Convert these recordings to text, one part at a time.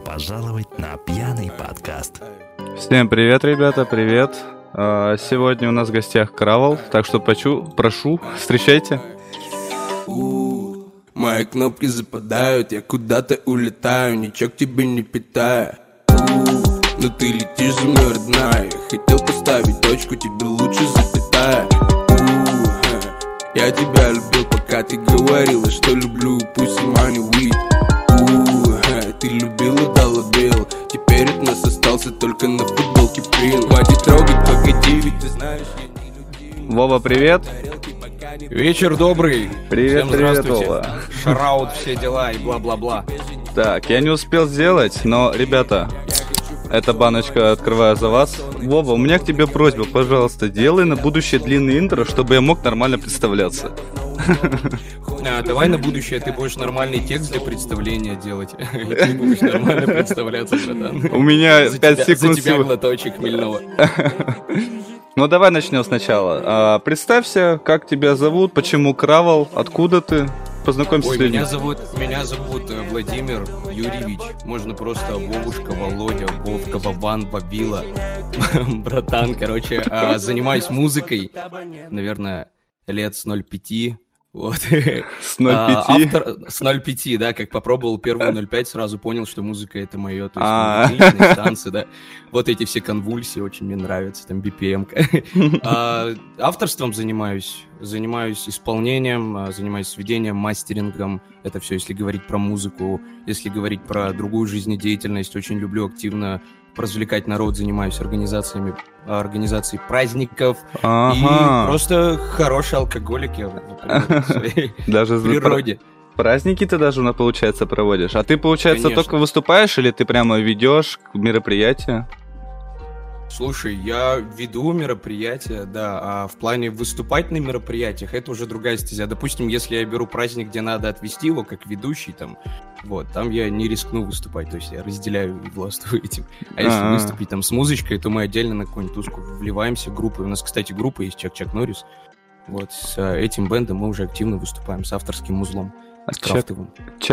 пожаловать на пьяный подкаст. Всем привет, ребята, привет. Сегодня у нас в гостях Кравл, так что прошу, встречайте. Мои кнопки западают, я куда-то улетаю, ничего к тебе не питаю. Но ты летишь за мной, родная. Хотел поставить точку, тебе лучше запятая. Я тебя любил, пока ты говорила, что люблю, пусть money weed. Ты любила, дала бел. Теперь от нас остался только на футболке принт. Хватит трогать, погоди, ведь ты знаешь, я не людей. Вова, привет. Вечер добрый. Привет, Всем привет, здравствуйте. Вова. Шараут, все дела и бла-бла-бла. Так, я не успел сделать, но, ребята, эта баночка открываю за вас. Вова, у меня к тебе просьба, пожалуйста, делай на будущее длинный интро, чтобы я мог нормально представляться. Давай на будущее ты будешь нормальный текст для представления делать. И ты будешь нормально представляться, братан. У меня 5 секунд За тебя всего. глоточек хмельного. Ну, давай начнем сначала. Представься, как тебя зовут, почему Кравл, откуда ты? Познакомься Ой, с людьми. меня зовут Владимир Юрьевич. Можно просто Вовушка, Володя, Вовка, Вован, Бабила. Братан, короче, занимаюсь музыкой, наверное, лет с 0,5. Вот. С 0,5? Автор с 0,5, да, как попробовал первую 0,5, сразу понял, что музыка это мое, то есть музыкальные танцы, да. Вот эти все конвульсии очень мне нравятся, там BPM-ка. Авторством занимаюсь исполнением, занимаюсь сведением, мастерингом. Это все, если говорить про музыку. Если говорить про другую жизнедеятельность, очень люблю активно развлекать народ, занимаюсь организацией праздников. Ага. И просто хороший алкоголик я в своей Даже природе. Праздники ты даже, получается, проводишь. А ты, получается, Конечно. только выступаешь или ты прямо ведешь мероприятия? Слушай, я веду мероприятия, да, а в плане выступать на мероприятиях это уже другая стезя. Допустим, если я беру праздник, где надо отвести его, как ведущий, там я не рискну выступать, то есть я разделяю и властвую этим. А если выступить там с музычкой, то мы отдельно на какую-нибудь туску вливаемся, группой. У нас, кстати, группа есть Чак Норрис. Вот, с этим бэндом мы уже активно выступаем, с авторским музлом, с крафтовым.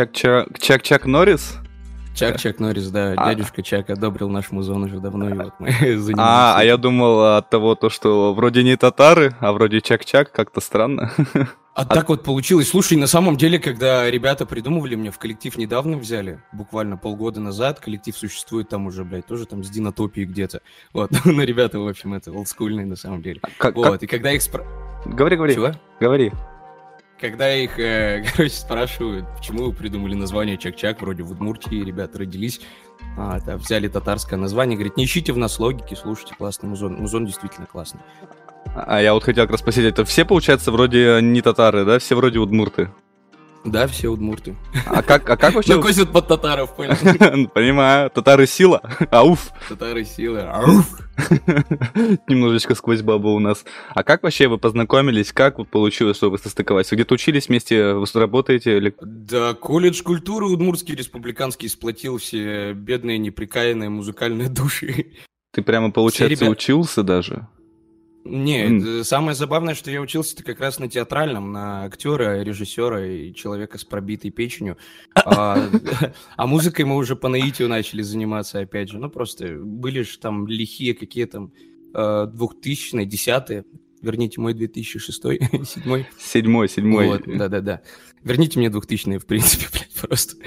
Чак Норрис? Чак Норрис, да, дядюшка Чак одобрил наш музон уже давно, и вот мы занимаемся. А я думал от того, что вроде не татары, а вроде Чак-Чак, как-то странно. Так вот получилось. Слушай, на самом деле, когда ребята придумывали, меня в коллектив недавно взяли, буквально полгода назад, коллектив существует там уже, тоже там с Динотопией где-то. Вот, но ребята, в общем, это олдскульные на самом деле. И когда их Говори. Чего? Говори. Когда их, спрашивают, почему вы придумали название Чак-Чак, вроде в Удмуртии ребята родились, взяли татарское название, говорит, не ищите в нас логики, слушайте, классный музон. Музон действительно классный. А я вот хотел как раз спросить, это все, получается, вроде не татары, да? Все вроде удмурты? Да, все удмурты. А как вообще... Ну, косят под татаров, понял? Понимаю, татары сила, ауф. Татары силы, ауф. Немножечко сквозь бабу у нас. А как вообще вы познакомились? Как вот получилось, чтобы состыковать? Вы где-то учились вместе, вы работаете? Или... Да, колледж культуры Удмуртский республиканский сплотил все бедные, неприкаянные музыкальные души. Ты прямо, получается, учился даже? Нет, самое забавное, что я учился-то как раз на театральном, на актера, режиссера и человека с пробитой печенью. А музыкой мы уже по наитию начали заниматься, опять же. Ну, просто были же там лихие какие там 2000-е, 10-е. Верните мой 2006 7-й. 7-й. Вот, да. Верните мне 2000-е, в принципе, блядь, просто.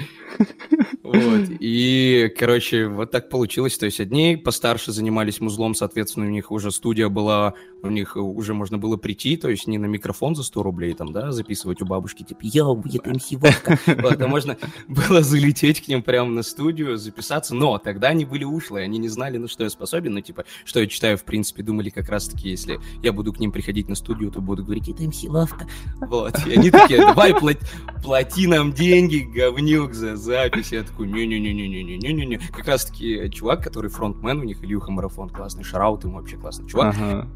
Вот, и, короче, вот так получилось, то есть одни постарше занимались музлом, соответственно, у них уже студия была, у них уже можно было прийти, то есть не на микрофон за 100 рублей там, да, записывать у бабушки, типа, йоу, это МС Вовка, вот, а можно было залететь к ним прямо на студию, записаться, но тогда они были ушлые, они не знали, на что я способен, ну, типа, что я читаю, в принципе, думали как раз-таки, если я буду к ним приходить на студию, то буду говорить, это МС Вовка, вот, и они такие, давай, плати нам деньги, говнюк, за запись, я такой, не-не-не-не-не-не-не-не. Как раз-таки чувак, который фронтмен у них, Ильюха Марафон, классный, шараут ему вообще классный чувак.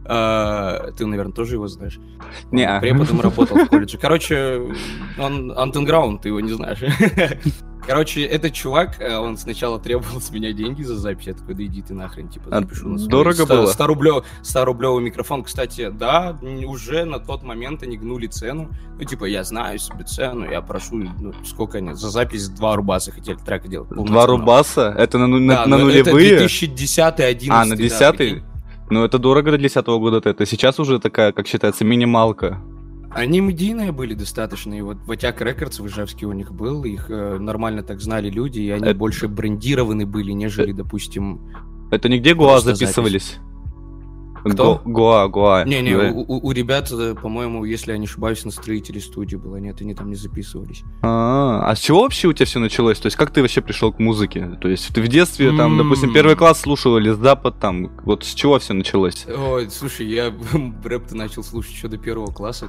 Ты, наверное, тоже его знаешь. Не. Преподом работал в колледже. Короче, он андерграунд, ты его не знаешь. Короче, этот чувак, он сначала требовал с меня деньги за запись. Я такой, да иди ты нахрен, типа, запишу на свой дорого было? 100-рублевый микрофон. Кстати, да, уже на тот момент они гнули цену. Ну, типа, я знаю себе цену, я прошу, ну, сколько они, за запись 2 рубаса хотели трека делать. 2 рубаса? Это на Да, нулевые? Это 2010-2011. А, на 10-й? Ну, это дорого для 10-го года. Это сейчас уже такая, как считается, минималка. Они медийные были достаточно, и вот Ватяк Рекордс в Ижевске у них был, их нормально так знали люди, и они больше брендированы были, нежели, допустим... Это нигде Гоа записывались? Кто? Гоа. Не-не, у ребят, по-моему, если я не ошибаюсь, на строителе студии было, нет, они там не записывались. А с чего вообще у тебя все началось? То есть как ты вообще пришел к музыке? То есть ты в детстве, там, допустим, 1 класс слушал или с Запад, там, вот с чего все началось? Ой, слушай, я рэп-то начал слушать еще до 1 класса.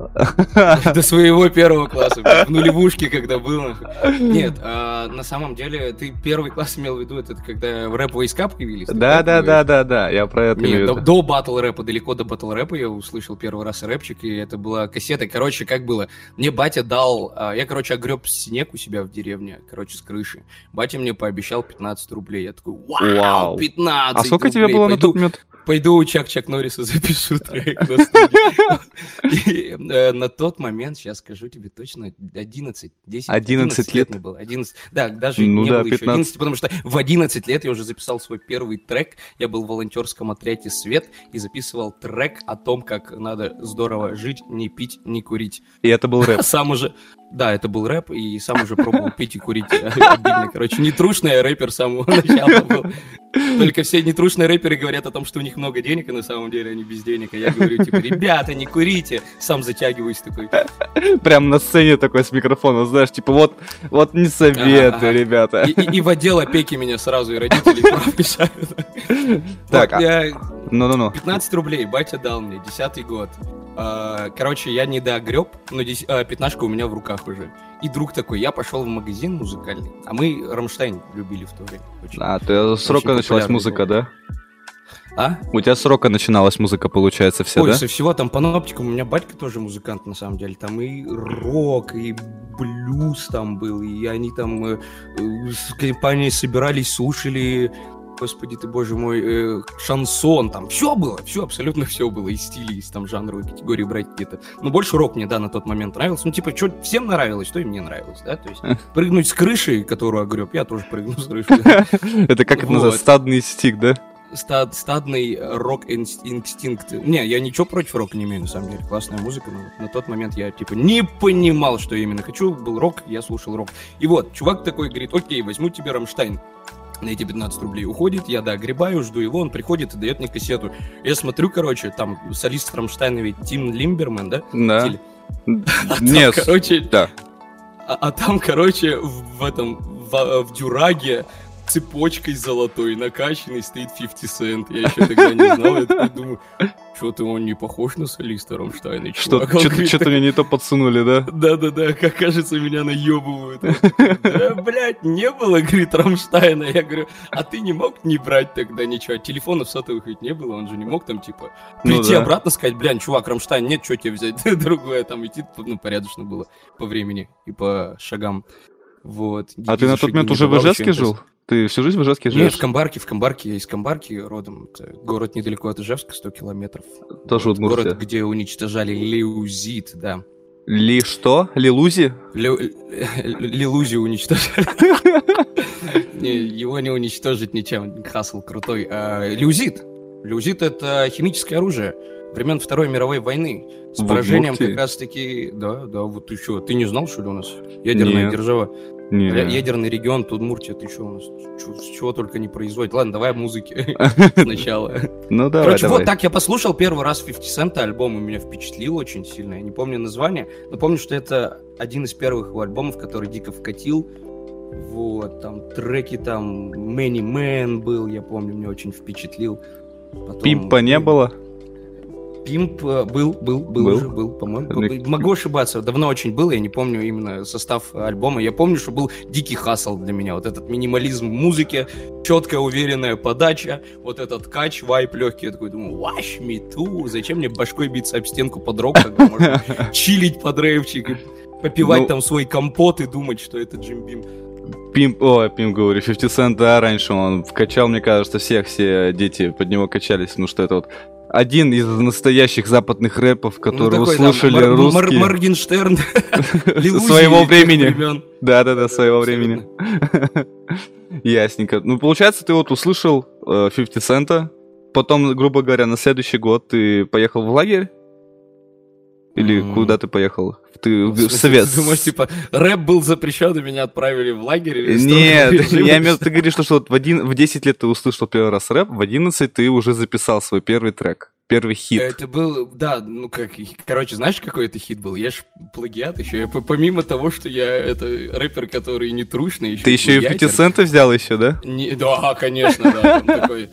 До своего 1 класса, в нулевушке, когда был. Нет, на самом деле, ты 1 класс имел в виду, это когда рэп-войска появились? Да, я про это имею в виду. До батл-рэпа, далеко до батл-рэпа я услышал первый раз рэпчик, и это была кассета. Короче, как было? Мне батя дал... Я, огреб снег у себя в деревне, с крыши. Батя мне пообещал 15 рублей. Я такой, вау, 15 А сколько тебе было на тот момент? Пойду у Чак Норриса запишу трек на студии. На тот момент, сейчас скажу тебе точно, 11 лет мне было. 11, да, даже не было еще 11, потому что в 11 лет я уже записал свой первый трек. Я был в волонтерском отряде «Свет» и записывал трек о том, как надо здорово жить, не пить, не курить. И это был рэп? Сам уже... Да, это был рэп, и сам уже пробовал пить и курить обильно. Нетрушный рэпер с самого начала был. Только все нетрушные рэперы говорят о том, что у них много денег, и на самом деле они без денег. А я говорю, типа, ребята, не курите. Сам затягиваюсь такой. Прям на сцене такой с микрофоном, знаешь, типа, вот не советую, ребята. И в отдел опеки меня сразу и родители прописали. Так, 15 рублей батя дал мне, 10-й год. Короче, я не доогреб, но 15-ка у меня в руках уже. И друг такой, я пошел в магазин музыкальный, а мы Рамштайн любили в то время. Ты с рока началась музыка, да? А? У тебя с рока начиналась музыка, получается, вся, да? Ой, со всего, там по ноптикам, у меня батька тоже музыкант, на самом деле. Там и рок, и блюз там был, и они там с компанией собирались, слушали... Господи ты, боже мой, шансон, там все было, все, абсолютно все было, из стилей, из там жанровой категории брать где-то. Но больше рок мне, да, на тот момент нравился. Ну, типа, что всем нравилось, что и мне нравилось, да, то есть прыгнуть с крыши, которую огреб, я тоже прыгну с крыши. Это как это называется, стадный стик, да? Стадный рок-инстинкт. Не, я ничего против рока не имею, на самом деле, классная музыка, но на тот момент я, типа, не понимал, что именно хочу, был рок, я слушал рок. И вот, чувак такой говорит, окей, возьму тебе Рамштайн. На эти 15 рублей уходит, я огребаю, жду его, он приходит и дает мне кассету. Я смотрю, там солист Рамштайна ведь Тим Лимберман, да? Да. Нет, да. А там, в дюраге цепочкой золотой накачанный стоит 50 Cent. Я еще тогда не знал, я такой думаю, что-то он не похож на солиста Рамштайна. Что-то мне не то подсунули, да? Да, как кажется, меня наебывают. Да, блядь, не было, говорит, Рамштайна. Я говорю, а ты не мог не брать тогда ничего? Телефонов сотовых ведь не было, он же не мог там, типа, прийти обратно, сказать, блядь, чувак, Рамштайн, нет, что тебе взять? Другое там идти, порядочно было по времени и по шагам. Вот. А ты на тот момент уже в Ижевске жил? Ты всю жизнь в Ижевске живешь? Нет, в Камбарке, я из Камбарки родом. Это город недалеко от Ижевска, 100 километров. Тоже Удмуртия. Город, где уничтожали леузит, да. Что? Лилузи? Лилузи уничтожали. Его не уничтожить ничем, хасл крутой. Леузит. Леузит — это химическое оружие времен Второй мировой войны. С поражением как раз-таки... Да, вот ты что, ты не знал, что ли, у нас ядерная держава? Нет. Ядерный регион Удмуртия, ты что у нас? Чего только не производит. Ладно, давай музыки сначала. Ну давай, короче, вот так я послушал первый раз 50 Cent, альбом, и меня впечатлил очень сильно. Я не помню название, но помню, что это один из первых его альбомов, который дико вкатил. Вот, там треки, там Many Man был, я помню, меня очень впечатлил. Пимпа не было? Пимп был, по-моему. Могу ошибаться, давно очень был, я не помню именно состав альбома. Я помню, что был дикий хасл для меня. Вот этот минимализм в музыке, четкая, уверенная подача, вот этот кач, вайп легкий. Я такой думаю, wash me too. Зачем мне башкой биться об стенку под рок, когда можно чилить под рэпчик и попивать там свой компот и думать, что это Джим Бим. Пимп, говорю, 50 Cent, да, раньше он вкачал, мне кажется, все дети под него качались, потому что это вот один из настоящих западных рэпов, которые услышали русские. Моргенштерн. Своего времени. Да, своего времени. Ясненько. Ну, получается, ты вот услышал 50 Cent, потом, грубо говоря, на следующий год ты поехал в лагерь? Или куда ты поехал? Ты в Совет. Ты думаешь, типа, рэп был запрещен, и меня отправили в лагерь? Или нет, я имею в виду, ты говоришь, что вот в 10 лет ты услышал первый раз рэп, в 11 ты уже записал свой первый трек, первый хит. Это был, да, ну как, короче, знаешь, какой это хит был? Я ж плагиат еще, я помимо того, что я это рэпер, который не трушный, еще ты еще и 50 Cent взял еще, да? Да, конечно, да, такой...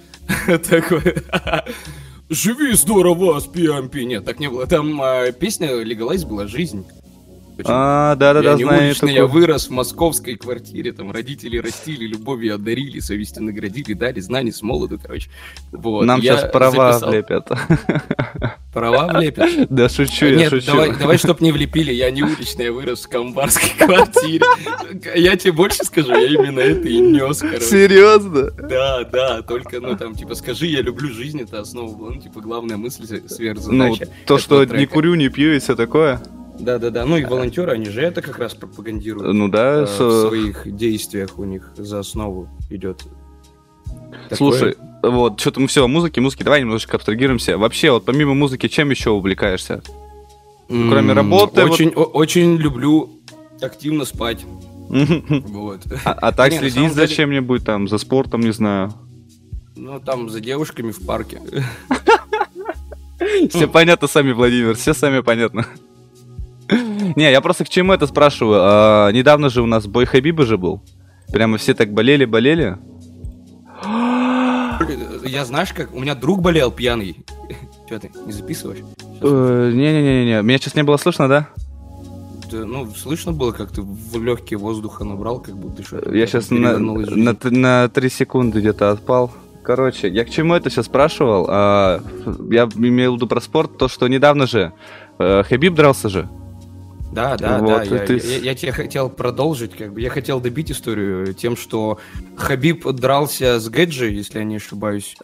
Живи здорово с PMP. Нет, так не было. Там песня Legalize была «Жизнь». Да, я знаю. Я вырос в московской квартире, там родители растили, любовью одарили, совестью наградили, дали знаний с молоду, короче. Вот. Нам сейчас права влепят. Права влепят? Да, шучу, я шучу. Давай, чтоб не влепили, я не уличный, я вырос в камбарской квартире. Я тебе больше скажу, я именно это и нес, короче. Серьезно? Да, только, ну, там, типа, скажи, я люблю жизнь, это основа была, ну, типа, главная мысль, сверхзадача. Ну, то, что не курю, не пью и все такое. Да, ну и волонтеры, они же это как раз пропагандируют. Ну да, в своих действиях у них за основу идет. Слушай, вот, что-то мы все о музыке, давай немножечко абстрагируемся. Вообще, вот помимо музыки, чем еще увлекаешься? Кроме работы? Очень люблю активно спать. Вот. А так следить за чем-нибудь там, за спортом, не знаю. Ну, там, за девушками в парке. Все понятно сами, Владимир, все сами понятно. Не, я просто к чему это спрашиваю. Недавно же у нас бой Хабиба же был. Прямо все так болели. Я, знаешь, как... У меня друг болел пьяный. Че ты, не записываешь? Не. Меня сейчас не было слышно, да? Да, ну, слышно было, как ты в легкие воздуха набрал, как будто что-то. Я сейчас на 3 секунды где-то отпал. Короче, я к чему это сейчас спрашивал? Я имел в виду про спорт, то, что недавно же Хабиб дрался же. Да. Я тебе хотел продолжить, как бы я хотел добить историю тем, что Хабиб дрался с Гэджи, если я не ошибаюсь.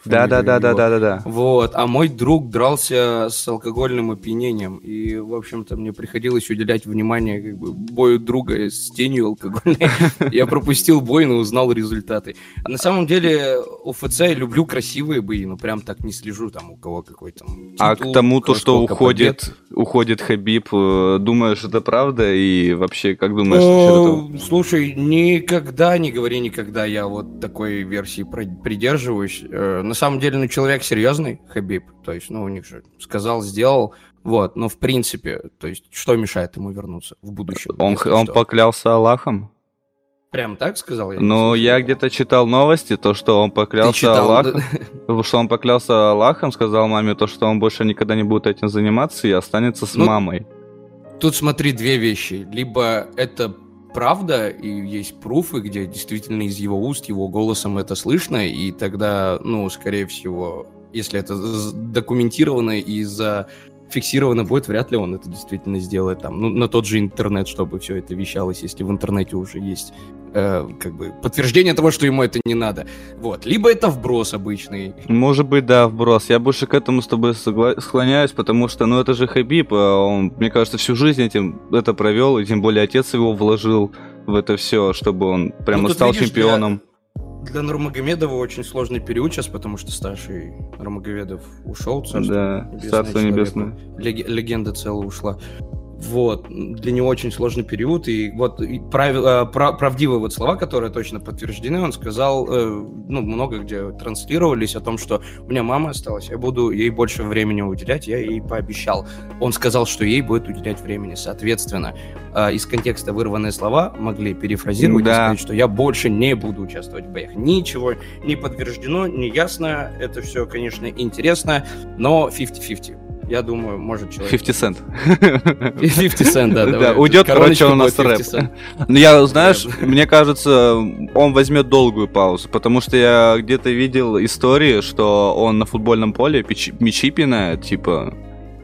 Да. Вот, а мой друг дрался с алкогольным опьянением. И, в общем-то, мне приходилось уделять внимание как бы бою друга с тенью алкогольной. Я пропустил бой, но узнал результаты. А на самом деле, УФЦ я люблю красивые бои, но прям так не слежу, там, у кого какой там титул. А к тому, то, что уходит Хабиб, думаешь, это правда? И вообще, как думаешь? Слушай, никогда не говори никогда, я вот такой версии придерживаюсь. На самом деле, ну, человек серьезный, Хабиб, то есть, ну, у них же сказал, сделал, вот, но в принципе, то есть, что мешает ему вернуться в будущем? Он поклялся Аллахом? Прям так сказал? Ну, я где-то читал новости, то, что он поклялся Аллахом, что он поклялся Аллахом, сказал маме то, что он больше никогда не будет этим заниматься и останется с мамой. Тут смотри, две вещи. Либо это правда, и есть пруфы, где действительно из его уст, его голосом это слышно, и тогда, ну, скорее всего, если это документировано и зафиксировано будет, вряд ли он это действительно сделает там, ну, на тот же интернет, чтобы все это вещалось, если в интернете уже есть как бы подтверждение того, что ему это не надо. Вот. Либо это вброс обычный. Может быть, да, вброс. Я больше к этому с тобой склоняюсь, потому что, ну, это же Хабиб, он, мне кажется, всю жизнь это провел, и тем более отец его вложил в это все, чтобы он прямо стал чемпионом. Для Нурмагомедова очень сложный период сейчас, потому что старший Нурмагомедов ушел. Да, Царство Небесное. Легенда целая ушла. Вот, для него очень сложный период, и вот правдивые вот слова, которые точно подтверждены, он сказал, ну, много где транслировались о том, что у меня мама осталась, я буду ей больше времени уделять, я ей пообещал. Он сказал, что ей будет уделять времени, соответственно, из контекста вырванные слова могли перефразировать и сказать, что я больше не буду участвовать в боях. Ничего не подтверждено, не ясно, это все, конечно, интересно, но 50-50. Я думаю, может человек... 50 Cent. 50 Cent, да. Да, уйдет, короче, у нас рэп. Ну, я, знаешь, мне кажется, он возьмет долгую паузу, потому что я где-то видел истории, что он на футбольном поле мячи пинает, типа,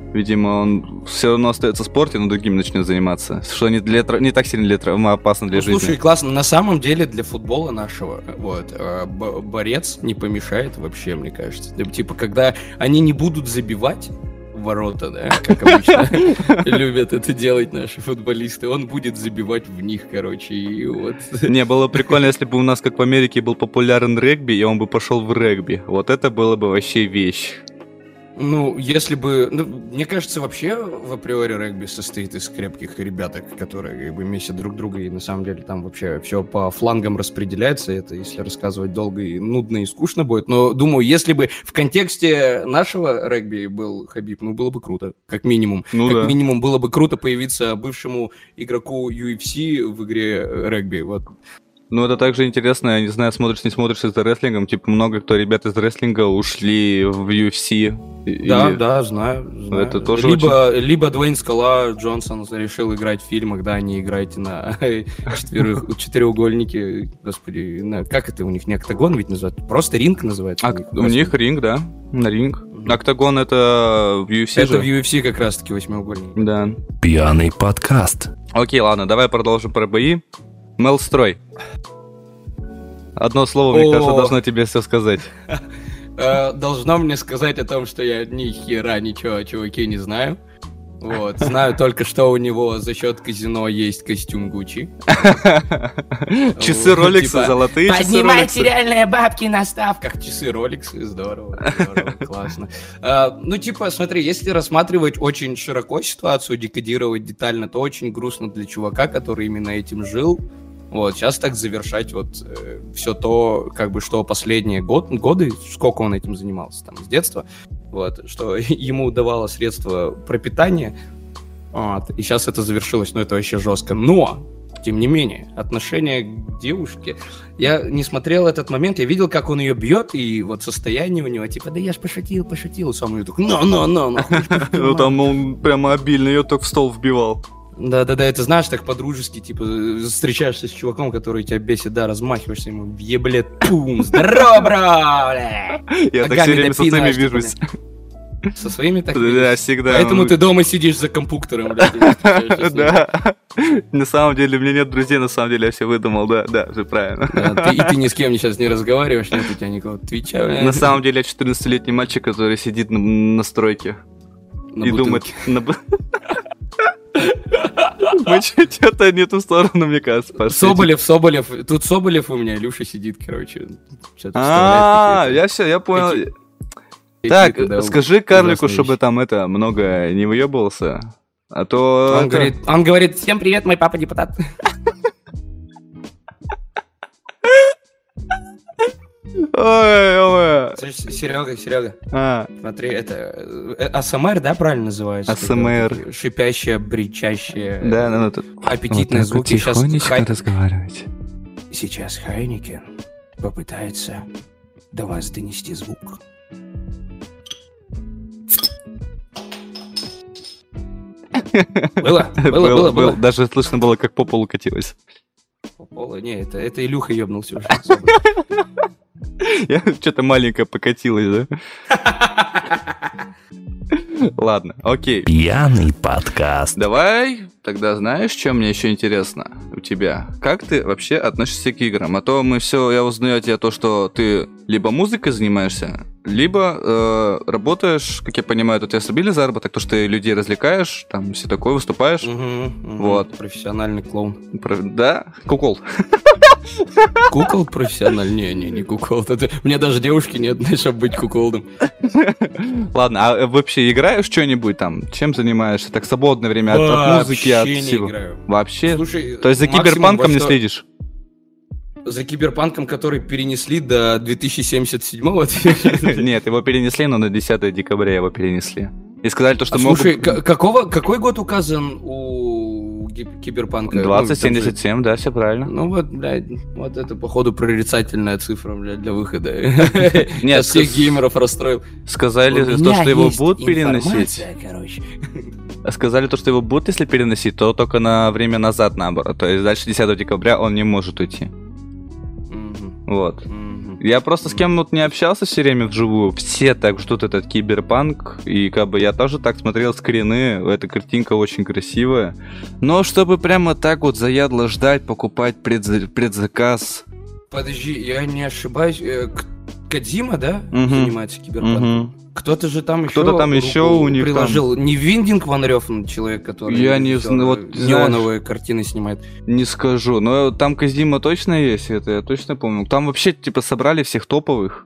Видимо, он все равно остается в спорте, но другим начнет заниматься. Что не так сильно опасно для жизни. Слушай, классно. На самом деле для футбола нашего борец не помешает вообще, мне кажется. Типа, когда они не будут забивать ворота, да, как обычно любят это делать наши футболисты, он будет забивать в них, короче, и вот. Не, было прикольно, если бы у нас, как в Америке, был популярен регби, и он бы пошел в регби. Вот это было бы вообще вещь. Ну, если бы... Ну, мне кажется, вообще в априори регби состоит из крепких ребяток, которые как бы месят друг друга, и на самом деле там вообще все по флангам распределяется. Это, если рассказывать долго и нудно и скучно будет. Но, думаю, если бы в контексте нашего регби был Хабиб, ну, было бы круто, как минимум. Ну, как да. минимум было бы круто появиться бывшему игроку UFC в игре регби, вот. Ну, это также интересно, я не знаю, смотришь, не смотришь за рестлингом, типа, много кто ребят из рестлинга ушли в UFC. Да, знаю. Это тоже либо Дуэйн Скала Джонсон решил играть в фильмах, да, не играйте на четыреугольнике, господи, как это у них, не октагон ведь называют, просто ринг называется. У них ринг, да, на ринг. Октагон это в UFC это же. в UFC как раз-таки восьмиугольник. Да. Пьяный подкаст. Окей, ладно, давай продолжим про бои. Мелстрой. Одно слово, мне кажется, должно тебе все сказать. Должно мне сказать о том, что я ни хера ничего о чуваке не знаю. Вот. Знаю только, что у него за счет казино есть костюм Гуччи. Часы Роликсы, золотые часы Поднимайте Роликсы. реальные бабки на ставках. Часы Роликсы, здорово, классно. Ну, типа, смотри, если рассматривать очень широко ситуацию, декодировать детально, то очень грустно для чувака, который именно этим жил. Вот, сейчас так завершать вот все то, как бы, что последние годы, сколько он этим занимался, там, с детства, вот, что ему давало средства пропитания, вот, и сейчас это завершилось, ну, это вообще жестко, но, тем не менее, отношение к девушке, я не смотрел этот момент, я видел, как он ее бьет, и вот состояние у него, типа, да я ж пошутил, сам ее такой, Ну, там он прямо обильно ее только в стол вбивал. Да-да-да, это знаешь, так по-дружески, типа, встречаешься с чуваком, который тебя бесит, да, размахиваешься ему, ебле, пум, здорово, бро, бля. Я так все время со своими вижусь. Со своими так Да, всегда. Поэтому ты дома сидишь за компьютером, блядь. Да. На самом деле, у меня нет друзей, на самом деле, я все выдумал, да, все правильно. И ты ни с кем сейчас не разговариваешь, нет у тебя никакого твича. На самом деле, я 14-летний мальчик, который сидит на стройке и думает... Мы что-то не ту сторону, мне кажется, пошли. Соболев. Тут Соболев у меня, Илюша сидит, короче. Я понял. Так, скажи карлику, чтобы там много не выебывался. А то... Он говорит, всем привет, мой папа депутат. Ой. Серега. Смотри, это АСМР, да, правильно называется? АСМР. Шипящее, бричащее. Да, ну тут. Аппетитные звуки. Тихонечко разговаривать. Сейчас Хайникен попытается до вас донести звук. Было. Даже слышно было, как по полу катилось. По полу? Не, это Илюха ебнулся уже. Я что-то маленькое покатилось, да? Ладно, окей. Пьяный подкаст. Давай, тогда знаешь, что мне еще интересно у тебя? Как ты вообще относишься к играм? А то я узнаю от тебя то, что ты либо музыкой занимаешься, либо работаешь, как я понимаю, это у тебя стабильный заработок, то, что ты людей развлекаешь, там все такое, выступаешь. Вот. Профессиональный клоун. Да? Кукол. Кукол профессиональный? Не кукол. У меня даже девушки нет, чтобы быть куколом. Ладно, а вообще играешь что-нибудь там? Чем занимаешься? Так свободное время от музыки, от всего? Не играю. Вообще? Слушай, то есть за киберпанком не следишь? За киберпанком, который перенесли до 2077-го? Нет, его перенесли, но на 10 декабря его перенесли. И сказали то, что Слушай, какой год указан у киберпанка? 2077, да, все правильно. Ну вот, блядь, вот это, походу, прорицательная цифра, блядь, для выхода. Нет, всех геймеров расстроил. Сказали то, что его будут переносить. Короче. Сказали то, что его будут, если переносить, то только на время назад, наоборот. То есть дальше 10 декабря он не может уйти. Вот. Я просто с кем вот не общался все время вживую, все так ждут этот киберпанк, и как бы я тоже так смотрел скрины, эта картинка очень красивая. Но чтобы прямо так вот заядло ждать, покупать предзаказ... Подожди, я не ошибаюсь, Кодзима, да, занимается киберпанком? Кто-то же там еще у них приложил. Там... Не Виндинг Ван Рёфен, человек, который неоновые картины снимает. Не скажу, но там Кодзима точно есть, это я точно помню. Там вообще типа собрали всех топовых.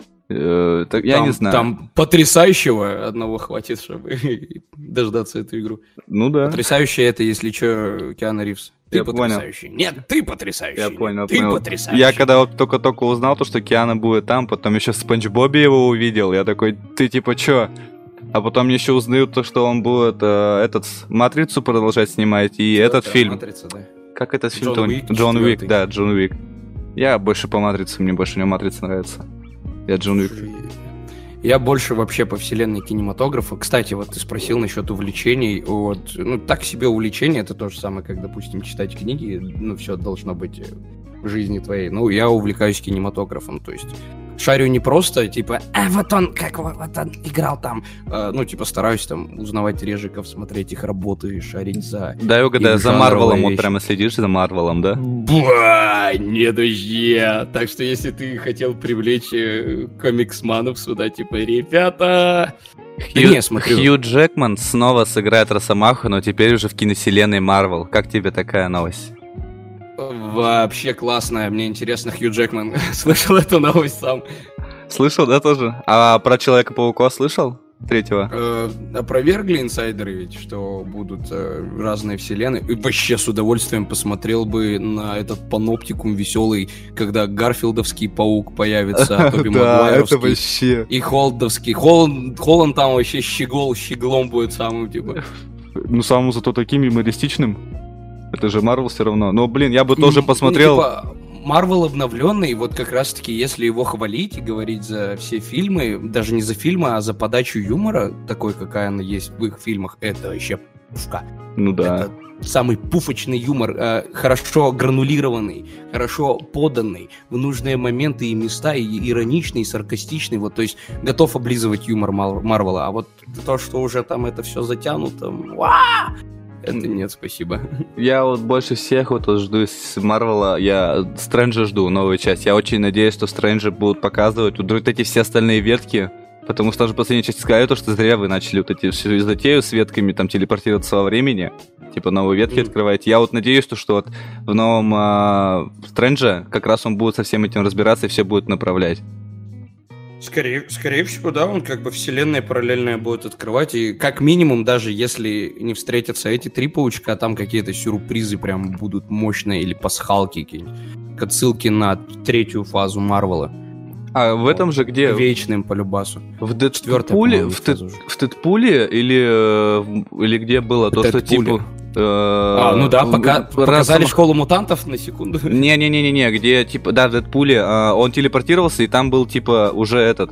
Я не знаю. Там потрясающего одного хватит, чтобы дождаться эту игру. Ну да. Потрясающее это, если что, Киану Ривз. Ты потрясающий. Понял. Нет, ты потрясающий. Я понял, ты потрясающий. Я когда вот только узнал, что Киану будет там, потом еще в Спанч Бобе его увидел, я такой, ты типа чё? А потом еще узнают то, что он будет Матрицу продолжать снимать и этот фильм. Матрица, да. Как этот фильм-то? Джон Уик, да, Джон Уик. Я больше по Матрице, мне больше не Матрица нравится. Я Джон Уик. Я больше вообще по вселенной кинематографа. Кстати, вот ты спросил насчет увлечений. Вот, ну, так себе увлечение, это то же самое, как, допустим, читать книги. Ну, все должно быть в жизни твоей. Ну, я увлекаюсь кинематографом, то есть шарю не просто, типа, вот он, как вот он играл там. Ну, типа, стараюсь там узнавать режиков, смотреть их работы, шарить за... Да, я угадаю, за Марвелом, вот прямо следишь за Марвелом, да? Не друзья. Так что, если ты хотел привлечь комиксманов сюда, типа, ребята... Хью Джекман снова сыграет Росомаху, но теперь уже в киновселенной Марвел. Как тебе такая новость? Вообще классная, мне интересно, Хью Джекман слышал эту новость сам. Слышал, да, тоже? А про Человека-паука слышал? Третьего? Опровергли инсайдеры ведь, что будут разные вселенные. И вообще с удовольствием посмотрел бы на этот паноптикум веселый, когда Гарфилдовский паук появится, а Тоби Магуайровский. Да, это вообще... И Холландовский. Холланд там вообще щеглом будет самым, типа. Ну, самым зато таким юмористичным. Это же Марвел все равно. Но, блин, я бы тоже посмотрел... Марвел обновленный, вот как раз-таки, если его хвалить и говорить за все фильмы, даже не за фильмы, а за подачу юмора, такой, какая она есть в их фильмах, это вообще пушка. Ну да. Это самый пуфочный юмор, хорошо гранулированный, хорошо поданный, в нужные моменты и места, и ироничный, и саркастичный, вот, то есть готов облизывать юмор Марвела, а вот то, что уже там это все затянуто, это нет, спасибо. Я вот больше всех вот жду из Марвела, я Стрэнджа жду, новую часть. Я очень надеюсь, что Стрэнджа будут показывать вот эти все остальные ветки, потому что даже последняя часть сказали, что зря вы начали вот эти всю затею с ветками, там, телепортироваться во времени, типа новые ветки открываете. Я вот надеюсь, что вот в новом Стрэнджа как раз он будет со всем этим разбираться и все будет направлять. Скорее всего, да, он как бы вселенная параллельная будет открывать, и как минимум, даже если не встретятся эти три паучка, там какие-то сюрпризы прям будут мощные, или пасхалки какие-нибудь, отсылки на третью фазу Марвела. А в этом же где? Вечным по любасу. В Дэдпуле? В Дэдпуле или где было то, что типа... ну да, показали школу мутантов на секунду. Не-не-не-не, где типа, да, в Дэдпуле он телепортировался, и там был типа уже этот...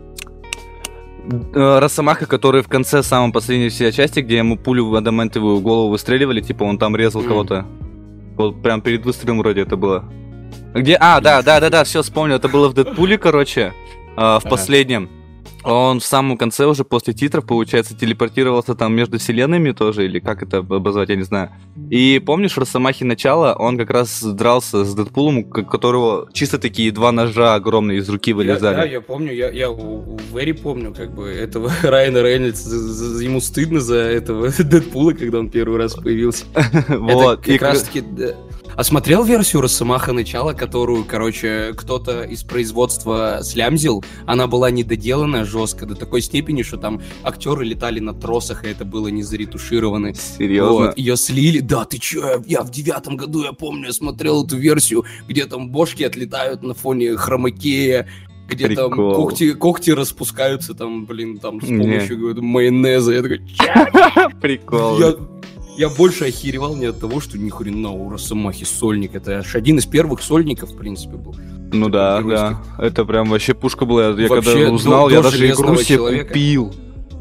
Росомаха, который в конце самой последней всей части, где ему пулю в адамантовую голову выстреливали, типа он там резал кого-то. Вот прям перед выстрелом вроде это было. Где? Да, все, вспомнил. Это было в Дэдпуле, короче, в последнем. Он в самом конце уже после титров, получается, телепортировался там между вселенными тоже, или как это обозвать, я не знаю. И помнишь, Росомахи начало, он как раз дрался с Дэдпулом, у которого чисто такие два ножа огромные из руки вылезали. Да, я помню, я у Вэри помню, как бы, этого Райана Рейнольдса, ему стыдно за этого Дэдпула, когда он первый раз появился. Вот. Это как раз-таки... А смотрел версию Росомаха начала, которую, короче, кто-то из производства слямзил? Она была недоделана жестко, до такой степени, что там актеры летали на тросах, и это было не заретушировано. Серьезно? Вот, ее слили. Да, ты чё, я в 9-м году, я помню, я смотрел эту версию, где там бошки отлетают на фоне хромакея, где Прикол. там когти распускаются, там, блин, там с помощью майонеза. Я такой, Прикол. Я больше охеревал не от того, что ни хрена у Росомахи сольник. Это аж один из первых сольников, в принципе, был. Ну да. Это прям вообще пушка была. Я когда узнал, я даже игру себе купил.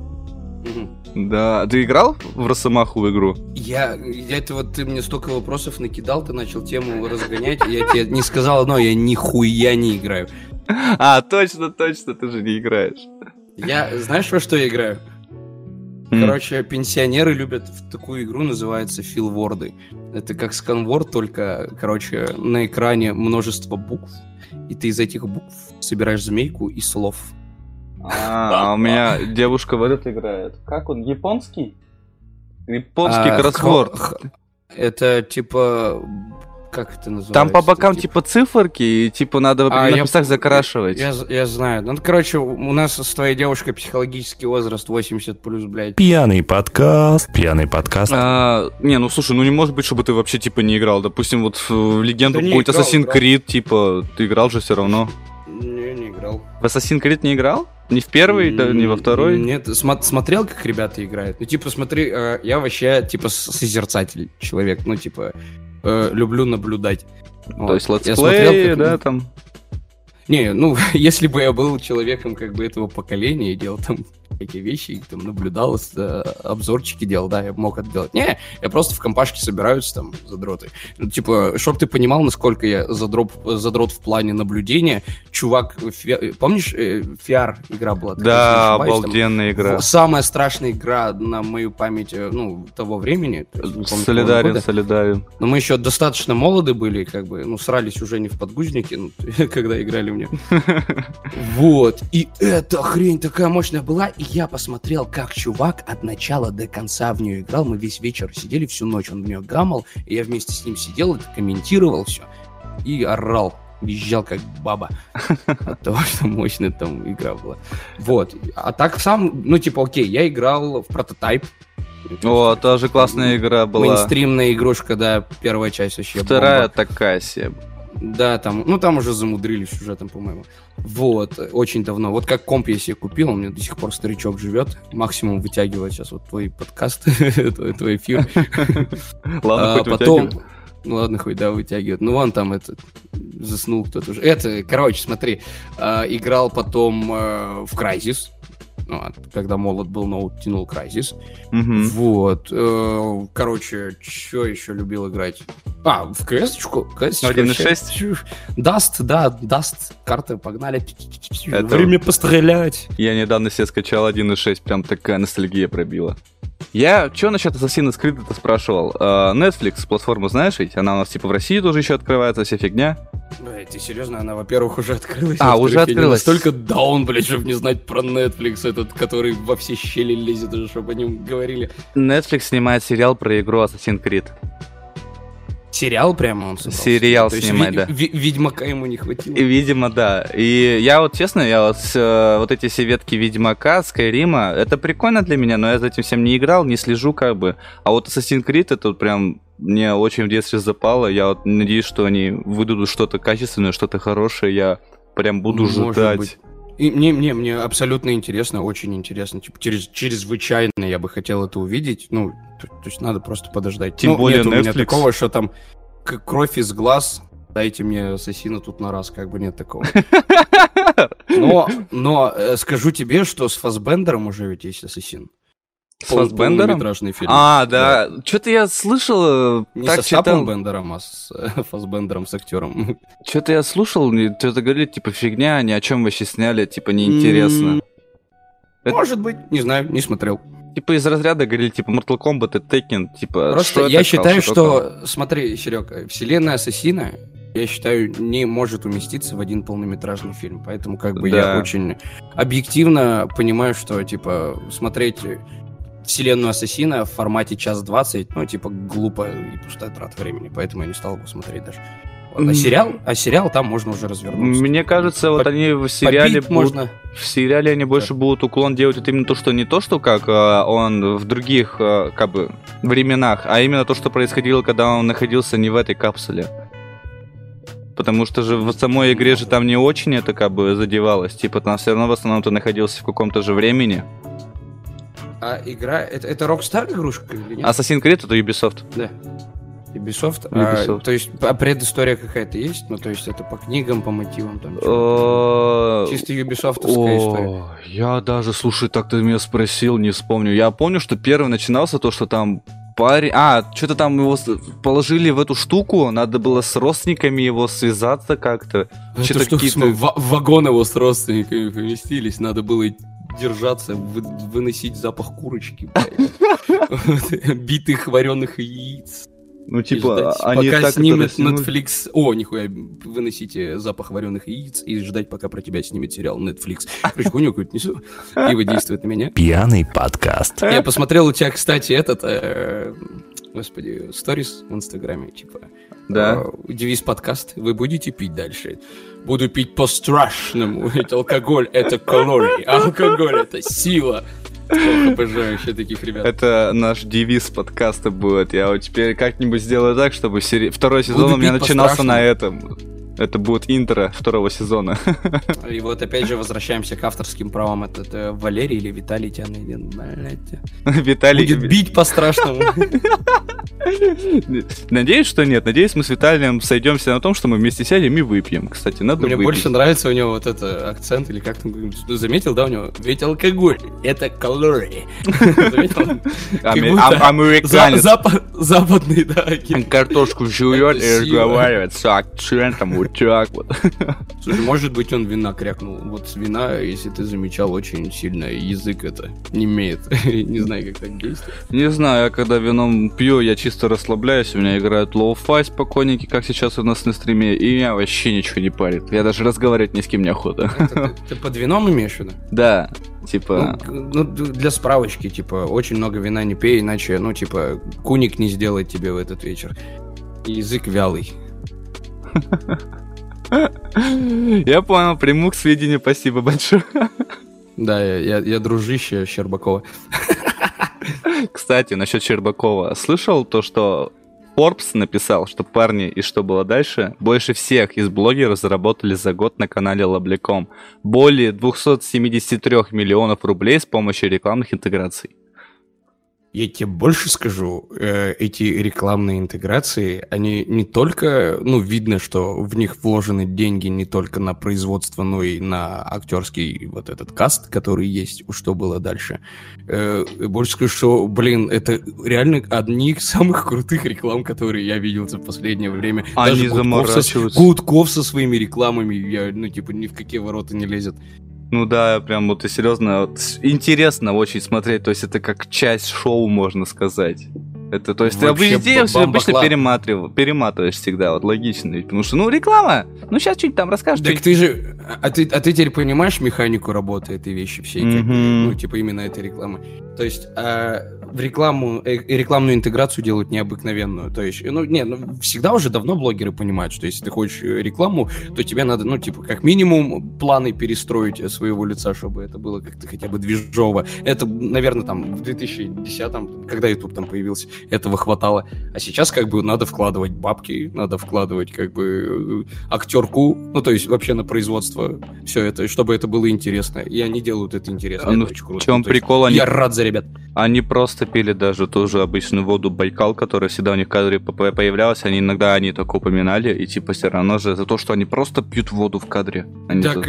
Да. Ты играл в Росомаху в игру? Ты мне столько вопросов накидал, ты начал тему разгонять. Я тебе не сказал одно, я нихуя не играю. А, точно, ты же не играешь. Я, знаешь, во что я играю? Короче, пенсионеры любят в такую игру, называется филворды. Это как сканворд, только, короче, на экране множество букв, и ты из этих букв собираешь змейку и слов. А у меня девушка в этот играет. Как он? Японский? Японский кроссворд. Это типа... Как это называется? Там по бокам типа циферки, и типа надо в определенных местах закрашивать. Я знаю. Ну, короче, у нас с твоей девушкой психологический возраст 80+, блядь. Пьяный подкаст. Не, ну слушай, ну не может быть, чтобы ты вообще типа не играл. Допустим, вот в легенду Да какой-нибудь играл, Assassin's Creed, типа, ты играл же все равно. Не играл. В Assassin's Creed не играл? Ни в первый, да, ни во второй? Нет, смотрел, как ребята играют? Ну, типа, смотри, я вообще, типа, созерцатель человек, ну, типа, люблю наблюдать. То есть летсплей, да, там? Не, ну, если бы я был человеком, как бы, этого поколения, делал там всякие вещи, их там наблюдал, обзорчики делал, да, я мог это делать. Не, я просто в компашке собираются там задроты. Ну, типа, чтоб ты понимал, насколько я задрот в плане наблюдения. Чувак, помнишь, VR игра была? Да, обалденная игра. Самая страшная игра на мою память, ну, того времени. Солидарен. Но мы еще достаточно молоды были, как бы, ну, срались уже не в подгузники, ну, когда играли в нее. Вот. И эта хрень такая мощная была, и я посмотрел, как чувак от начала до конца в нее играл. Мы весь вечер сидели, всю ночь он в нее гамал, и я вместе с ним сидел, комментировал все и орал, визжал как баба от того, что мощная там игра была. Вот. А так сам, ну типа, окей, я играл в прототайп. О, тоже классная игра была. Мейнстримная игрушка, да, первая часть вообще. Вторая такая себе. Да, там, ну там уже замудрили сюжетом, по-моему. Вот, очень давно. Вот как комп я себе купил, у меня до сих пор старичок живет. Максимум вытягивает сейчас вот твой подкаст, твой эфир. Ладно, хоть потом... Ладно, хоть, да, вытягивает. Ну, вон там заснул кто-то уже. Короче, смотри, играл потом в Crysis. Ну, когда молод был, но тянул Crysis. Вот. Короче, что еще любил играть? В CS-очку. 1.6? Даст, карты, погнали. Время пострелять. Я недавно себе скачал 1.6, прям такая ностальгия пробила. Я что насчет Assassin's Creed это спрашивал? Netflix, платформу знаешь ведь? Она у нас типа в России тоже еще открывается, вся фигня. Ты серьезно? Она, во-первых, уже открылась. Уже открылась. Настолько даун, блядь, чтобы не знать про Netflix этот, который во все щели лезет уже, чтобы о нем говорили. Netflix снимает сериал про игру Assassin's Creed. Сериал прямо он собрался? Сериал снимает, да. Ведьмака ему не хватило. Видимо, да. И я вот, честно, вот эти все ветки Ведьмака, Скайрима, это прикольно для меня, но я за этим всем не играл, не слежу как бы. А вот Assassin's Creed, это вот прям мне очень в детстве запало. Я вот надеюсь, что они выдадут что-то качественное, что-то хорошее. Я прям буду ждать. И мне абсолютно интересно, очень интересно. Типа, чрезвычайно я бы хотел это увидеть. Ну, то есть надо просто подождать. Тем более нет Netflix. У меня такого, что там кровь из глаз, дайте мне ассасина тут на раз, как бы нет такого. Но скажу тебе, что с Фассбендером уже ведь есть ассасин. С Фассбендером? Полнометражный фильм. Да. Что-то я слышал... Не со Стапом Бендером, а с Фассбендером, с актером. Что-то я слушал, что-то говорили, типа, фигня, ни о чем вообще сняли, типа, неинтересно. Может быть, не знаю, не смотрел. Типа из разряда говорили, типа, Mortal Kombat и Tekken, типа... Просто я считаю, что... Смотри, Серега, вселенная Ассасина, я считаю, не может уместиться в один полнометражный фильм. Поэтому, как бы, я очень объективно понимаю, что, типа, смотреть вселенную Ассасина в формате 1:20, ну, типа, глупо и пустая трата времени. Поэтому я не стал его смотреть даже. А сериал там можно уже развернуться. Мне кажется, вот они в сериале в сериале они больше будут уклон делать вот именно то, что не то, что как он в других как бы временах, а именно то, что происходило, когда он находился не в этой капсуле. Потому что же в самой игре же там не очень это как бы задевалось. Типа там все равно в основном ты находился в каком-то же времени. А игра... Это Rockstar игрушка или нет? Assassin's Creed это Ubisoft. Да. Ubisoft. То есть предыстория какая-то есть? Ну, то есть это по книгам, по мотивам там? Чисто Ubisoft-овская история. Я даже, слушай, так ты меня спросил, не вспомню. Я помню, что первый начинался то, что там парень... что-то там его положили в эту штуку, надо было с родственниками его связаться как-то. Это что, в вагон его с родственниками поместились, надо было держаться, выносить запах курочки, битых вареных яиц. Ну, типа, они пока так снимет Netflix... О, нихуя, выносите запах вареных яиц и ждать, пока про тебя снимет сериал Netflix. Короче, хуйню какую-то несу, пиво действует на меня. Пьяный подкаст. Я посмотрел у тебя, кстати, господи, сторис в Инстаграме, типа... Да. Девиз подкаст. Вы будете пить дальше? Буду пить по-страшному. Ведь алкоголь — это калории. Алкоголь — это сила. Ох, обожаю еще таких ребят. Это наш девиз подкаста будет. Я вот теперь как-нибудь сделаю так, чтобы второй сезон у меня начинался на этом. Это будет интро второго сезона. И вот опять же возвращаемся к авторским правам. Это Валерий или Виталий тебя найдет? Виталий... Будет бить по-страшному. Надеюсь, что нет. Надеюсь, мы с Виталием сойдемся на том, что мы вместе сядем и выпьем. Кстати, надо выпить. Мне больше нравится у него вот это акцент, или как там, заметил, да, у него? Ведь алкоголь — это калории. Заметил? Американец. Западный, да. Картошку жует и разговаривает с акцентом вот так вот. Слушай, может быть, он вина крякнул. Вот с вина, если ты замечал, очень сильно язык это не имеет. Не знаю, как так действует. Не знаю, я когда вином пью, я чисто расслабляюсь, у меня играют лоу-фай спокойненький, как сейчас у нас на стриме, и меня вообще ничего не парит. Я даже разговаривать ни с кем не охота. Ты под вином имеешь в виду? Да, типа... Ну, для справочки, типа, очень много вина не пей, иначе, ну, типа, куник не сделает тебе в этот вечер. Язык вялый. Я понял, приму к сведению, спасибо большое. Да, я дружище Щербакова. Кстати, насчет Щербакова. Слышал то, что Forbes написал, что парни и что было дальше, больше всех из блогеров заработали за год на канале Лабликом более 273 миллионов рублей с помощью рекламных интеграций. Я тебе больше скажу, эти рекламные интеграции, они не только, ну, видно, что в них вложены деньги не только на производство, но и на актерский вот этот каст, который есть, что было дальше. Больше скажу, что, блин, это реально одни из самых крутых реклам, которые я видел за последнее время. Они заморачиваются. Гудков со своими рекламами, ну, типа, ни в какие ворота не лезет. Ну да, прям вот и серьезно, вот, интересно очень смотреть, то есть это как часть шоу, можно сказать. Это, то есть вообще ты обычно перематываешь всегда, вот логично, потому что, ну, реклама, ну сейчас что-нибудь там расскажешь. Так ты же, а ты теперь понимаешь механику работы этой вещи всей, как бы, ну, типа именно этой рекламы. То есть в рекламную интеграцию делают необыкновенную. То есть, всегда уже давно блогеры понимают, что если ты хочешь рекламу, то тебе надо, ну, типа, как минимум планы перестроить своего лица, чтобы это было как-то хотя бы движово. Это, наверное, там в 2010-м, когда YouTube там появился, этого хватало. А сейчас как бы надо вкладывать бабки, надо вкладывать как бы актерку, ну, то есть вообще на производство все это, чтобы это было интересно. И они делают это интересно. Ну, это очень круто. В чем прикол? Я рад за ребят. Они просто пили даже ту же обычную воду Байкал, которая всегда у них в кадре появлялась. Иногда они только упоминали, и типа все равно же за то, что они просто пьют воду в кадре. Так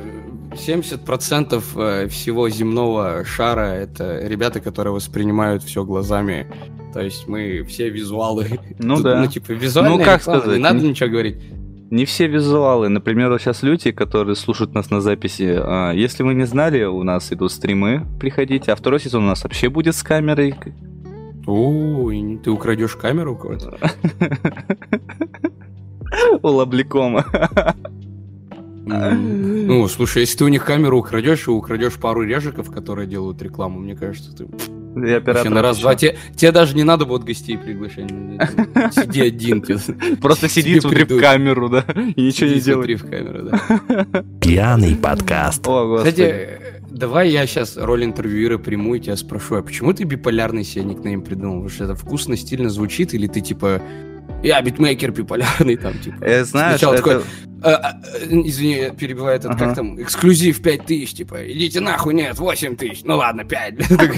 70% всего земного шара — это ребята, которые воспринимают все глазами. То есть мы все визуалы. Ну да. Ну типа визуальная как реклама, сказать? Не надо ничего говорить. Не все визуалы. Например, вот сейчас люди, которые слушают нас на записи, если вы не знали, у нас идут стримы, приходите, а второй сезон у нас вообще будет с камерой. Ой, ты украдешь камеру у кого-то? У Лабликома. Ну, слушай, если ты у них камеру украдешь и украдешь пару режиков, которые делают рекламу, мне кажется, ты... Вообще на раз-два. Тебе даже не надо будет гостей приглашать. Сиди один. Просто сиди, смотри в камеру, да? И ничего не делай. Смотри в камеру, да. Пьяный подкаст. Кстати, давай я сейчас роль интервьюера приму и тебя спрошу, а почему ты биполярный себе никнейм придумал? Потому что это вкусно, стильно звучит, или ты типа... Я битмейкер биполярный, там, типа. Знаешь, сначала это... такой, Извини, перебиваю этот, как там, эксклюзив 5000, типа, идите нахуй, нет, 8000, ну ладно, 5.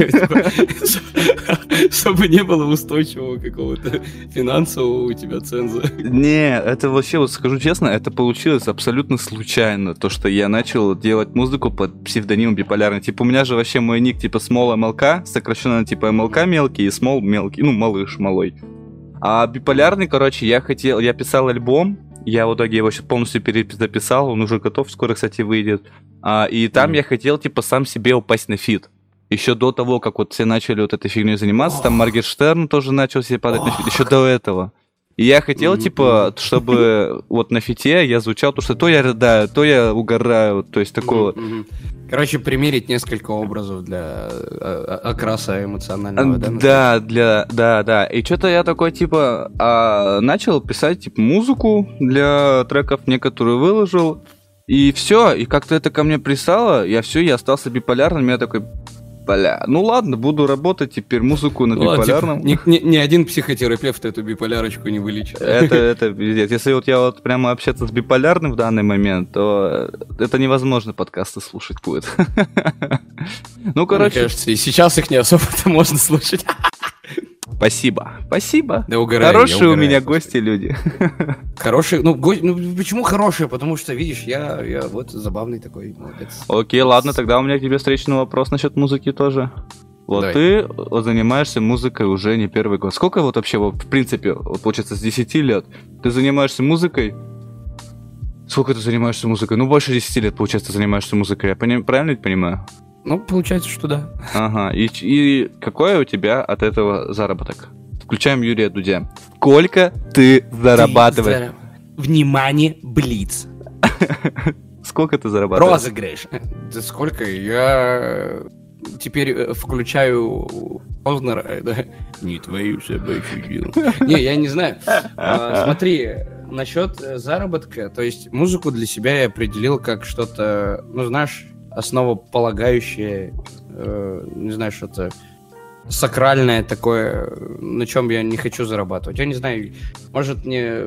Чтобы не было устойчивого какого-то финансового у тебя ценза. Не, это вообще, вот скажу честно, это получилось абсолютно случайно, то, что я начал делать музыку под псевдонимом Биполярный. Типа, у меня же вообще мой ник, типа, Small MLK, сокращенно, типа, MLK мелкий и Small мелкий, ну, малыш, малой. А Биполярный, короче, я писал альбом, я в итоге его сейчас полностью перезаписал, он уже готов, скоро, кстати, выйдет. И там я хотел, типа, сам себе упасть на фит. Еще до того, как вот все начали вот этой фигней заниматься, там Моргенштерн тоже начал себе падать на фит, еще до этого. И я хотел, типа, чтобы вот на фите я звучал, то, что то я рыдаю, то я угораю, то есть такое. Короче, примерить несколько образов для окраса эмоционального, да? Да. И что-то я такой, типа, начал писать, типа, музыку для треков, некоторую выложил, и все, и как-то это ко мне пристало, я остался биполярным, я такой... Бля, ну ладно, буду работать теперь музыку на биполярном. Типа, ни один психотерапевт эту биполярочку не вылечит. Это пиздец. Если вот я вот прямо общаться с биполярным в данный момент, то это невозможно подкасты слушать будет. Ну, короче... Мне кажется, и сейчас их не особо-то можно слушать. Спасибо. Да угораю, Хорошие у меня гости люди. Хорошие, ну почему хорошие? Потому что, видишь, я вот забавный такой, молодец. Окей, ладно, тогда у меня к тебе встречный вопрос насчет музыки тоже. Вот давай. Ты занимаешься музыкой уже не первый год. Сколько вот вообще, в принципе, вот, получается, с 10 лет ты занимаешься музыкой? Сколько ты занимаешься музыкой? Ну, больше 10 лет, получается, занимаешься музыкой. Я правильно ведь понимаю? Ну, получается, что да. Ага, и какой у тебя от этого заработок? Включаем Юрия Дудя. Сколько ты зарабатываешь? Внимание, блиц. Сколько ты зарабатываешь? Розыгрыш. Да сколько? Я теперь включаю Познера, да? Не твою собачью дело. Не, я не знаю. Смотри, насчет заработка, то есть музыку для себя я определил как что-то, ну, знаешь, основополагающее, не знаю, что-то сакральное такое, на чем я не хочу зарабатывать. Я не знаю, может, мне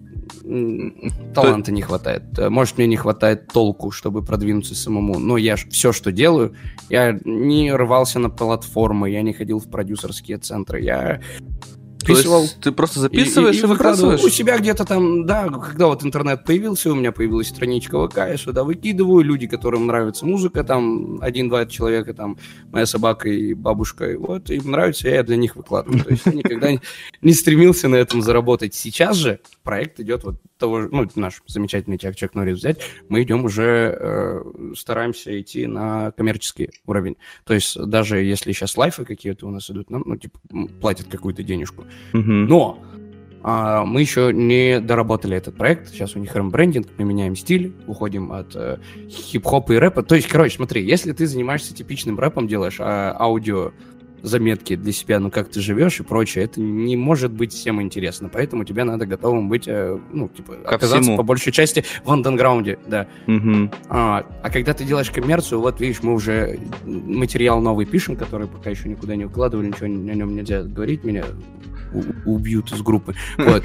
таланта не хватает, может, мне не хватает толку, чтобы продвинуться самому, но я все, что делаю, я не рвался на платформы, я не ходил в продюсерские центры, я записывал. Ты просто записываешь и выбрасываешь? У себя где-то там, да, когда вот интернет появился, у меня появилась страничка ВК, я сюда выкидываю, люди, которым нравится музыка, там, 1-2 человека, там, моя собака и бабушка, и вот, им нравится, я для них выкладываю. То есть я никогда не стремился на этом заработать. Сейчас же проект идет вот того же, ну, наш замечательный Чак Норрис взять, мы идем уже, стараемся идти на коммерческий уровень. То есть даже если сейчас лайфы какие-то у нас идут, нам, ну, типа, платят какую-то денежку. Но мы еще не доработали этот проект. Сейчас у них рембрендинг, мы меняем стиль, уходим от хип-хопа и рэпа. То есть, короче, смотри, если ты занимаешься типичным рэпом, делаешь аудио заметки для себя, ну, как ты живешь и прочее, это не может быть всем интересно. Поэтому тебе надо готовым быть, ну, типа, оказаться по большей части в андерграунде, да. А когда ты делаешь коммерцию, вот, видишь, мы уже материал новый пишем, который пока еще никуда не укладывали, ничего о нем нельзя говорить, меня убьют из группы. Вот.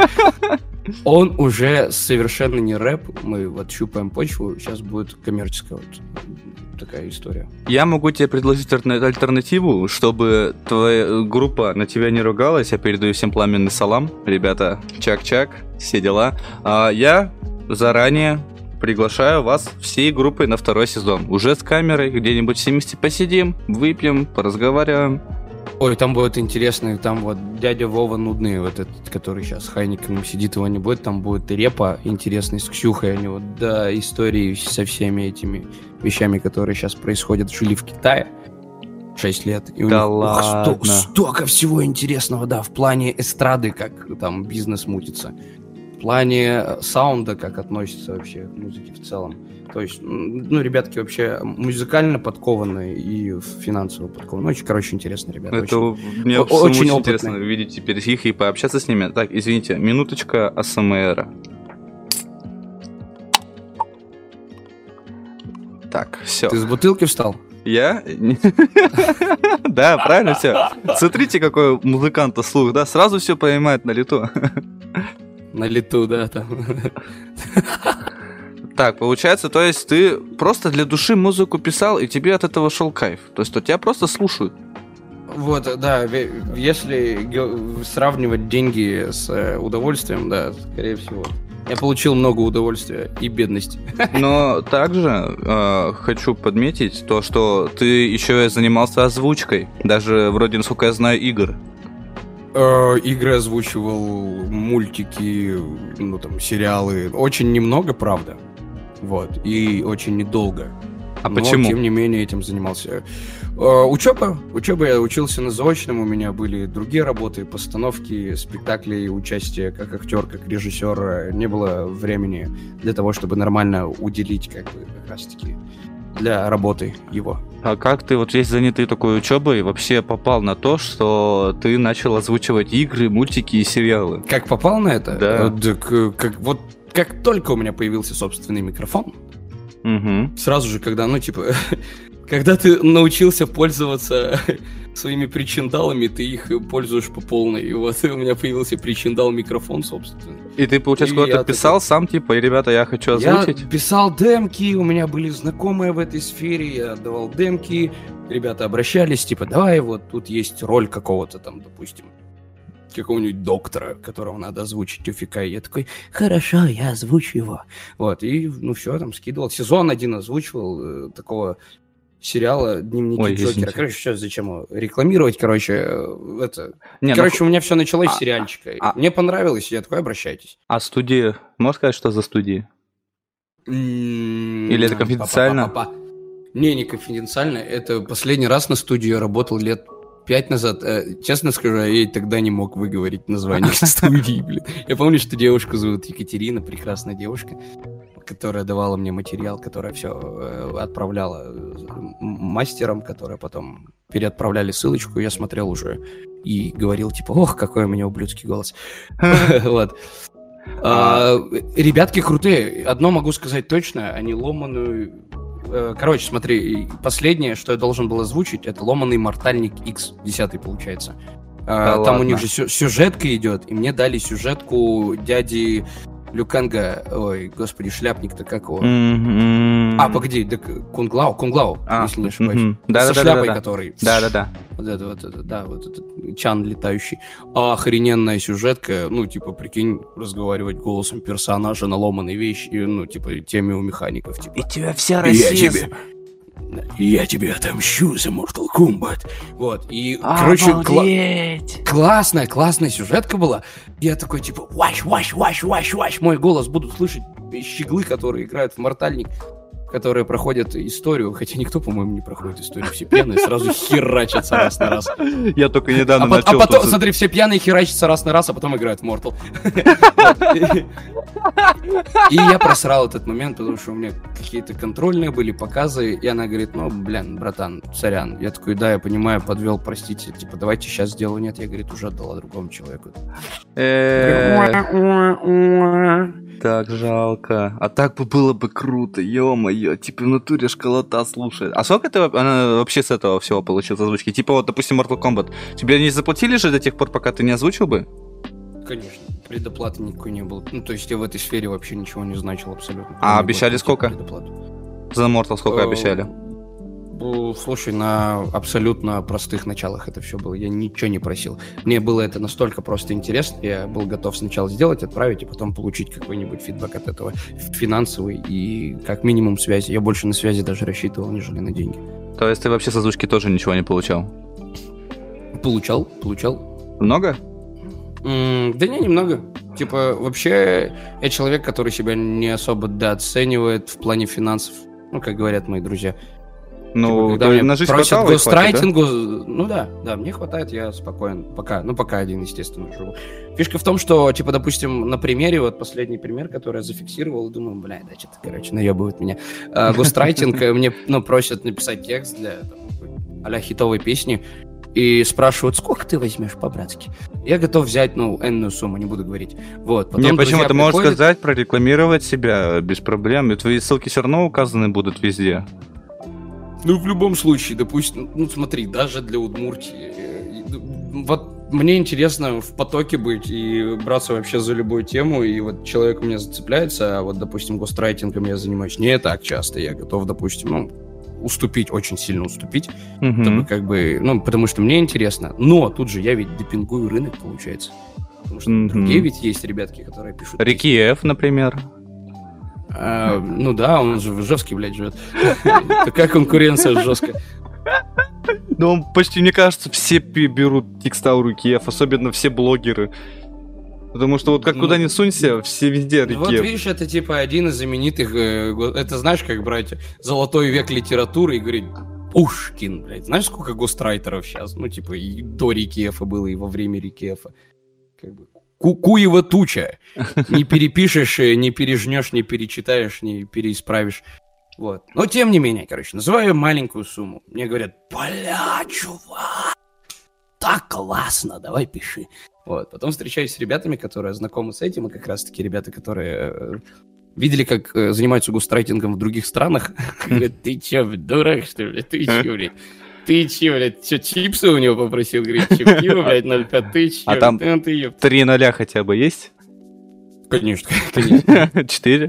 Он уже совершенно не рэп, мы вот щупаем почву, сейчас будет коммерческая вот такая история. Я могу тебе предложить альтернативу, чтобы твоя группа на тебя не ругалась. Я передаю всем пламенный салам. Ребята, чак-чак, все дела. Я заранее приглашаю вас всей группой на 2 сезон. Уже с камерой, где-нибудь все вместе посидим, выпьем, поразговариваем. Ой, там будет интересно, там вот дядя Вова нудный, вот этот, который сейчас с Хайником сидит, его не будет, там будет и Репа интересный с Ксюхой, они вот, да, истории со всеми этими вещами, которые сейчас происходят, жили в Китае 6 лет. И у да них, ладно. Столько всего интересного, да, в плане эстрады, как там бизнес мутится, в плане саунда, как относится вообще к музыке в целом. То есть, ну, ребятки вообще музыкально подкованные и финансово подкованные. Очень, короче, интересно, ребята. Это мне очень интересно видеть теперь их и пообщаться с ними. Так, извините, минуточка АСМР. Так, все. Ты с бутылки встал? Я? Да, правильно все. Смотрите, какой у музыканта слух, да? Сразу все поймает на лету. На лету, да, там. Так, получается, то есть ты просто для души музыку писал, и тебе от этого шел кайф. То есть тебя просто слушают. Вот, да, если сравнивать деньги с удовольствием, да, скорее всего. Я получил много удовольствия и бедности. Но также хочу подметить то, что ты еще и занимался озвучкой. Даже вроде, насколько я знаю, игр. Игры озвучивал, мультики, ну там, сериалы. Очень немного, правда. Вот, и очень недолго. А но, почему? Тем не менее, этим занимался. Учеба, я учился на заочном, у меня были другие работы, постановки, спектакли, участие как актер, как режиссер. Не было времени для того, чтобы нормально уделить, как раз-таки, для работы его. А как ты вот весь занятый такой учебой вообще попал на то, что ты начал озвучивать игры, мультики и сериалы? Как попал на это? Да. Как только у меня появился собственный микрофон, сразу же, когда, когда ты научился пользоваться своими причиндалами, ты их пользуешь по полной. И вот у меня появился причиндал-микрофон, собственно. И ты, получается, куда-то писал сам, типа, ребята, я хочу озвучить? Я писал демки, у меня были знакомые в этой сфере, я отдавал демки, ребята обращались, типа, давай, вот тут есть роль какого-то там, допустим, какого-нибудь доктора, которого надо озвучить тюфика, и я такой, хорошо, я озвучу его. Вот, и, все, там, скидывал. Сезон 1 озвучивал такого сериала «Дневники Джокера». Извините. Короче, сейчас зачем его рекламировать, у меня все началось с сериальчика. Мне понравилось, я такой, обращайтесь. А студия, можешь сказать, что за студия? Или это конфиденциально? Не конфиденциально. Это последний раз на студии я работал лет 5 назад. Честно скажу, я и тогда не мог выговорить название студии, блин. Я помню, что девушку зовут Екатерина, прекрасная девушка, которая давала мне материал, которая все отправляла мастерам, которые потом переотправляли ссылочку, я смотрел уже и говорил, типа, ох, какой у меня ублюдский голос. Вот. Ребятки крутые. Одно могу сказать точно, они ломаную... Короче, смотри, последнее, что я должен был озвучить, это ломаный Мортальник X, 10-й, получается. Там ладно. у них же сюжетка идет, и мне дали сюжетку дяди Люканга, ой, господи, шляпник-то как его? Погоди, да, Кунглау, если не ошибаюсь. Да, со шляпой, который. Да. Вот этот Чан летающий. Охрененная сюжетка, прикинь, разговаривать голосом персонажа на ломаной вещи, теме у механиков, типа. И тебя вся Россия... Я тебе отомщу за Mortal Kombat. Вот, и, классная сюжетка была. Я такой, типа, ваш, мой голос будут слышать щеглы, которые играют в Мортальник, которые проходят историю, хотя никто, по-моему, не проходит историю, все пьяные сразу херачатся раз на раз. Я только недавно начал... А потом, смотри, все пьяные херачатся раз на раз, а потом играют в Mortal. И я просрал этот момент, потому что у меня какие-то контрольные были, показы, и она говорит, братан, сорян. Я такой, да, я понимаю, подвел, простите, типа, давайте сейчас сделаю. Нет, я, говорит, уже отдала другому человеку. Так жалко. А так бы было бы круто, ё-моё. Типа в натуре школота слушает. А сколько ты вообще с этого всего получил озвучки? Типа вот, допустим, Mortal Kombat. Тебе не заплатили же до тех пор, пока ты не озвучил бы? Конечно. Предоплаты никакой не было. То есть я в этой сфере вообще ничего не значил абсолютно. А обещали сколько? За Mortal сколько обещали? Слушай, на абсолютно простых началах это все было. Я ничего не просил. Мне было это настолько просто интересно. Я был готов сначала сделать, отправить, и потом получить какой-нибудь фидбэк от этого. Финансовый и как минимум связи. Я больше на связи даже рассчитывал, нежели на деньги. То есть ты вообще с озвучки тоже ничего не получал? Получал. Много? Да не, немного. Типа, вообще, я человек, который себя не особо дооценивает в плане финансов. Как говорят мои друзья. Когда мне на жизнь просят хватало, гострайтингу, да, мне хватает, я спокоен. Пока один, естественно, живу. Фишка в том, что, допустим, на примере, вот последний пример, который я зафиксировал, думаю, что-то, наебывают меня. Гострайтинг, мне, просят написать текст для а-ля хитовой песни, и спрашивают, сколько ты возьмешь по-братски? Я готов взять, энную сумму, не буду говорить. Вот, потом почему ты можешь сказать, прорекламировать себя без проблем, и твои ссылки все равно указаны будут везде. В любом случае, допустим, смотри, даже для Удмуртии, вот мне интересно в потоке быть и браться вообще за любую тему, и вот человек у меня зацепляется, а вот, допустим, гострайтингом я занимаюсь не так часто, я готов, допустим, уступить, очень сильно уступить, чтобы как бы, потому что мне интересно, но тут же я ведь депингую рынок, получается, потому что другие ведь есть ребятки, которые пишут... Рикиев, например. Да, он же в Ижевске, блядь, живет. Такая конкуренция жесткая. Ну, он почти, мне кажется, все берут текста у Рикиев, особенно все блогеры. Потому что вот как куда ни сунься, все везде Рикиев. Вот видишь, это типа один из знаменитых... Это знаешь, как брать золотой век литературы и говорить Пушкин, блядь. Знаешь, сколько гострайтеров сейчас? Ну, типа, и до Рикиефа было, и во время Рикиефа. Как бы... Куева туча. Не перепишешь, не пережнешь, не перечитаешь, не переисправишь. Вот. Но тем не менее, короче, называю маленькую сумму. Мне говорят, бля, чувак, так классно, давай пиши. Вот. Потом встречаюсь с ребятами, которые знакомы с этим, и как раз-таки ребята, которые видели, как занимаются гострайтингом в других странах. Говорят, ты чё, дурак, что ли? Ты чё, блядь? Ты че, блядь, что, чипсы у него попросил? Говорит, пиво, блядь, 0,5, ты че? А там 3 0 хотя бы есть? Конечно, конечно. 4?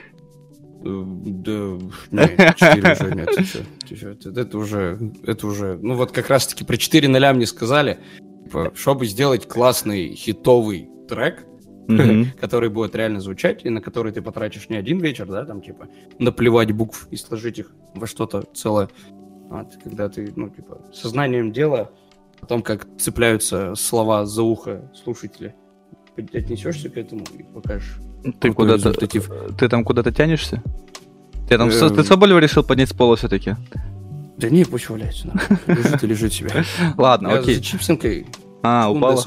Да, нет, 4 уже нет. Ты чё? Это уже, ну вот как раз-таки про 4 0 мне сказали, типа, чтобы сделать классный хитовый трек, который будет реально звучать, и на который ты потратишь не один вечер, да, там, типа, наплевать букв и сложить их во что-то целое. Когда ты, сознанием дела, о том, как цепляются слова за ухо слушателя, отнесешься к этому и покажешь. Ты куда-то, ты там куда-то тянешься? Ты Соболева решил поднять с пола все-таки? Да не, пусть валяется. Лежит и лежит себе. Ладно, окей. За чипсинкой. Упала?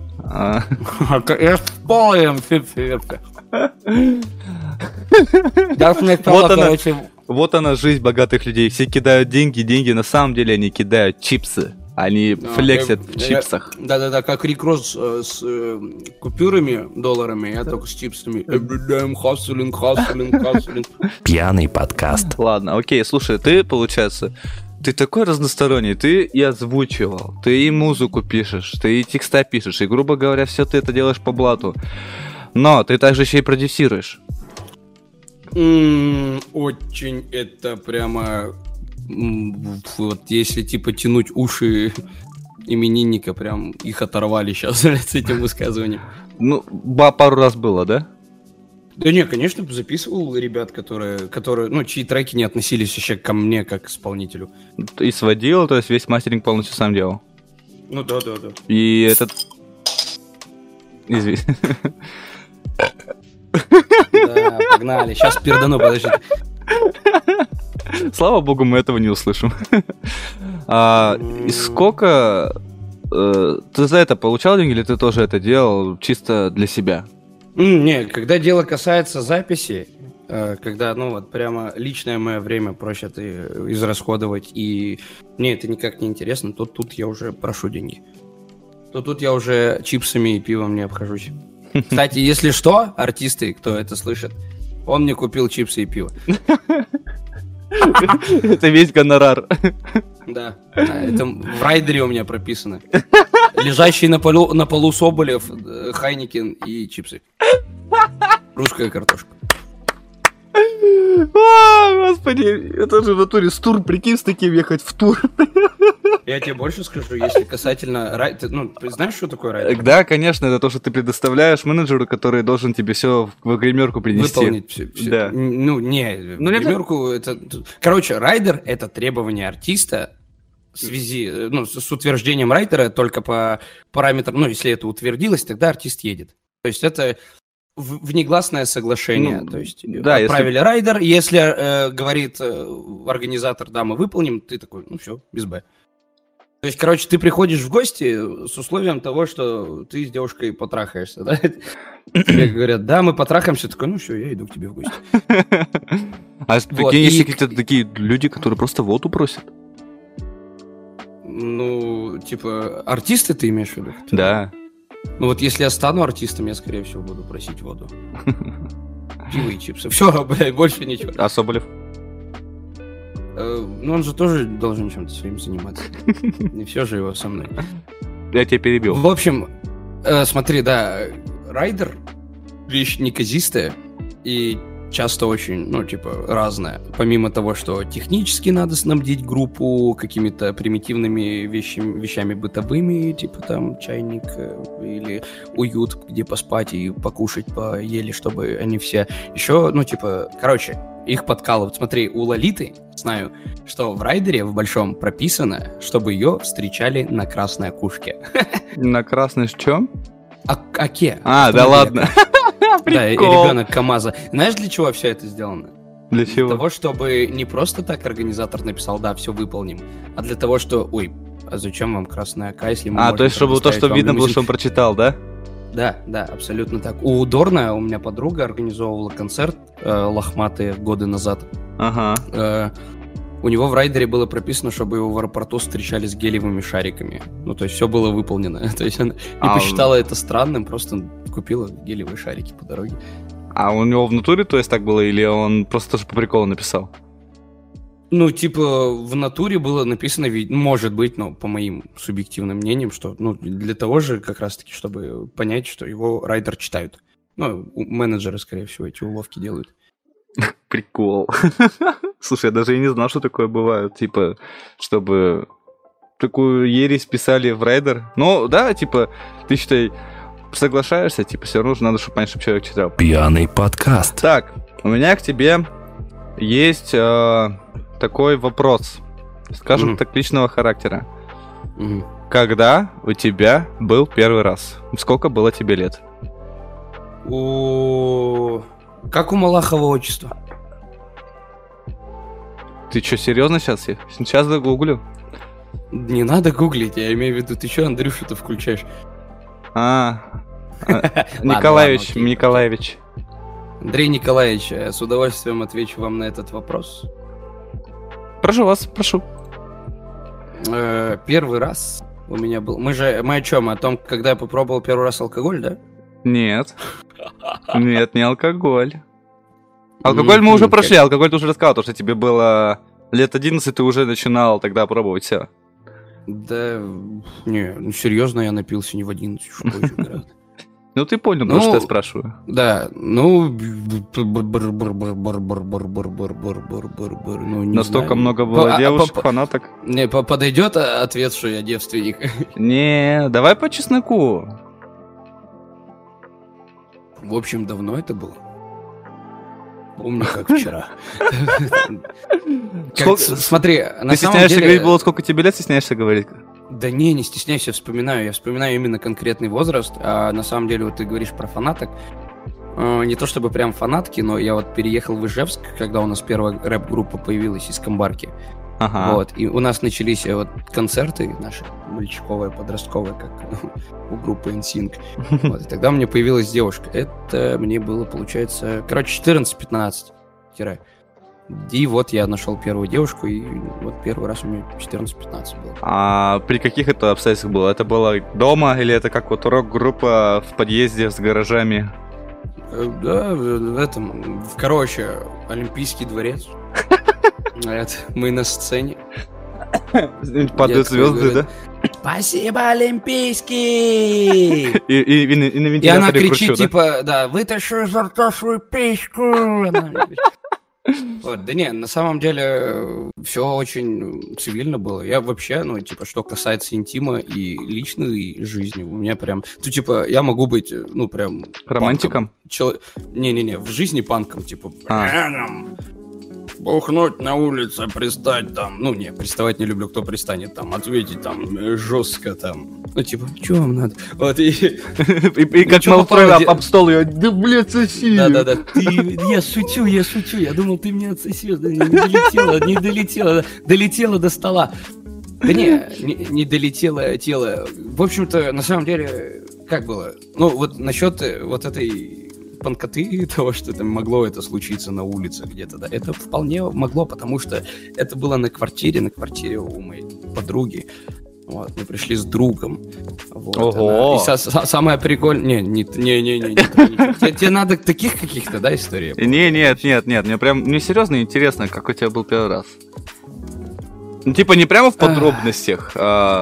Я в пол ем чипсы. Вот она, жизнь богатых людей. Все кидают деньги, на самом деле они кидают чипсы. Они флексят в чипсах. Да-да-да, как Рик Росс с купюрами, долларами, я только с чипсами. Everyday hustling. Пьяный подкаст. Ладно, окей, слушай, ты, получается, ты такой разносторонний, ты и озвучивал, ты и музыку пишешь, ты и текста пишешь, и, грубо говоря, все ты это делаешь по блату. Но ты также еще и продюсируешь. Очень это прямо... Вот если типа тянуть уши именинника, прям их оторвали сейчас с этим высказыванием. Ну, пару раз было, да? Да не, конечно, записывал ребят, которые, чьи треки не относились еще ко мне как к исполнителю. И сводил, то есть весь мастеринг полностью сам делал? Ну да. И этот... Извини. Да, погнали, сейчас пердану, подождите. Слава богу, мы этого не услышим. И сколько... Ты за это получал деньги, или ты тоже это делал чисто для себя? Не, когда дело касается записи, когда, прямо личное мое время просят израсходовать, и мне это никак не интересно, то тут я уже прошу деньги. То тут я уже чипсами и пивом не обхожусь. Кстати, если что, артисты, кто это слышит, он мне купил чипсы и пиво. Это весь гонорар. Да, это в райдере у меня прописано. Лежащий на полу Соболев, Хайникин и чипсы. Русская картошка. Господи, это же в натуре с тур, прикинь, с таким ехать в тур. Я тебе больше скажу, если касательно... Ты знаешь, что такое райдер? Да, конечно, это то, что ты предоставляешь менеджеру, который должен тебе все в гримерку принести. Выполнить все. Да. Гримерку это... Короче, райдер — это требование артиста в связи, с утверждением райдера только по параметрам... если это утвердилось, тогда артист едет. То есть это... внегласное соглашение, то есть отправили райдер, если говорит организатор, да, мы выполним, ты такой, все, без Б. То есть, короче, ты приходишь в гости с условием того, что ты с девушкой потрахаешься, да? Тебе говорят, да, мы потрахаемся, такой, все, я иду к тебе в гости. А есть какие-то такие люди, которые просто воду просят? Артисты ты имеешь в виду? Да. Если я стану артистом, я, скорее всего, буду просить воду. Пиво и чипсы. Все, блядь, больше ничего. А Соболев? Он же тоже должен чем-то своим заниматься. Не все же его со мной. я тебя перебил. В общем, смотри, да, райдер — вещь неказистая и часто очень, разная. Помимо того, что технически надо снабдить группу какими-то примитивными вещами бытовыми, типа там чайник или уют, где поспать и покушать поели, чтобы они все еще, их подкалывают. Смотри, у Лолиты, знаю, что в райдере в большом прописано, чтобы ее встречали на красной окушке. На красной чем? Оке. Да ладно. Да, и ребенок КамАЗа. Знаешь, для чего все это сделано? Для чего? Для того, чтобы не просто так организатор написал, да, все выполним, а для того, что, а зачем вам красная АК, если мы можем то есть, чтобы то, что видно было, что он прочитал, да? Да, абсолютно так. У Дорна, у меня подруга организовывала концерт лохматые годы назад. Ага. У него в райдере было прописано, чтобы его в аэропорту встречали с гелевыми шариками. То есть все было выполнено. То есть она не посчитала это странным, просто купила гелевые шарики по дороге. А у него в натуре, то есть, так было, или он просто тоже по приколу написал? В натуре было написано, может быть, по моим субъективным мнениям, что, для того же, как раз-таки, чтобы понять, что его райдер читают. Менеджеры, скорее всего, эти уловки делают. Прикол. Слушай, я даже и не знал, что такое бывает. Типа, чтобы такую ересь писали в райдер. Да, ты, считай, соглашаешься, все равно надо, чтобы понять, чтобы человек читал. Пьяный подкаст. Так, у меня к тебе есть такой вопрос, скажем так, личного характера. Когда у тебя был первый раз? Сколько было тебе лет? Как у Малахова отчество? Ты что, серьезно сейчас? Сейчас загуглю. Не надо гуглить, я имею в виду, ты что, Андрюшу-то включаешь? Николаевич. Андрей Николаевич, я с удовольствием отвечу вам на этот вопрос. Прошу вас, прошу. Первый раз у меня был... Мы о чем? О том, когда я попробовал первый раз алкоголь, да? Нет. Нет, не алкоголь. Алкоголь мы уже прошли, алкоголь ты уже рассказал, то, что тебе было лет 11, ты уже начинал тогда пробовать все. Да, серьезно, я напился не в 11, что позже гораздо. Ты понял, потому что я спрашиваю. Да, настолько много было девушек, фанаток. Не, подойдет ответ, что я девственник? Не, давай по чесноку. В общем, давно это было. Помню, как вчера. Смотри, ты стесняешься говорить было, сколько тебе лет, стесняешься говорить? Да не стесняйся, я вспоминаю именно конкретный возраст, а на самом деле вот ты говоришь про фанаток, не то чтобы прям фанатки, но я вот переехал в Ижевск, когда у нас первая рэп-группа появилась из Камбарки, и у нас начались концерты наши, мальчиковые, подростковые, как у группы NSYNC, и тогда у меня появилась девушка, это мне было, получается, 14-15, и вот я нашел первую девушку, и вот первый раз у меня 14-15 было. А при каких это обстоятельствах было? Это было дома, или это как рок-группа в подъезде с гаражами? Да, Олимпийский дворец. Мы на сцене. Падают звезды, да? Спасибо, Олимпийский! И на вентиляторе и она кричит, вытащи изо рта свою письку! На самом деле все очень цивильно было. Я вообще, что касается интима и личной жизни, у меня прям, я могу быть, прям... Романтиком? Не-не-не, в жизни панком, бухнуть на улице, пристать там. Приставать не люблю, кто пристанет там, ответить там жестко там. Что вам надо? И как Малфой об стол ее, да, блядь, соси. Да-да-да, я шучу, я думал, ты мне отсосешь, не долетела до стола. Да не долетело тело. В общем-то, на самом деле, как было? Насчет этой панкоты того, что это могло случиться на улице где-то, да, это вполне могло, потому что это было на квартире у моей подруги. Мы пришли с другом. Ого! И самое прикольное... Не. Тебе надо таких каких-то, да, историй? Нет. Мне серьезно интересно, как у тебя был первый раз. Не прямо в подробностях,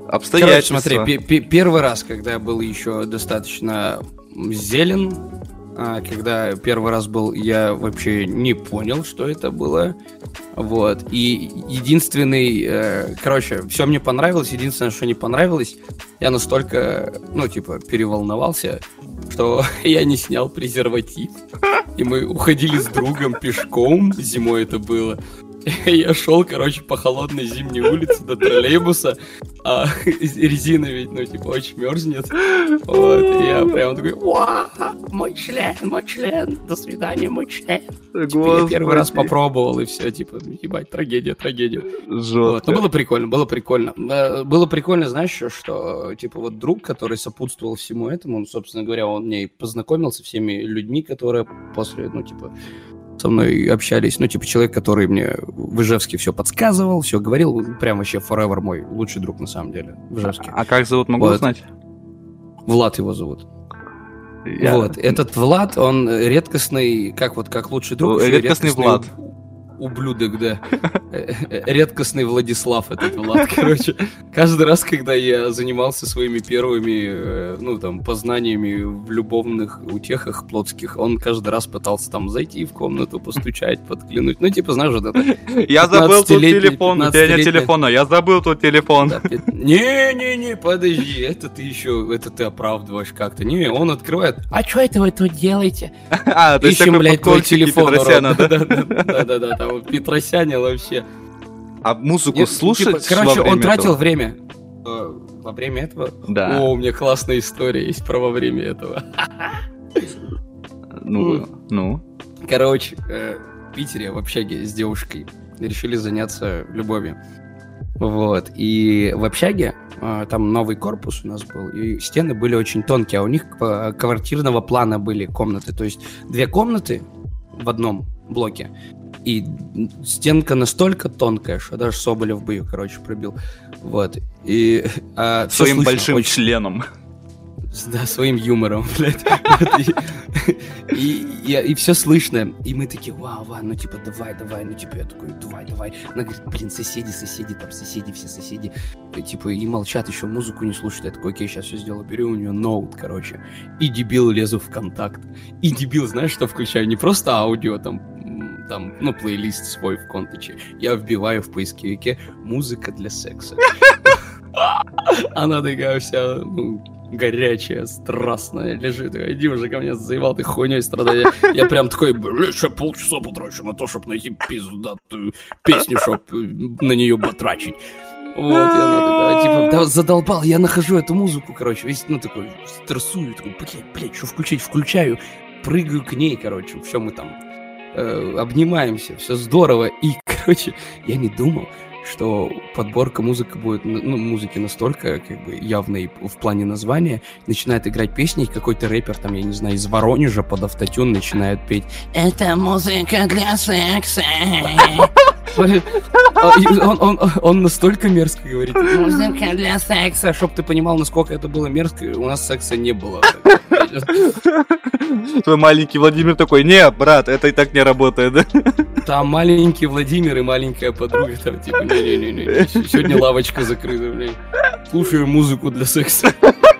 Обстоятельства. Короче, смотри, первый раз, когда я был еще достаточно зелен, когда первый раз был, я вообще не понял, что это было. Вот. И единственный... короче, все мне понравилось. Единственное, что не понравилось, я настолько, переволновался, что я не снял презерватив. И мы уходили с другом пешком. Зимой это было. Я шел, по холодной зимней улице до троллейбуса, а резина ведь, очень мерзнет. Вот, и я прям такой: мой член, до свидания, мой член. Я первый раз попробовал, и все, ебать, трагедия. Жестко. Вот. Но было прикольно. Было прикольно, знаешь, что, друг, который сопутствовал всему этому, он, собственно говоря, он мне познакомился со всеми людьми, которые после, со мной общались. Человек, который мне в Ижевске все подсказывал, все говорил. Прям вообще forever мой лучший друг, на самом деле, в Ижевске. А как зовут, могу узнать? Влад его зовут. Вот. Этот Влад, он редкостный, как лучший друг. Редкостный Влад. Ублюдок, да. Редкостный Владислав этот Влад. Каждый раз, когда я занимался своими первыми, познаниями в любовных утехах плотских, он каждый раз пытался там зайти в комнату, постучать, подклинуть. Знаешь, вот это. Я забыл тут телефон, у тебя нет телефона, я забыл тут телефон. Не, подожди, это ты оправдываешь как-то. Не, он открывает. А что это вы тут делаете? То есть ищем, блядь, твой телефон. Да? Петросяне вообще. А музыку слушать? Он тратил время. Во время этого? Да. О, у меня классная история есть про во время этого. Ну? Короче, в Питере в общаге с девушкой решили заняться любовью. Вот. И в общаге там новый корпус у нас был, и стены были очень тонкие, а у них квартирного плана были комнаты. То есть 2 комнаты в одном блоке. И стенка настолько тонкая, что даже Соболев бы ее, пробил. Вот. И своим большим членом. Да, своим юмором, блядь. И все слышно. И мы такие: вау, давай. Я такой: давай. Она говорит: соседи, все соседи. И молчат, еще музыку не слушают. Я такой: окей, сейчас все сделаю. Беру у нее ноут, И дебил лезу в контакт. И дебил, знаешь, что включаю? Не просто аудио, там, плейлист свой в контаче. Я вбиваю в поисковике «музыка для секса». Она такая вся, горячая, страстная, лежит. Иди уже ко мне, заебал ты хуйней страдать. Я прям такой: еще полчаса потрачу на то, чтобы найти пиздатую песню, чтобы на нее батрачить. Вот, и она такая, да задолбал, я нахожу эту музыку, весь, такой, стрессую, такой: блядь, что включить? Включаю, прыгаю к ней, все, мы там обнимаемся, все здорово. И, я не думал, что подборка музыки настолько явной в плане названия. Начинает играть песни, и какой-то рэпер, там, я не знаю, из Воронежа под автотюн начинает петь: «Это музыка для секса». Он настолько мерзко говорит: «Музыка для секса». Чтоб ты понимал, насколько это было мерзко, у нас секса не было. Твой маленький Владимир такой: не, брат, это и так не работает, да? Там маленький Владимир и маленькая подруга, там не, сегодня лавочка закрыта, блядь. Слушаю музыку для секса.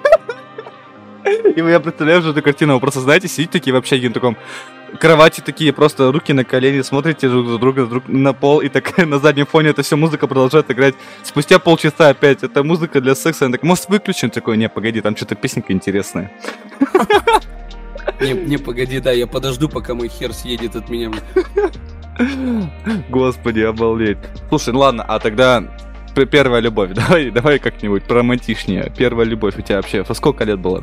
И я представляю уже эту картину, вы просто, знаете, сидите такие в общаге на таком кровати, такие просто руки на колени, смотрите друг друга на пол, и так на заднем фоне эта вся музыка продолжает играть. Спустя полчаса опять, это музыка для секса. Я так: может, выключим? Такой: не, погоди, там что-то песенка интересная. Не, погоди, да, я подожду, пока мой хер съедет от меня. Господи, обалдеть. Слушай, ладно, а тогда первая любовь. Давай как-нибудь поромантичнее. Первая любовь у тебя вообще во сколько лет было?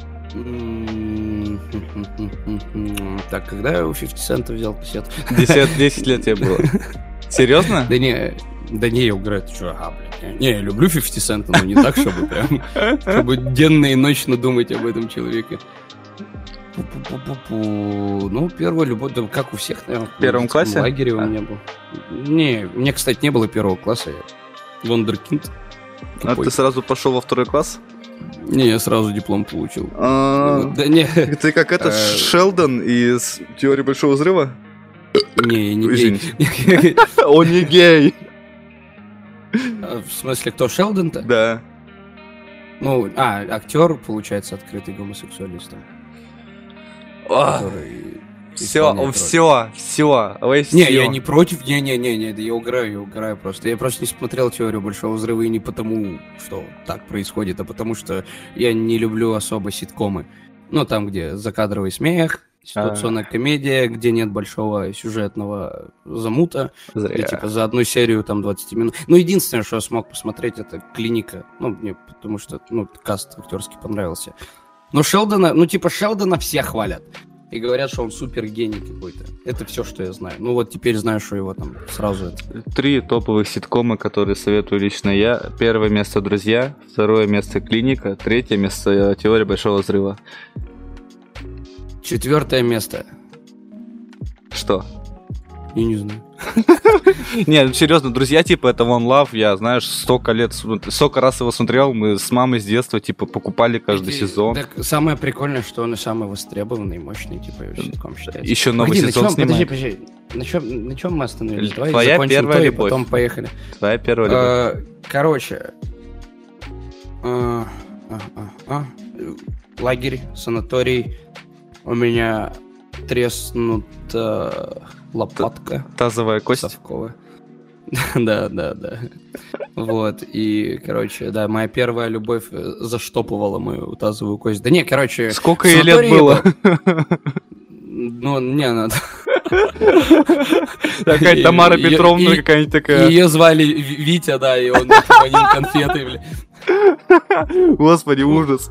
Так, когда я у 50 центов взял кассету? 10 лет тебе было. Серьезно? Да не, я угораю, ты что, блядь. Не, я люблю 50 центов, но не так, чтобы прям, чтобы денно и ночно думать об этом человеке. Первая любовь, да, как у всех, наверное. В первом классе? В лагере у меня был. Не, мне, кстати, не было первого класса, я вундеркинд. А ты сразу пошел во 2 класс? Не, я сразу диплом получил. Да не. Ты как этот Шелдон из «Теории Большого Взрыва»? Не, я не гей. Он не гей. В смысле, кто, Шелдон-то? Да. Ну, актер, получается, открытый гомосексуалистом. Который Все. Не, я не против, не, да я угораю просто. Я просто не смотрел «Теорию Большого Взрыва» и не потому, что так происходит, а потому что я не люблю особо ситкомы. Ну, там, где закадровый смех, ситуационная комедия, где нет большого сюжетного замута, где, типа, за одну серию там 20 минут. Ну, единственное, что я смог посмотреть, это «Клиника». Ну, мне потому что, каст актерский понравился. Но Шелдона все хвалят. И говорят, что он супер гений какой-то. Это все, что я знаю. Ну вот теперь знаю, что его там сразу... 3 топовых ситкома, которые советую лично я. 1 место «Друзья», 2 место «Клиника», 3 место «Теория Большого Взрыва». 4 место. Что? Я не знаю. Не, серьезно, «Друзья», типа, это One Love, я, знаешь, столько раз его смотрел, мы с мамой с детства, типа, покупали каждый сезон. Так, самое прикольное, что он и самый востребованный, мощный, типа, ситком считается. Еще новый сезон снимает. Подожди, на чем мы остановились? Давай Твоя закончим первая то, и любовь. потом поехали. Твоя первая любовь. Короче. Лагерь, санаторий. У меня треснута лопатка. Тазовая кость. Совковая. Да. Вот, и, короче, да, моя первая любовь заштопывала мою тазовую кость. Да не, короче... Сколько ей лет было? Ну, не надо. Такая Тамара Петровна какая-нибудь такая. Ее звали Витя, да, и он хвалил конфеты, бля. Господи, ужас.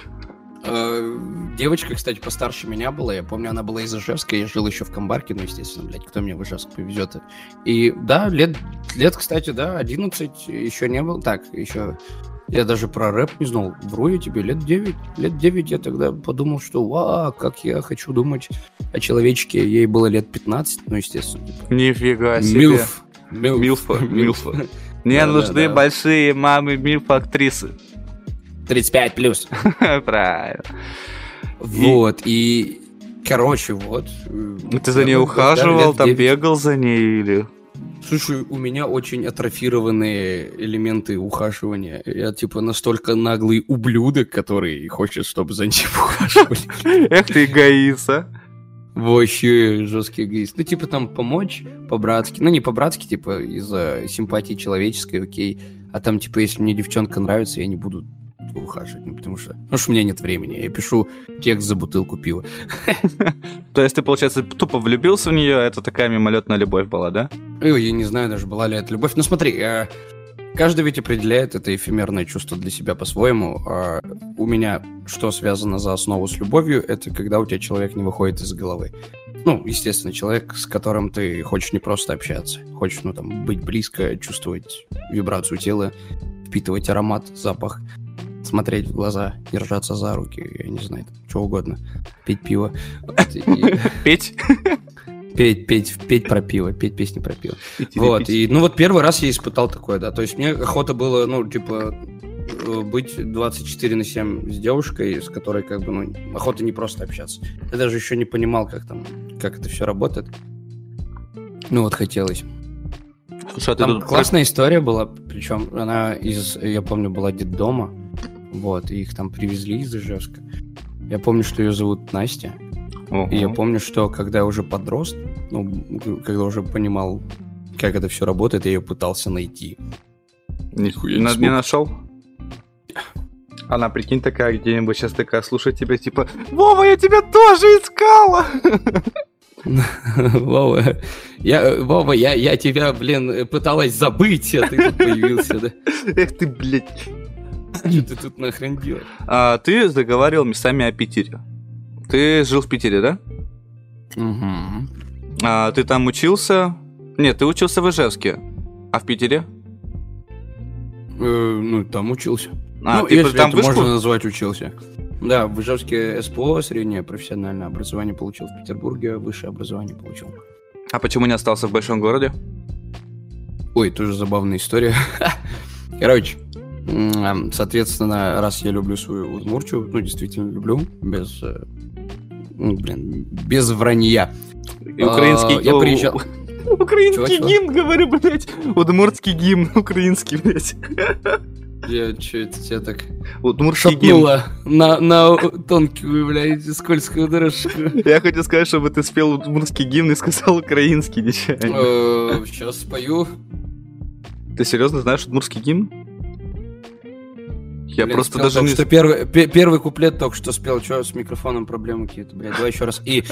Девочка, кстати, постарше меня была. Я помню, она была из Ижевска. Я жил еще в Камбарке, ну, естественно, блядь, кто меня в Ижевск повезет. И да, лет, кстати, да, 11 еще не было. Так, еще я даже про рэп не знал. Вру я тебе, лет 9. Лет 9 я тогда подумал, что как я хочу думать о человечке. Ей было лет 15, ну, естественно. Типа. Нифига себе. Милфа. Мне нужны большие мамы милф-актрисы. 35 плюс. Правильно. Вот, и... Короче, вот. Ты за ней ухаживал, там бегал за ней или... Слушай, у меня очень атрофированные элементы ухаживания. Я, типа, настолько наглый ублюдок, который хочет, чтобы за ним ухаживали. Эх ты эгоист, а. Вообще жесткий эгоист. Ну, типа, там помочь по-братски. Ну, не по-братски, типа, из-за симпатии человеческой, окей. А там, типа, если мне девчонка нравится, я не буду ухаживать, потому что у меня нет времени. Я пишу текст за бутылку пива. То есть ты, получается, тупо влюбился в нее, это такая мимолетная любовь была, да? Я не знаю даже, была ли это любовь. Но смотри, каждый ведь определяет это эфемерное чувство для себя по-своему. У меня что связано за основу с любовью, это когда у тебя человек не выходит из головы. Ну, естественно, человек, с которым ты хочешь не просто общаться, хочешь, быть близко, чувствовать вибрацию тела, впитывать аромат, запах, смотреть в глаза, держаться за руки, я не знаю, что угодно, пить пиво. Петь? Петь про пиво, петь песни про пиво. Вот, и, первый раз я испытал такое, да, то есть мне охота было, быть 24/7 с девушкой, с которой, охота не просто общаться. Я даже еще не понимал, как это все работает. Хотелось. Слушай, там классная история была, причем она я помню, была детдома, вот, и их там привезли из Ижевска. Я помню, что ее зовут Настя. И я помню, что когда я уже подрос, когда уже понимал, как это все работает, я ее пытался найти. Не нашел? Она, прикинь, такая где-нибудь сейчас такая слушает тебя, типа: «Вова, я тебя тоже искала!» Вова, я тебя, пыталась забыть, а ты тут появился, да? Эх ты, блядь. Что ты тут нахрен делаешь? Ты заговаривал местами о Питере. Ты жил в Питере, да? Угу. Ты там учился? Нет, ты учился в Ижевске. А в Питере? Там учился. Ты если там это вышку? Можно назвать учился. Да, в Ижевске СПО, среднее профессиональное образование получил, в Петербурге высшее образование получил. А почему не остался в большом городе? Ой, тоже забавная история. Короче, соответственно, раз я люблю свою Удмуртию, действительно люблю, без вранья. Украинский я приезжал... Украинский гимн, говорю, блядь. Удмуртский гимн, украинский, блядь. Я чё это тебя так Удмуртский гимн. шапнула на тонкую, блядь, скользкую дорожку? Я хотел сказать, чтобы ты спел удмуртский гимн и сказал украинский нечаянно. Сейчас спою. Ты серьезно знаешь удмуртский гимн? Я Блин, просто спел даже только не... что первый куплет только что спел. Чё, с микрофоном проблемы какие-то, блядь? Давай еще раз. И,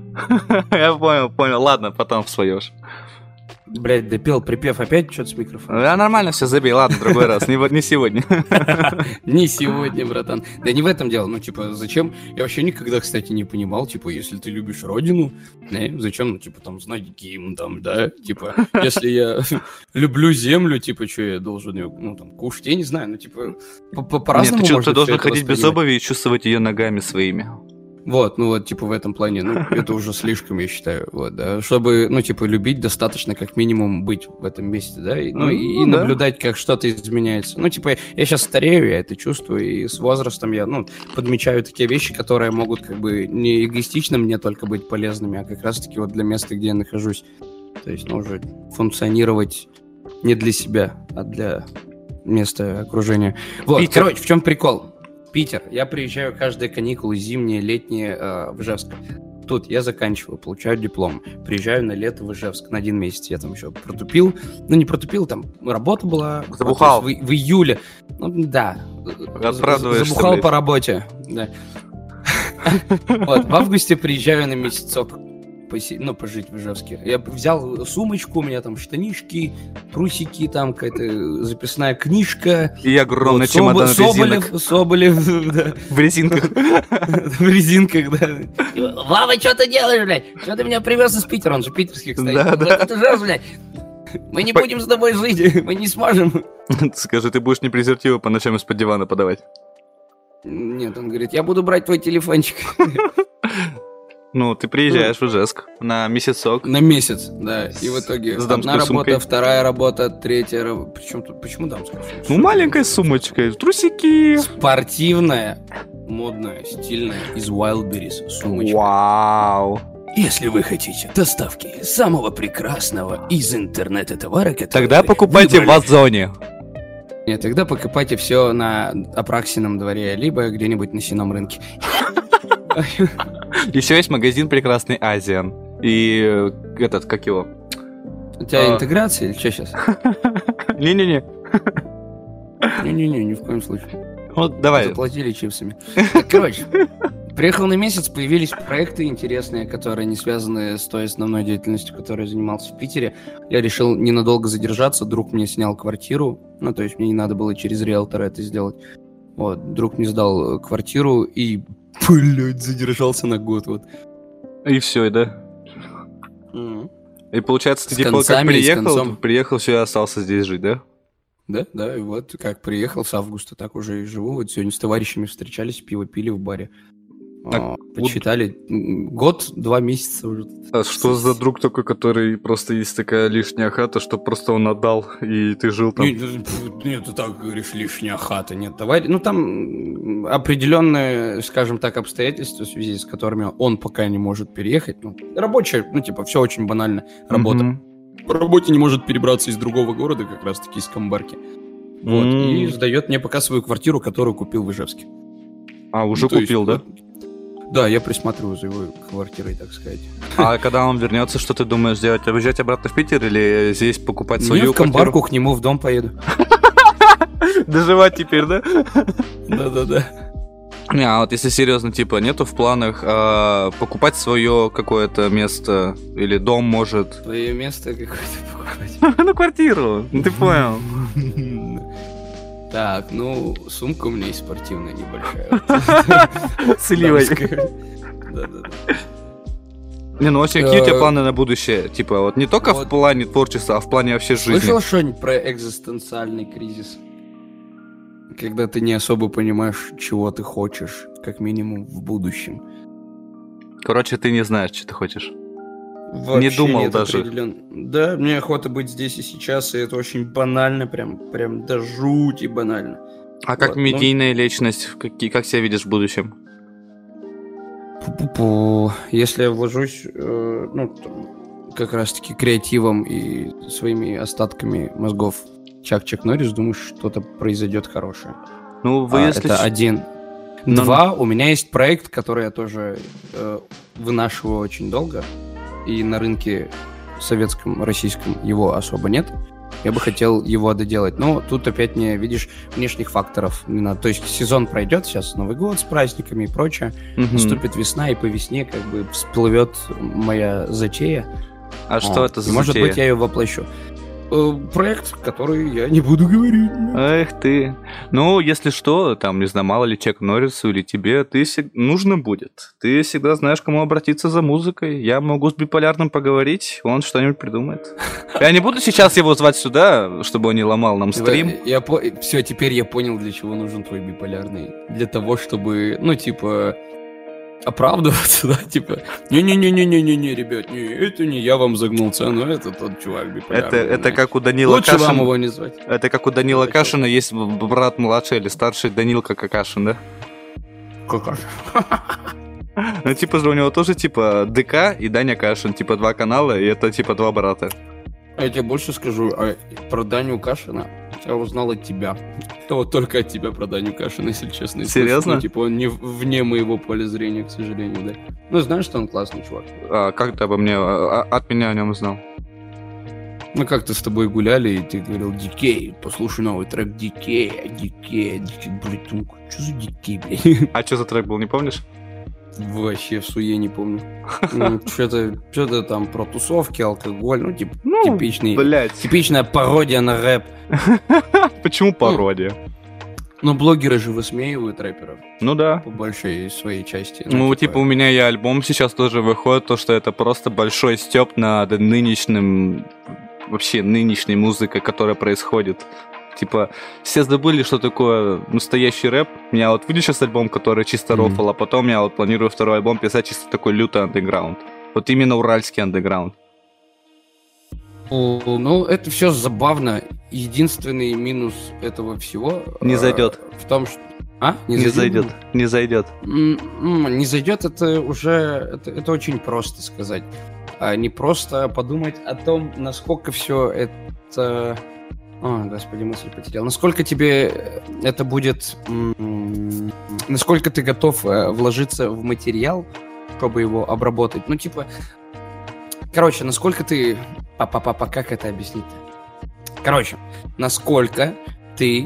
Я понял. Ладно, потом споешь. блядь, допел припев опять что-то с микрофоном. Да, нормально, все, забей. Ладно, другой раз. Не сегодня. Не сегодня, братан. Да не в этом дело. Ну, типа, зачем? Я вообще никогда, кстати, не понимал, типа, если ты любишь родину, зачем, ну, типа, там, знать гимн, там, да? Типа, если я люблю землю, типа, что я должен ее, ну, там, кушать? Я не знаю, ну, типа, Нет, по-разному ты можно должен всё это ходить без воспринимать. обуви и чувствовать ее ногами своими. Вот, ну вот, типа, в этом плане, ну, это уже слишком, я считаю, вот, да, чтобы, ну, типа, любить, достаточно, как минимум, быть в этом месте, да, и, ну, и да. наблюдать, как что-то изменяется. Ну, типа, я сейчас старею, я это чувствую, и с возрастом я, ну, подмечаю такие вещи, которые могут, как бы, не эгоистично мне только быть полезными, а как раз-таки вот для места, где я нахожусь. То есть, ну, уже функционировать не для себя, а для места окружения. Вот, Питер. короче, в чем прикол? Питер. Я приезжаю каждые каникулы, зимние, летние, в Ижевск. Тут я заканчиваю, получаю диплом. Приезжаю на лето в Ижевск на 1 месяц. Я там еще протупил. Ну, не протупил, там работа была. Забухал. В июле. Ну, да. Оправдываешься, Забухал блядь. по работе. Да. Вот, в августе приезжаю на месяцок. Пожить в Ижевске. Я взял сумочку, у меня там штанишки, трусики, там какая-то записная книжка. И огромный Вот, чемодан резинок. Соболев, да. В резинках. В резинках, да. Вова, что ты делаешь, блядь? Что ты меня привез из Питера? Он же питерский, кстати. Да, да. Это ужас, блядь. Мы не будем с тобой жить, мы не сможем. Скажи, ты будешь не презервативы по ночам из-под дивана подавать? Нет, он говорит, я буду брать твой телефончик. Ну, ты приезжаешь в Ижевск на месяцок. На месяц, да. И в итоге С одна дамской работа, сумкой. вторая работа, третья работа. Почему дамская сумка? Ну, маленькой сумочкой, трусики. Спортивная, модная, стильная, из Wildberries сумочка. Вау. Если вы хотите доставки самого прекрасного из интернета товара, который Тогда вы покупайте в выбрали. Озоне. Нет, тогда покупайте все на Апраксином дворе, либо где-нибудь на Сеном рынке. Еще есть магазин прекрасный Азиан. И этот, как его? У тебя интеграция или что сейчас? Не-не-не. Не-не-не, ни в коем случае. Вот давай. Заплатили чипсами. Так, короче, приехал на месяц, появились проекты интересные, которые не связаны с той основной деятельностью, которой я занимался в Питере. Я решил ненадолго задержаться, друг мне снял квартиру, ну, то есть мне не надо было через риэлтора это сделать. Вот, друг мне сдал квартиру и, блядь, задержался на год, вот. И все, да? И получается, ты С типа как концами и с концом. приехал, все, и остался здесь жить, да? Да, и вот как приехал с августа, так уже и живу. Вот сегодня с товарищами встречались, пиво пили в баре. Так, Подсчитали. Год, 2 месяца уже. А что за друг такой, который просто есть такая лишняя хата, что просто он отдал, и ты жил там? Нет, ты так говоришь, лишняя хата. Нет, товарищ. Ну, там определенные, скажем так, обстоятельства, в связи с которыми он пока не может переехать. Ну, рабочая, ну, типа, все очень банально. Работа. Мгм. По работе не может перебраться из другого города, как раз-таки из Камбарки. Вот. И сдает мне пока свою квартиру, которую купил в Ижевске. А, уже Ну, то есть, купил, да? вот, да, я присматриваю за его квартирой, так сказать. А когда он вернется, что ты думаешь делать? Уезжать обратно в Питер или здесь покупать Не свою в Камбарку, к нему в дом поеду. Доживать теперь, да? Да-да-да. Не, а вот если серьезно, типа, нету в планах покупать свое какое-то место или дом, может? Твое место какое-то покупать. Ну, квартиру, ну, ты понял. Так, ну, сумка у меня есть спортивная небольшая. С Иливой. Да-да-да. Не, ну вообще, какие у тебя планы на будущее? Типа, вот не только в Вот. плане творчества, а в плане вообще жизни. Слышал что-нибудь про экзистенциальный кризис? Когда ты не особо понимаешь, чего ты хочешь, как минимум в будущем. Короче, ты не знаешь, что ты хочешь. Вообще Не думал нет даже. Да, мне охота быть здесь и сейчас, и это очень банально, прям до жути банально. А как Вот, ну. медийная личность, как себя видишь в будущем? Пу-пу-пу. Если я вложусь, ну, там, как раз-таки креативом и своими остатками мозгов Чак Норрис, думаю, что-то произойдет хорошее. Ну, вы если... Это один. Ну, Два, у меня есть проект, который я тоже вынашиваю очень долго, и на рынке советском, российском его особо нет. Я бы хотел его доделать. Но тут опять не видишь внешних факторов. Не надо. То есть сезон пройдет, сейчас Новый год с праздниками и прочее. Наступит весна, и по весне как бы всплывет моя затея. А что это за может затея? быть, я ее воплощу. Проект, который я не буду говорить. Эх ты. Ну, если что, там, не знаю, мало ли Чак Норрису или тебе, нужно будет. Ты всегда знаешь, кому обратиться за музыкой. Я могу с Биполярным поговорить, он что-нибудь придумает. Я не буду сейчас его звать сюда, чтобы он не ломал нам стрим. Все, теперь я понял, для чего нужен твой Биполярный. Для того, чтобы, оправдываться, да, типа, не-не-не-не-не-не, ребят, это не я вам загнул цену, это тот чувак Биполярный. Это как у Данила Лучше Кашина. вам его не звать. Это как у Данила Кашина есть брат младший или старший Данилка Какашин, да? Какашин. Ну, типа же у него тоже, типа, ДК и Даня Кашин, типа, два канала, и это, типа, два брата. А я тебе больше скажу, про Даню Кашина я узнал от тебя. Вот только от тебя про Даню Кашина, если честно. Серьезно? Ну, типа, он не вне моего поля зрения, к сожалению, да. Ну, знаешь, что он классный чувак. А как ты обо мне, от меня о нем узнал? Ну, как-то с тобой гуляли, и ты говорил, Дикей, послушай новый трек Дикей, блядь, что за Дикей, блядь? А что за трек был, не помнишь? Вообще в суе не помню. Что-то там про тусовки, алкоголь, типичная пародия на рэп. Почему пародия? Ну, блогеры же высмеивают рэперов. Ну да. По большей своей части. Ну, типа, у меня и альбом сейчас тоже выходит, то, что это просто большой стёб над нынешней музыкой, которая происходит. Типа, все забыли, что такое настоящий рэп. У меня вот видишь сейчас альбом, который чисто рофл, а потом я вот планирую второй альбом писать чисто такой лютый андеграунд. Вот именно уральский андеграунд. Ну, это все забавно. Единственный минус этого всего... Не зайдет. В том, что... Не зайдет. Не зайдет, это уже... Это очень просто сказать. Не просто подумать о том, насколько все это... О, господи, мысль потерял. Насколько тебе это будет... Насколько ты готов вложиться в материал, чтобы его обработать? Ну, типа... Короче, насколько ты... Папа, как это объяснить-то? Короче, насколько ты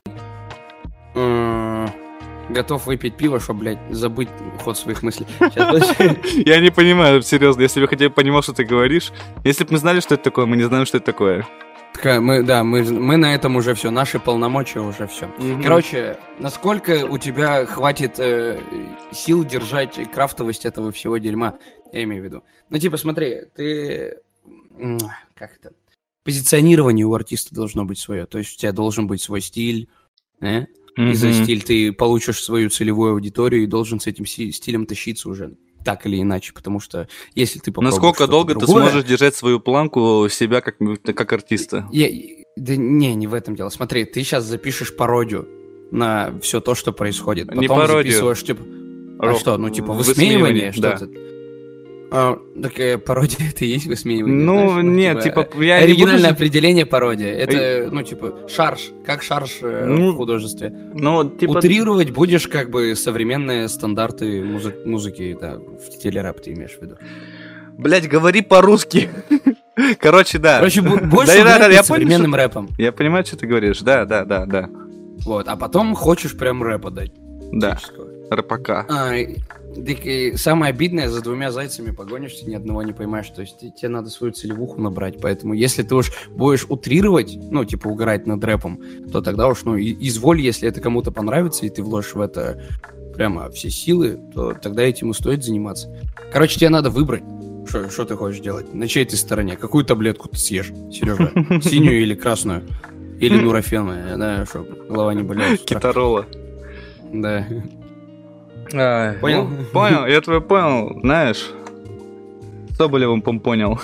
готов выпить пиво, чтобы, блядь, забыть ход своих мыслей. Я не понимаю, серьезно, если бы хотя бы понимал, что ты говоришь. Если бы мы знали, что это такое, мы не знаем, что это такое. Мы на этом уже все, наши полномочия уже все. Короче, насколько у тебя хватит сил держать крафтовость этого всего дерьма, я имею в виду. Ну, типа, смотри, ты... Как это? Позиционирование у артиста должно быть свое. То есть у тебя должен быть свой стиль, и за стиль ты получишь свою целевую аудиторию и должен с этим стилем тащиться уже так или иначе, потому что если ты попробуешь... Насколько долго ты сможешь держать свою планку себя как артиста? Да не в этом дело. Смотри, ты сейчас запишешь пародию на все то, что происходит. Потом не пародию. Записываешь, типа... что? Ну, типа, высмеивание? Что-то? Так пародия это и есть высмеивание. Ну, знаешь? Нет, типа... Я оригинальное определение пародия. Это, шарж. Как шарж в художестве. Утрировать будешь как бы современные стандарты музыки, да, в стиле рэп ты имеешь в виду. Блять, говори по-русски. Короче, да. Больше рэпа современным рэпом. Я понимаю, что ты говоришь. Да. Вот, а потом хочешь прям рэпа дать. Да, рэпака. Самое обидное, за двумя зайцами погонишься, ни одного не поймаешь. То есть тебе надо свою целевуху набрать. Поэтому если ты уж будешь утрировать, угорать над рэпом, то тогда уж, изволь, если это кому-то понравится, и ты вложишь в это прямо все силы, то тогда этим и стоит заниматься. Короче, тебе надо выбрать, что ты хочешь делать, на чьей ты стороне, какую таблетку ты съешь, Сережа, синюю или красную, или нурофен, да, чтобы голова не болела. Китарола. Да. Понял? Понял, я тебя понял, знаешь. Соболевым понял.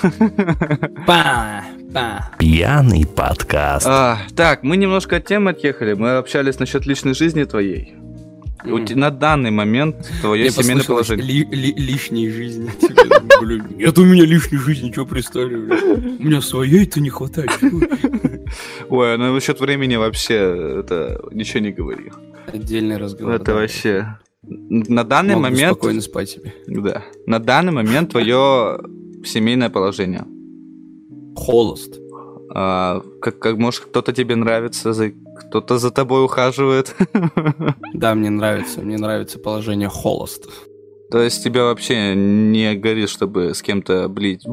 Пьяный подкаст. Так, мы немножко от темы отъехали. Мы общались насчет личной жизни твоей. На данный момент твое семейное положение. Лишней жизни. Блин, нет у меня лишней жизни, что представляю? У меня своей-то не хватает. Ой, ну насчет времени вообще это ничего не говори. Отдельный разговор. Это вообще... На данный Мог бы момент... спокойно спать себе. Да. На данный момент твое семейное положение. Холост. Как может, кто-то тебе нравится, кто-то за тобой ухаживает. Да, мне нравится положение холост. То есть тебя вообще не горит, чтобы с кем-то Блиц.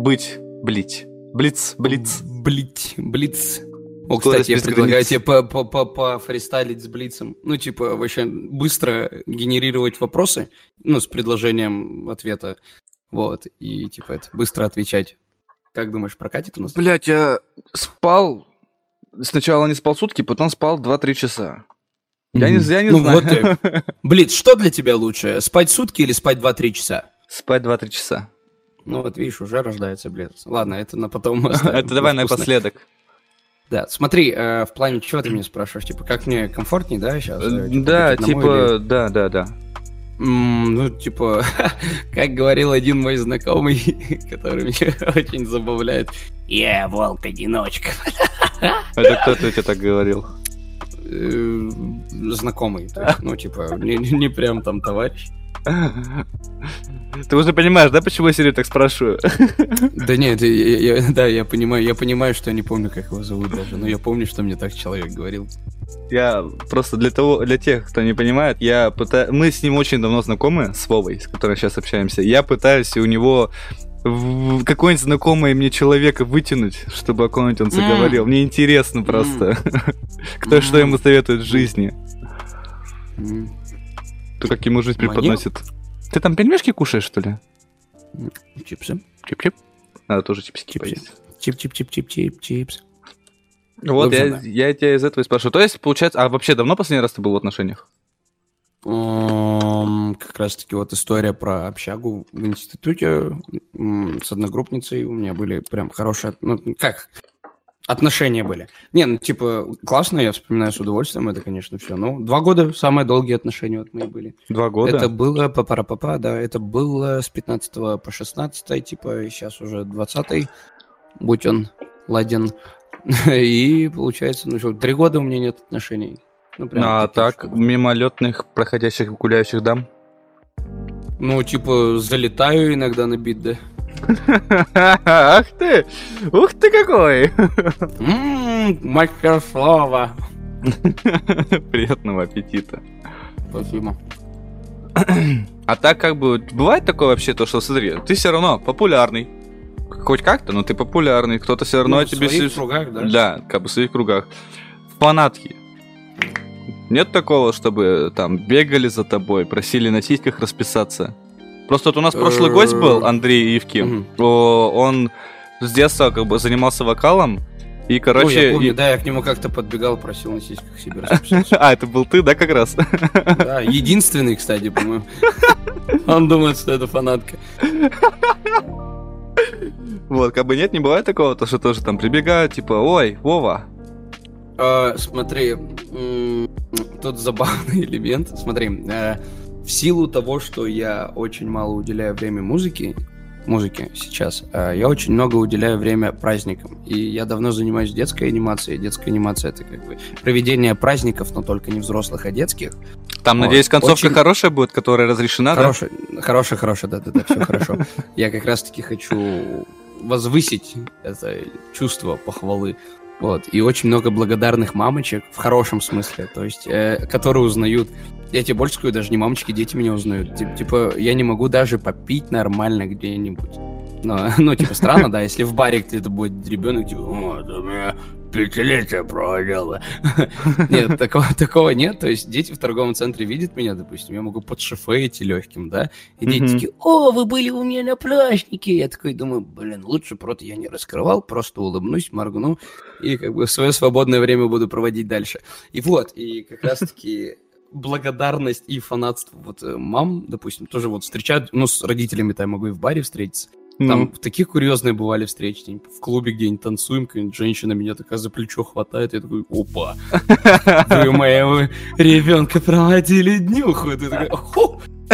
О, кстати, я предлагаю тебе пофристайлить с Блицем. Ну, типа, вообще быстро генерировать вопросы, ну, с предложением ответа. Вот, и, типа, это быстро отвечать. Как думаешь, прокатит у нас? Блять, я спал... Сначала не спал сутки, потом спал 2-3 часа. Я не знаю. Вот ты. Блиц, что для тебя лучше? Спать сутки или спать 2-3 часа? Спать 2-3 часа. Ну, вот видишь, уже рождается Блиц. Ладно, это на потом. Это давай напоследок. Да, смотри, в плане чего ты меня спрашиваешь? Типа, как мне комфортнее, да, сейчас? Да, типа, да. Ну, типа, как говорил один мой знакомый, который меня очень забавляет. Я волк-одиночка. Это кто-то тебе так говорил? Знакомый, ну, типа, не прям там товарищ. Ты уже понимаешь, да, почему я Серею так спрашиваю? Да нет, я понимаю, что я не помню, как его зовут даже, но я помню, что мне так человек говорил. Я просто для тех, кто не понимает, мы с ним очень давно знакомы, с Вовой, с которым сейчас общаемся. Я пытаюсь у него какой-нибудь знакомый мне человека вытянуть, чтобы о ком-нибудь он заговорил. Мне интересно просто, кто что ему советует в жизни. То, как ему жизнь преподносит. Ты там пельмешки кушаешь, что ли? Чипсы. Чип-чип? Надо тоже чипсики поесть. Чип-чип-чип-чип-чип-чип. Вот, я тебя из этого и спрашиваю. То есть, получается, а вообще давно последний раз ты был в отношениях? Как раз-таки вот история про общагу в институте с одногруппницей. У меня были прям хорошие... Ну, как... Отношения были. Не, ну, типа, классно, я вспоминаю с удовольствием, это, конечно, все. Ну, 2 года самые долгие отношения вот мои были. 2 года? Это было, да, это было с 15 по 16, типа, и сейчас уже 20-й, будь он ладен. И, получается, ну что, 3 года у меня нет отношений. Ну, прям так, мимолетных, проходящих, гуляющих дам? Ну, типа, залетаю иногда на бит, да. Ах ты! Ух ты какой! Мастер слова. Приятного аппетита. Спасибо. А так как бы бывает такое вообще, то что смотри, ты все равно популярный. Хоть как-то, но ты популярный. Кто-то все равно тебе... В своих кругах, да? Да, как бы в своих кругах. Фанатки. Нет такого, чтобы там бегали за тобой, просили на сиськах расписаться? Просто вот у нас прошлый гость был, Андрей Евким. Он с детства как бы занимался вокалом. И, короче... я помню, да, я к нему как-то подбегал, просил на сиськах себе расписаться. А, это был ты, да, как раз? Да, единственный, кстати, по-моему. Он думает, что это фанатка. Вот, как бы нет, не бывает такого, то что тоже там прибегают, типа, ой, Вова. Смотри, тут забавный элемент. Смотри, в силу того, что я очень мало уделяю время музыке сейчас, я очень много уделяю время праздникам. И я давно занимаюсь детской анимацией. Детская анимация — это как бы проведение праздников, но только не взрослых, а детских. Там, надеюсь, концовка хорошая будет, которая разрешена, хорошая, да? Хорошая, да, все хорошо. Я как раз-таки хочу возвысить это чувство похвалы. Вот. И очень много благодарных мамочек, в хорошем смысле, то есть, которые узнают. Я тебе больше скажу, даже не мамочки, дети меня узнают. Типа, я не могу даже попить нормально где-нибудь. Ну, типа, странно, да, если в баре где-то будет ребенок, типа, о, да у меня 5-летие проводило. Нет, такого нет. То есть дети в торговом центре видят меня, допустим, я могу подшоферить легким, да, и дети такие, о, вы были у меня на празднике. Я такой думаю, блин, лучше рот я не раскрывал, просто улыбнусь, моргну, и как бы свое свободное время буду проводить дальше. И вот, и как раз-таки благодарность и фанатство вот мам, допустим, тоже вот встречают, ну, с родителями-то я могу и в баре встретиться. Там такие курьезные бывали встречи, в клубе где-нибудь танцуем, какая-нибудь женщина меня такая за плечо хватает, я такой, опа, вы моего ребенка проводили днюху, ты такой,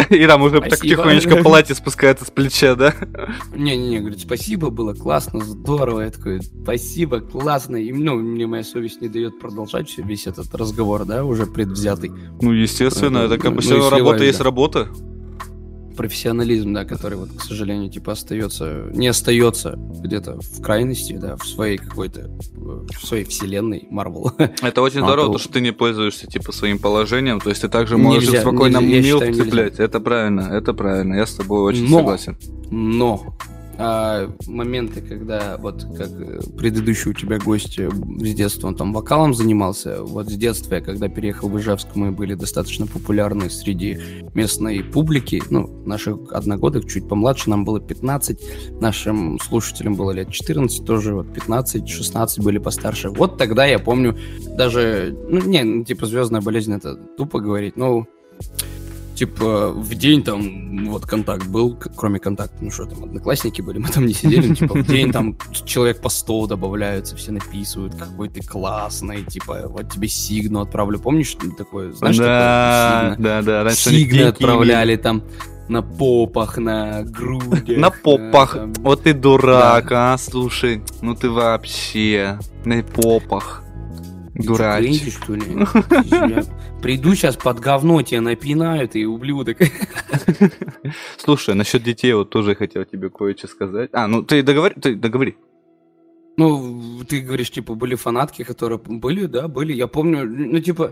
И там уже так Спасибо. тихонечко платье спускается с плеча, да? Не, говорит, спасибо, было классно, здорово. Я такой, спасибо, классно. И, ну, мне моя совесть не дает продолжать весь этот разговор, да, уже предвзятый. Ну, естественно, это как бы Ну, все и равно работа сливаюсь, есть да. работа. Профессионализм, да, который вот, к сожалению, типа не остается где-то в крайности, да, в своей какой-то, в своей вселенной Марвел. Это очень А, здорово, то- то, что ты не пользуешься, типа, своим положением, то есть ты также можешь Нельзя, спокойно нельзя, я милк считаю, нельзя. цеплять. Это правильно, я с тобой очень Но- согласен. Но моменты, когда вот как предыдущий у тебя гость с детства, он там вокалом занимался, вот с детства, я когда переехал в Ижевск, мы были достаточно популярны среди местной публики, ну, наших одногодок, чуть помладше, нам было 15, нашим слушателям было лет 14, тоже вот 15-16 были постарше. Вот тогда я помню даже, типа «Звездная болезнь» это тупо говорить, но типа, в день там, вот контакт был, кроме контакта, ну что там, одноклассники были, мы там не сидели, ну, типа, в день там человек по 100 добавляются, все написывают, какой ты классный, типа, вот тебе сигну отправлю, помнишь такое, знаешь, Да, такое? да, раньше они Сигны деньги отправляли там на попах, на грудях. на попах. там. Вот ты дурак, слушай. Ну ты вообще на попах. Ты Дурачек. крейзи, что ли? Я приду сейчас под говно тебя напинают, и ублюдок. Слушай, насчет детей вот тоже хотел тебе кое-что сказать. Ну ты договори. Ну, ты говоришь, типа, были фанатки, которые были, да, были. Я помню, ну, типа,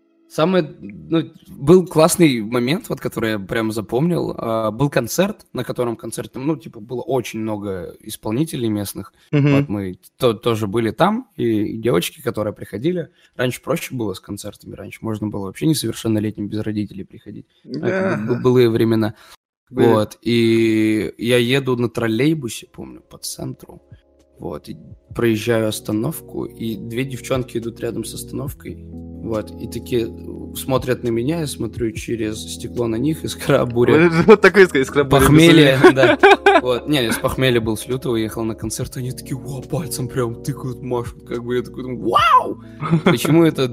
был классный момент, вот, который я прям запомнил. Был концерт, на котором ну, типа, было очень много исполнителей местных. Вот мы тоже были там, и девочки, которые приходили. Раньше проще было с концертами, раньше можно было вообще несовершеннолетним без родителей приходить. Былые времена. Были. Вот, и я еду на троллейбусе, помню, по центру. Вот, и проезжаю остановку, и две девчонки идут рядом с остановкой, вот, и такие смотрят на меня, я смотрю через стекло на них, искра буря, Вот такой искра буря. похмелье, да, вот, не, с похмелья был с лютого, ехал на концерт, они такие, пальцем прям тыкают, машут, как бы, я такой, думаю, вау, почему это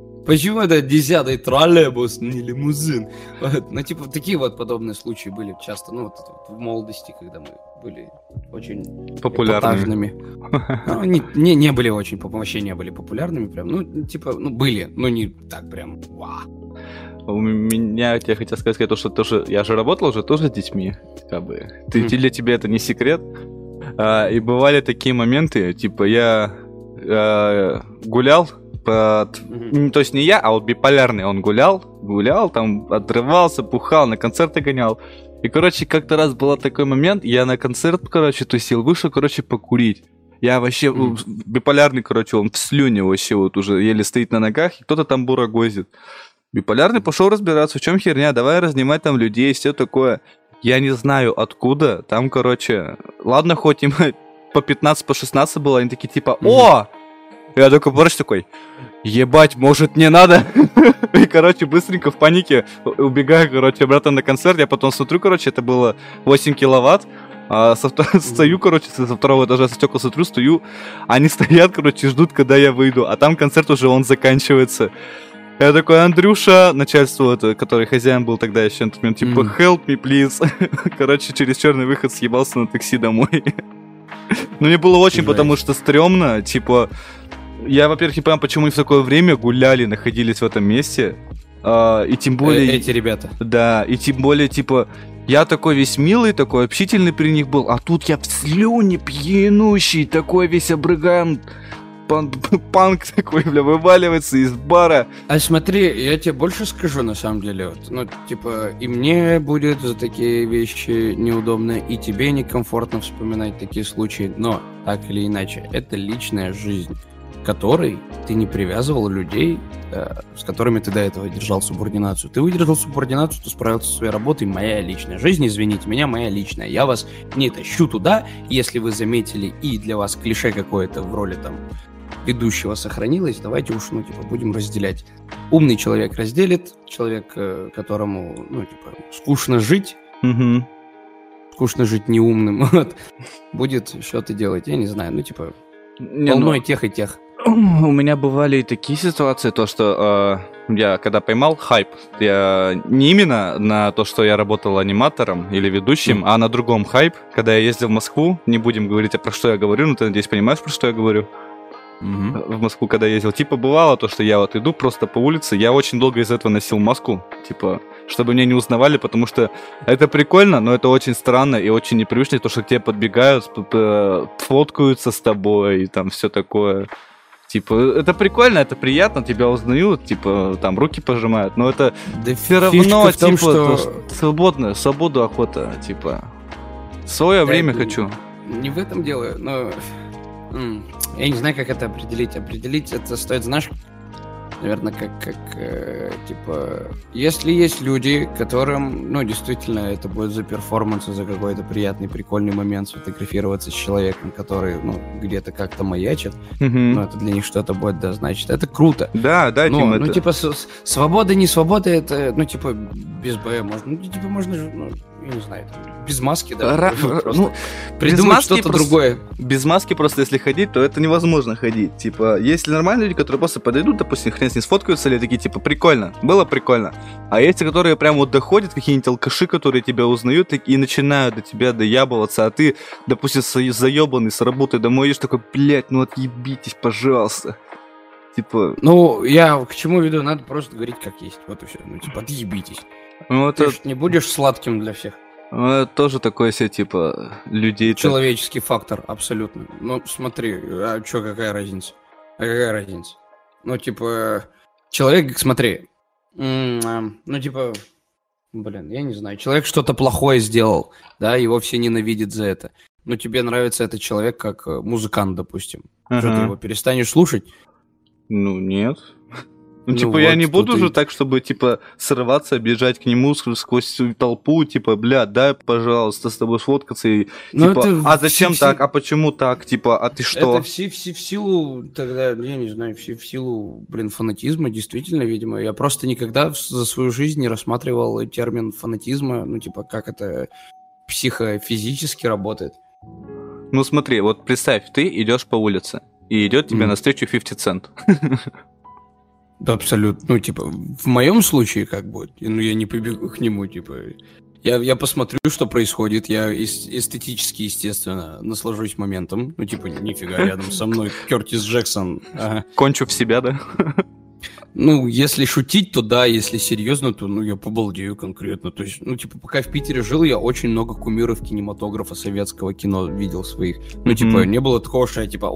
10-й троллейбус, не лимузин? Вот, ну, типа, такие вот подобные случаи были часто, ну, вот это вот в молодости, когда мы были очень Популярными. эпатажными. Ну, не были очень, вообще не были популярными прям, ну, типа, ну, были, но не так прям, вау. У меня, я хотел сказать, то, что тоже, я же работал уже тоже с детьми, как бы. Для тебя это не секрет. И бывали такие моменты, типа, я гулял, то есть не я, а вот биполярный, он гулял, там отрывался, пухал, на концерты гонял. И, короче, как-то раз был такой момент, я на концерт, короче, тусил, вышел, короче, покурить. Я вообще, биполярный, короче, он в слюне вообще вот уже еле стоит на ногах, и кто-то там бурагозит. Биполярный пошел разбираться, в чем херня, давай разнимать там людей, все такое. Я не знаю откуда, там, короче, ладно, хоть им по 15, по 16 было, они такие типа, о! Я такой, борщ такой, ебать, может не надо? И, короче, быстренько в панике убегаю, короче, обратно на концерт. Я потом смотрю, короче, это было 8 киловатт. Стою, короче, со второго этажа со стекла смотрю, стою. Они стоят, короче, ждут, когда я выйду. А там концерт уже, он заканчивается. Я такой, Андрюша, начальство, который хозяин был тогда еще, на тот момент, типа, help me, please. Короче, через черный выход съебался на такси домой. Но мне было очень, потому что стрёмно, типа... Я, во-первых, не понимаю, почему они в такое время гуляли, находились в этом месте. И тем более... Эти ребята. Да, и тем более, типа, я такой весь милый, такой общительный при них был, а тут я в слюне пьянущий, такой весь обрыгаем, панк такой, бля, вываливается из бара. А смотри, я тебе больше скажу, на самом деле, вот, ну, типа, и мне будет за такие вещи неудобно, и тебе некомфортно вспоминать такие случаи, но, так или иначе, это личная жизнь, которой ты не привязывал людей, с которыми ты до этого держал субординацию. Ты выдержал субординацию, ты справился со своей работой, моя личная жизнь, извините меня, моя личная. Я вас не тащу туда, если вы заметили, и для вас клише какое-то в роли там ведущего сохранилось, давайте уж, ну, типа, будем разделять. Умный человек разделит, человек, которому, ну, типа, скучно жить, скучно жить неумным, вот, будет что-то делать, я не знаю, ну, типа, волной тех и тех. У меня бывали и такие ситуации, то что я когда поймал хайп, я не именно на то, что я работал аниматором или ведущим, а на другом хайп, когда я ездил в Москву, не будем говорить, про что я говорю, но ты, надеюсь, понимаешь, про что я говорю. В Москву, когда ездил, типа, бывало то, что я вот иду просто по улице, я очень долго из этого носил маску, типа, чтобы меня не узнавали, потому что это прикольно, но это очень странно и очень непривычно, то, что к тебе подбегают, фоткаются с тобой и там все такое. Типа, это прикольно, это приятно, тебя узнают, типа, там, руки пожимают, но это Да все равно, в том, типа, что... свободу охота, типа, свое время хочу. Не в этом дело, но... Я не знаю, как это определить. Определить это стоит, знаешь, наверное, типа, если есть люди, которым, ну, действительно, это будет за перформанс, за какой-то приятный, прикольный момент сфотографироваться с человеком, который, ну, где-то как-то маячит, ну, это для них что-то будет, да, значит, это круто. Да, но, это... ну, типа, свобода, не свобода, это, ну, типа, без боя можно, ну, типа, можно, ну, я не знаю, без маски, да, ну, придумать что-то другое. Без маски просто, если ходить, то это невозможно ходить. Типа, если нормальные люди, которые просто подойдут, допустим, хрен с ним сфоткаются, или такие, типа, прикольно, было прикольно. А есть, которые прям вот доходят, какие-нибудь алкаши, которые тебя узнают и начинают до тебя доябываться, а ты, допустим, заебанный с работы домой идешь, такой, блядь, ну отъебитесь, пожалуйста. Типа... Ну, я к чему веду, надо просто говорить как есть, вот и все, ну, типа, отъебитесь. Ну, ты ж не будешь сладким для всех. Ну, это тоже такое себе, типа, людей... Человеческий фактор, абсолютно. Ну, смотри, а чё, какая разница? Какая разница? Ну, типа, человек, смотри, ну, типа, блин, я не знаю, человек что-то плохое сделал, да, его все ненавидят за это. Но тебе нравится этот человек как музыкант, допустим. Что, ты его перестанешь слушать? Ну, нет. Ну, типа, я не буду же так, чтобы, типа, срываться, бежать к нему сквозь толпу, типа, бля, дай, пожалуйста, с тобой сфоткаться, и, типа, а зачем так, а почему так, типа, а ты что? Это все в силу, тогда, я не знаю, в силу, блин, фанатизма, действительно, видимо. Я просто никогда за свою жизнь не рассматривал термин фанатизма, ну, типа, как это психофизически работает. Ну, смотри, вот представь, ты идешь по улице, и идет тебе навстречу 50 Cent. Да, абсолютно. Ну, типа, в моем случае, как бы, ну, я не побегу к нему, типа, я посмотрю, что происходит, я эстетически, естественно, наслажусь моментом. Ну, типа, нифига, рядом со мной Кертис Джексон. Ага. Кончу в себя, да? Ну, если шутить, то да, если серьезно, то, ну, я побалдею конкретно. То есть, ну, типа, пока в Питере жил, я очень много кумиров кинематографа советского кино видел своих. Ну, типа, не было такого, что я, типа,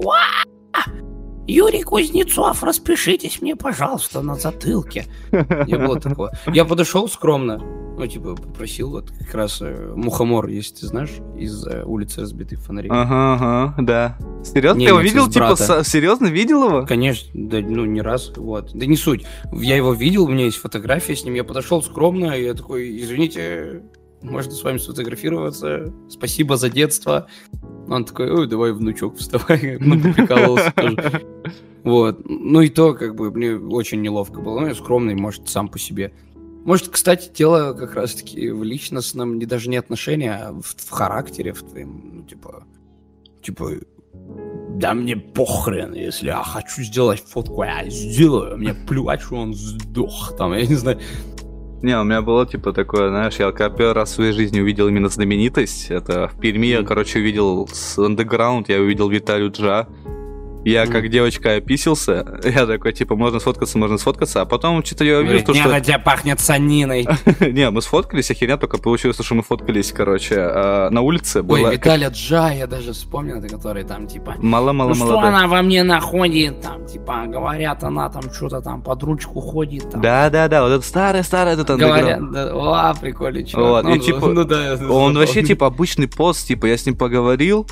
Юрий Кузнецов, распишитесь мне, пожалуйста, на затылке. Не было такого. Я подошел скромно, ну, типа, попросил, вот, как раз Мухомор, если ты знаешь, из улицы Разбитых фонарей. Ага, да. Серьезно? Ты его видел, типа, серьезно видел его? Конечно, да, ну, не раз, вот. Да не суть. Я его видел, у меня есть фотография с ним, я подошел скромно, и я такой, извините, можно с вами сфотографироваться, спасибо за детство. Он такой, ой, давай, внучок, вставай, ну, прикалывался тоже. Вот, ну и то, как бы, мне очень неловко было, ну, я скромный, может, сам по себе. Может, кстати, дело как раз-таки в личностном, даже не отношении, а в характере, в твоем, ну, типа, да мне похрен, если я хочу сделать фотку, я сделаю, мне плевать, что он сдох, там, я не знаю. Не, у меня было, типа, такое, знаешь, я первый раз в своей жизни увидел именно знаменитость. Это в Перми я, короче, увидел с Underground, я увидел Виталию Джа. Я как девочка описался, я такой, типа, можно сфоткаться, а потом что-то я увидел, что... тебя пахнет саниной. Не, мы сфоткались, херня, только получилось, что мы фоткались, короче, на улице. Ой, Виталия Джа, я даже вспомнил, который там, типа... Мало-мало. Что она во мне находит, там, типа, говорят, она там что-то там под ручку ходит. Да, вот это старое, этот Underground. Говорят, да, прикольный чувак. Вот, и, типа, он вообще, типа, обычный пост, типа, я с ним поговорил,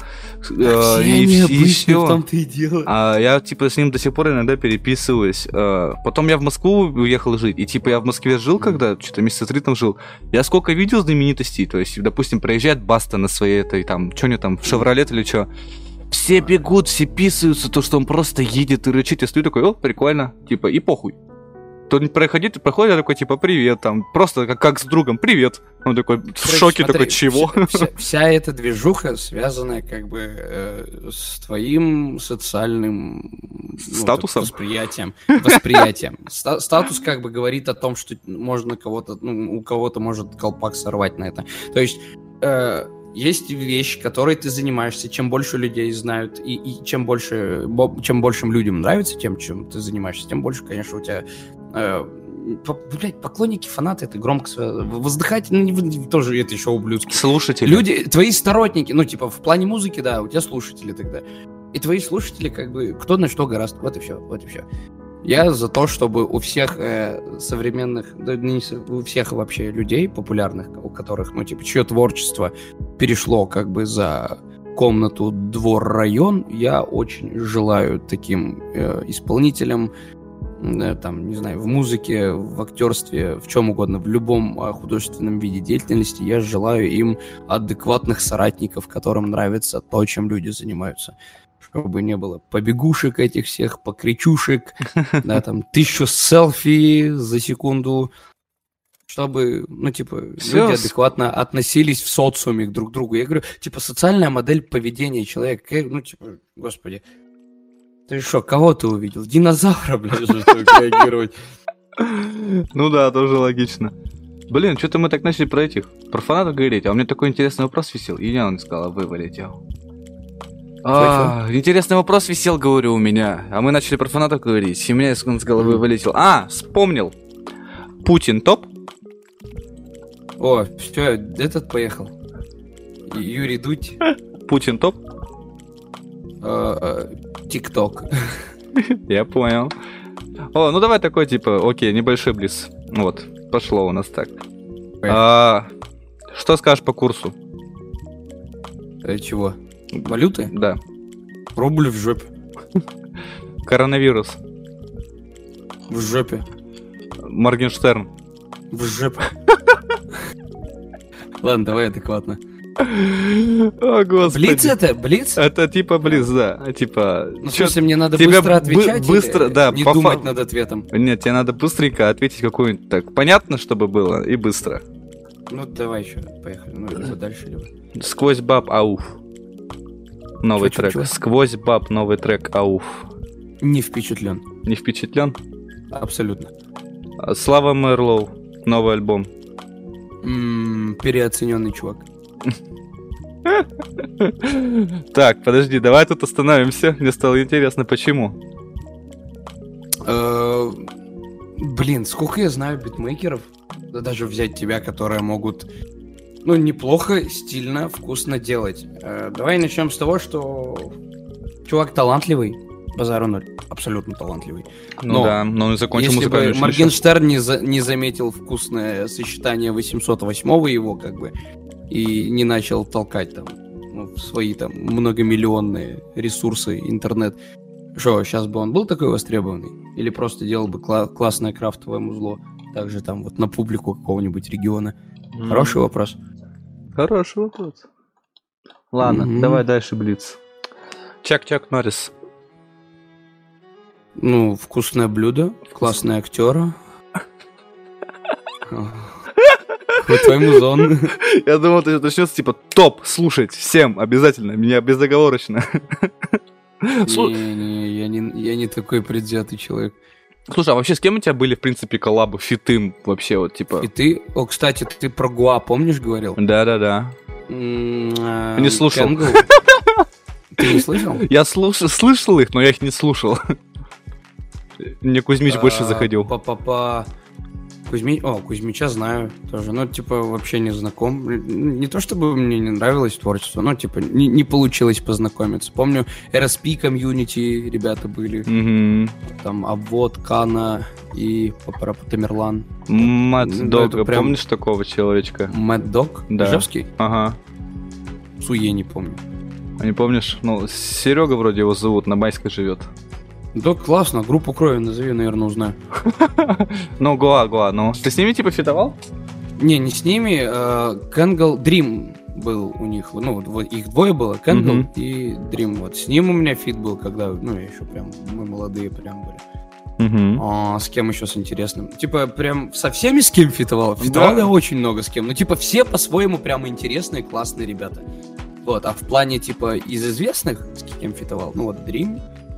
и все. Там-то и дело. А я, типа, с ним до сих пор иногда переписываюсь. Потом я в Москву уехал жить. И, типа, я в Москве жил, когда что-то месяца 3 там жил. Я сколько видел знаменитостей. То есть, допустим, проезжает Баста на своей этой, там, что у него там, Шевролет или что. Все бегут, все писаются, то, что он просто едет и рычит. Я стою такой, о, прикольно. Типа, и похуй. проходит, я такой, типа, привет, там, просто как с другом, привет. Он такой, в шоке, смотри, такой, чего? Вся эта движуха связана как бы с твоим социальным Статусом? Восприятием. Статус как бы говорит о том, что можно кого-то, у кого-то может колпак сорвать на это. То есть есть вещь, которой ты занимаешься, чем больше людей знают, и чем большим людям нравится тем, чем ты занимаешься, тем больше, конечно, у тебя... поклонники, фанаты, это громко воздыхатели, тоже это еще ублюдки. Слушатели. Люди, твои сторонники, в плане музыки, да, у тебя слушатели тогда. И твои слушатели, как бы, кто на что гораст. Вот и все. Я за то, чтобы у всех современных, у всех вообще людей популярных, у которых, чье творчество перешло как бы за комнату, двор, район, я очень желаю таким исполнителям, там, не знаю, в музыке, в актерстве, в чем угодно, в любом художественном виде деятельности, я желаю им адекватных соратников, которым нравится то, чем люди занимаются. Чтобы не было побегушек этих всех, покричушек, да, там, 1000 селфи за секунду, чтобы, люди адекватно относились в социуме друг к другу. Я говорю, социальная модель поведения человека, господи, ты что, кого ты увидел? Динозавра, блядь, чтобы реагировать. Ну да, тоже логично. Блин, что-то мы так начали про фанатов говорить, а у меня такой интересный вопрос висел, и я он сказал, вы вылетел. Интересный вопрос висел, говорю, у меня. А мы начали про фанатов говорить, и у меня с головы вылетел. Вспомнил. Путин топ? О, все, этот поехал. Юрий Дудь. Путин топ? ТикТок. Я понял. Ну давай такой, окей, небольшой блиц. Вот, пошло у нас так. Что скажешь по курсу? Чего? Валюты? Да. Рубль в жопе. Коронавирус. В жопе. Моргенштерн. В жопе. Ладно, давай адекватно. О, господи. Блиц это? Блиц? Это блиц, да. В смысле, мне надо быстро отвечать быстро, или да, не думать над ответом? Нет, тебе надо быстренько ответить какую-нибудь так. Понятно, чтобы было, и быстро. Давай еще, поехали. Либо дальше, либо... Сквозь баб, ауф. Новый трек. Чего? Сквозь баб, новый трек, ауф. Не впечатлен. Не впечатлен? Абсолютно. Слава Мэрлоу, новый альбом. Переоцененный чувак. Так, подожди, давай тут остановимся. Мне стало интересно, почему. Блин, сколько я знаю битмейкеров, да даже взять тебя, которые могут, неплохо, стильно, вкусно делать. Давай начнем с того, что чувак талантливый, базару ноль, абсолютно талантливый. Но он и закончил музыкальное училище. Если бы Моргенштерн не заметил вкусное сочетание 808-го его, как бы, и не начал толкать там в свои там многомиллионные ресурсы, интернет, что, сейчас бы он был такой востребованный? Или просто делал бы классное крафтовое музло, также там вот на публику какого-нибудь региона? Хороший вопрос. Хороший вопрос. Ладно, давай дальше, блиц. Чак Норрис. Вкусное блюдо, классный актер. Твой музон. Я думал, это начнется топ слушать всем обязательно, меня безоговорочно. Не, я не такой предвзятый человек. Слушай, а вообще с кем у тебя были, в принципе, коллабы, фиты вообще Фиты? Кстати, ты про Гуа, помнишь, говорил? Да. Не слушал. Ты не слышал? Я слышал их, но я их не слушал. Мне Кузьмич больше заходил. Кузьмича знаю тоже, вообще не знаком. Не то чтобы мне не нравилось творчество, но, не получилось познакомиться. Помню, RSP комьюнити ребята были. Там Обвод, Кана и Тамерлан. Мэтт Дог, помнишь такого человечка? Мэтт Дог? Да. Ижевский? Ага. Суе не помню. А не помнишь? Серега вроде его зовут, на Майской живет. Да, классно, группу крови назови, наверное, узнаю. Гуа. Ты с ними фитовал? Не с ними. Кэнгл, Дрим был у них. Их двое было, Кэнгл и Дрим. Вот с ним у меня фит был, когда, еще прям, мы молодые прям были. С кем еще с интересным? Типа, прям со всеми с кем фитовал? Фитовал я очень много с кем. Ну, типа, все по-своему прямо интересные, классные ребята. Вот, а в плане, типа, из известных, с кем фитовал? Ну, вот, Dream,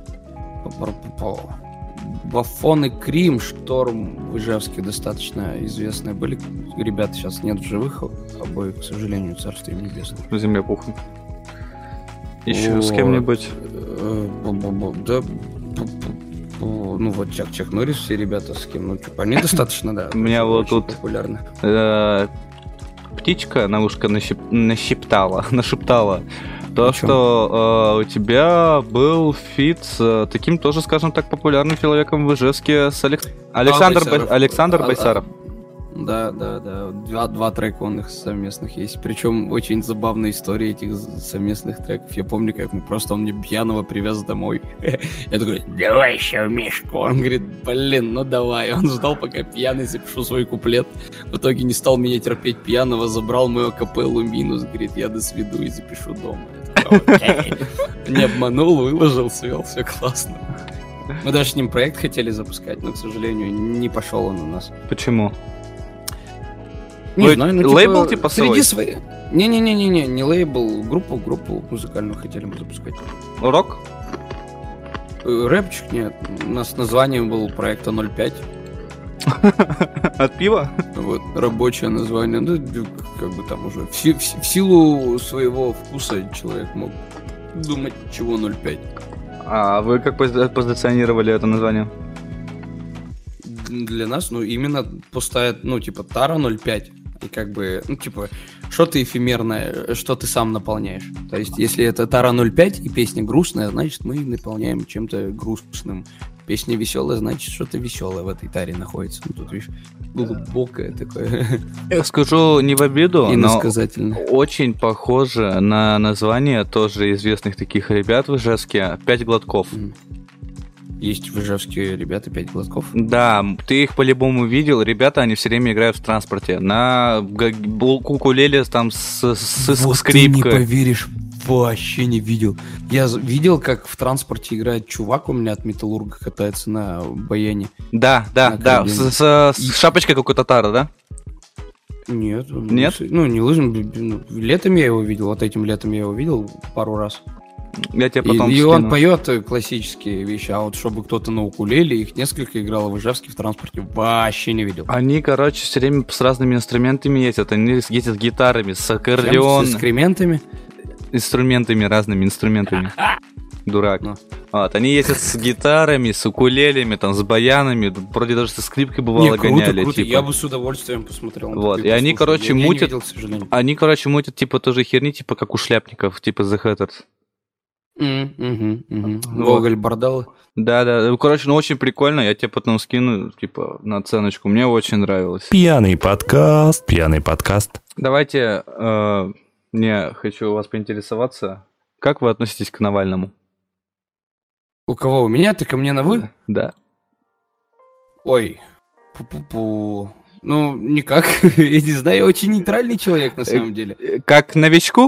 Бафон и Крим, Шторм, Выжевский достаточно известные были. Ребята сейчас нет в живых, обоих, к сожалению, царство им небесное. Земля пухнет. Еще с кем-нибудь? Да... Ну вот Чак Норрис, все ребята с кем, ну типа они достаточно, да. У меня вот тут популярны. Птичка на ушко нашептала то, что у тебя был фит с таким тоже, скажем так, популярным человеком в Ижевске, с Александр Байсаров. Да. Два трека у них совместных есть. Причем очень забавная история этих совместных треков. Я помню, как он мне пьяного привез домой. Я такой, давай еще в мишку. Он говорит, блин, ну давай. Он ждал, пока пьяный запишу свой куплет. В итоге не стал меня терпеть пьяного, забрал мою акапеллу минус. Говорит, я досведу и запишу дома. Не обманул, выложил, свел, все классно. Мы даже с ним проект хотели запускать, но, к сожалению, не пошел он у нас. Почему? Не знаю, ну лейбл типа среди своих. Не лейбл, группу музыкальную хотели мы запускать. Рок? Рэпчик нет. У нас название было проекта 05. От пива? Вот, рабочее название. Ну, как бы там уже в силу своего вкуса человек мог думать, чего 05. А вы как позиционировали это название? Для нас, ну, именно пустая, ну, типа, тара 05. И как бы, ну, типа, что-то эфемерное, что ты сам наполняешь. То есть, если это тара 05 и песня грустная, значит, мы наполняем чем-то грустным. Песня веселая, значит, что-то веселое в этой таре находится. Ну, тут, видишь, глубокое такое. Я скажу не в обиду, но очень похоже на название тоже известных таких ребят в Ижевске «5 глотков». Есть в Ижевске ребята 5 глотков? Да, ты их по-любому видел. Ребята, они все время играют в транспорте. На укулеле там с скрипкой. Ты не поверишь, вообще не видел. Я видел, как в транспорте играет чувак у меня от Металлурга, катается на баяне. Да, с шапочкой какой-то тара, да? Нет? Ну, не лыжным. Летом я его видел, вот этим летом я его видел пару раз. Я тебе потом и он поет классические вещи, а вот чтобы кто-то на укулеле, их несколько играло в Ижевске в транспорте, вообще не видел. Они, короче, все время с разными инструментами ездят. Они ездят с гитарами, с аккордеоном. С инструментами? Разными инструментами. Дурак. Вот, они ездят с гитарами, с укулелями, там, с баянами. Вроде даже со скрипкой бывало гоняли. Круто. Типа. Я бы с удовольством посмотрел. Вот, и они, короче, мутят. Они, короче, мутят типа тоже херни, типа как у шляпников, типа The Hatters. Гоголь, Бардалы. Да. Короче, ну очень прикольно. Я тебе потом скину, типа, на оценочку. Мне очень нравилось. Пьяный подкаст. Давайте, мне хочу у вас поинтересоваться. Как вы относитесь к Навальному? У кого? У меня? Ты ко мне на «вы»? Да. Ой. Пу-пу-пу. Ну, никак. Я не знаю, я очень нейтральный человек на самом деле. Как новичку?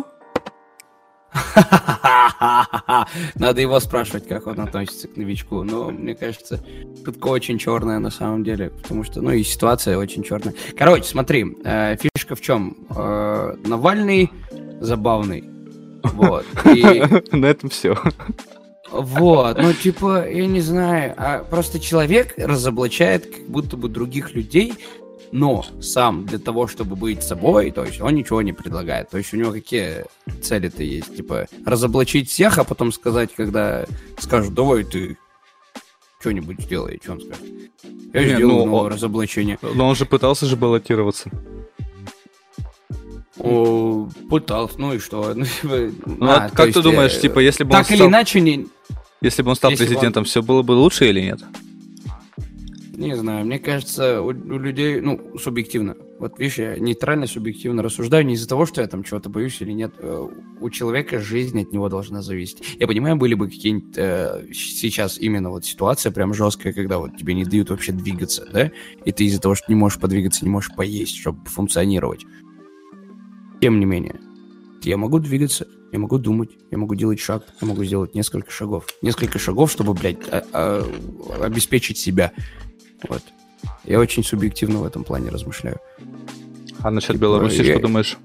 Надо его спрашивать, как он относится к новичку. Но, мне кажется, шутка очень черная на самом деле. Потому что, ну, и ситуация очень черная. Короче, смотри, фишка в чем? Навальный забавный. Вот. На этом все. Вот, ну, типа, я не знаю, просто человек разоблачает как будто бы других людей, но сам для того, чтобы быть собой, то есть он ничего не предлагает. То есть у него какие цели-то есть? Типа разоблачить всех, а потом сказать, когда скажут, давай ты что-нибудь сделай, что он скажет? Я сделаю разоблачение. Но он же пытался баллотироваться. Пытался, ну и что? Как ты думаешь, типа, если бы он так или иначе не... Если бы он стал президентом, все было бы лучше или нет? Не знаю, мне кажется, у людей, ну, субъективно. Вот видишь, я нейтрально, субъективно рассуждаю не из-за того, что я там чего-то боюсь или нет. У человека жизнь от него должна зависеть. Я понимаю, были бы какие-нибудь сейчас именно вот ситуация прям жесткая, когда вот тебе не дают вообще двигаться, да? И ты из-за того, что не можешь подвигаться, не можешь поесть, чтобы функционировать. Тем не менее, я могу двигаться. Я могу думать, я могу делать шаг, я могу сделать несколько шагов. Несколько шагов, чтобы, блядь, обеспечить себя. Вот. Я очень субъективно в этом плане размышляю. А насчет Беларуси что думаешь?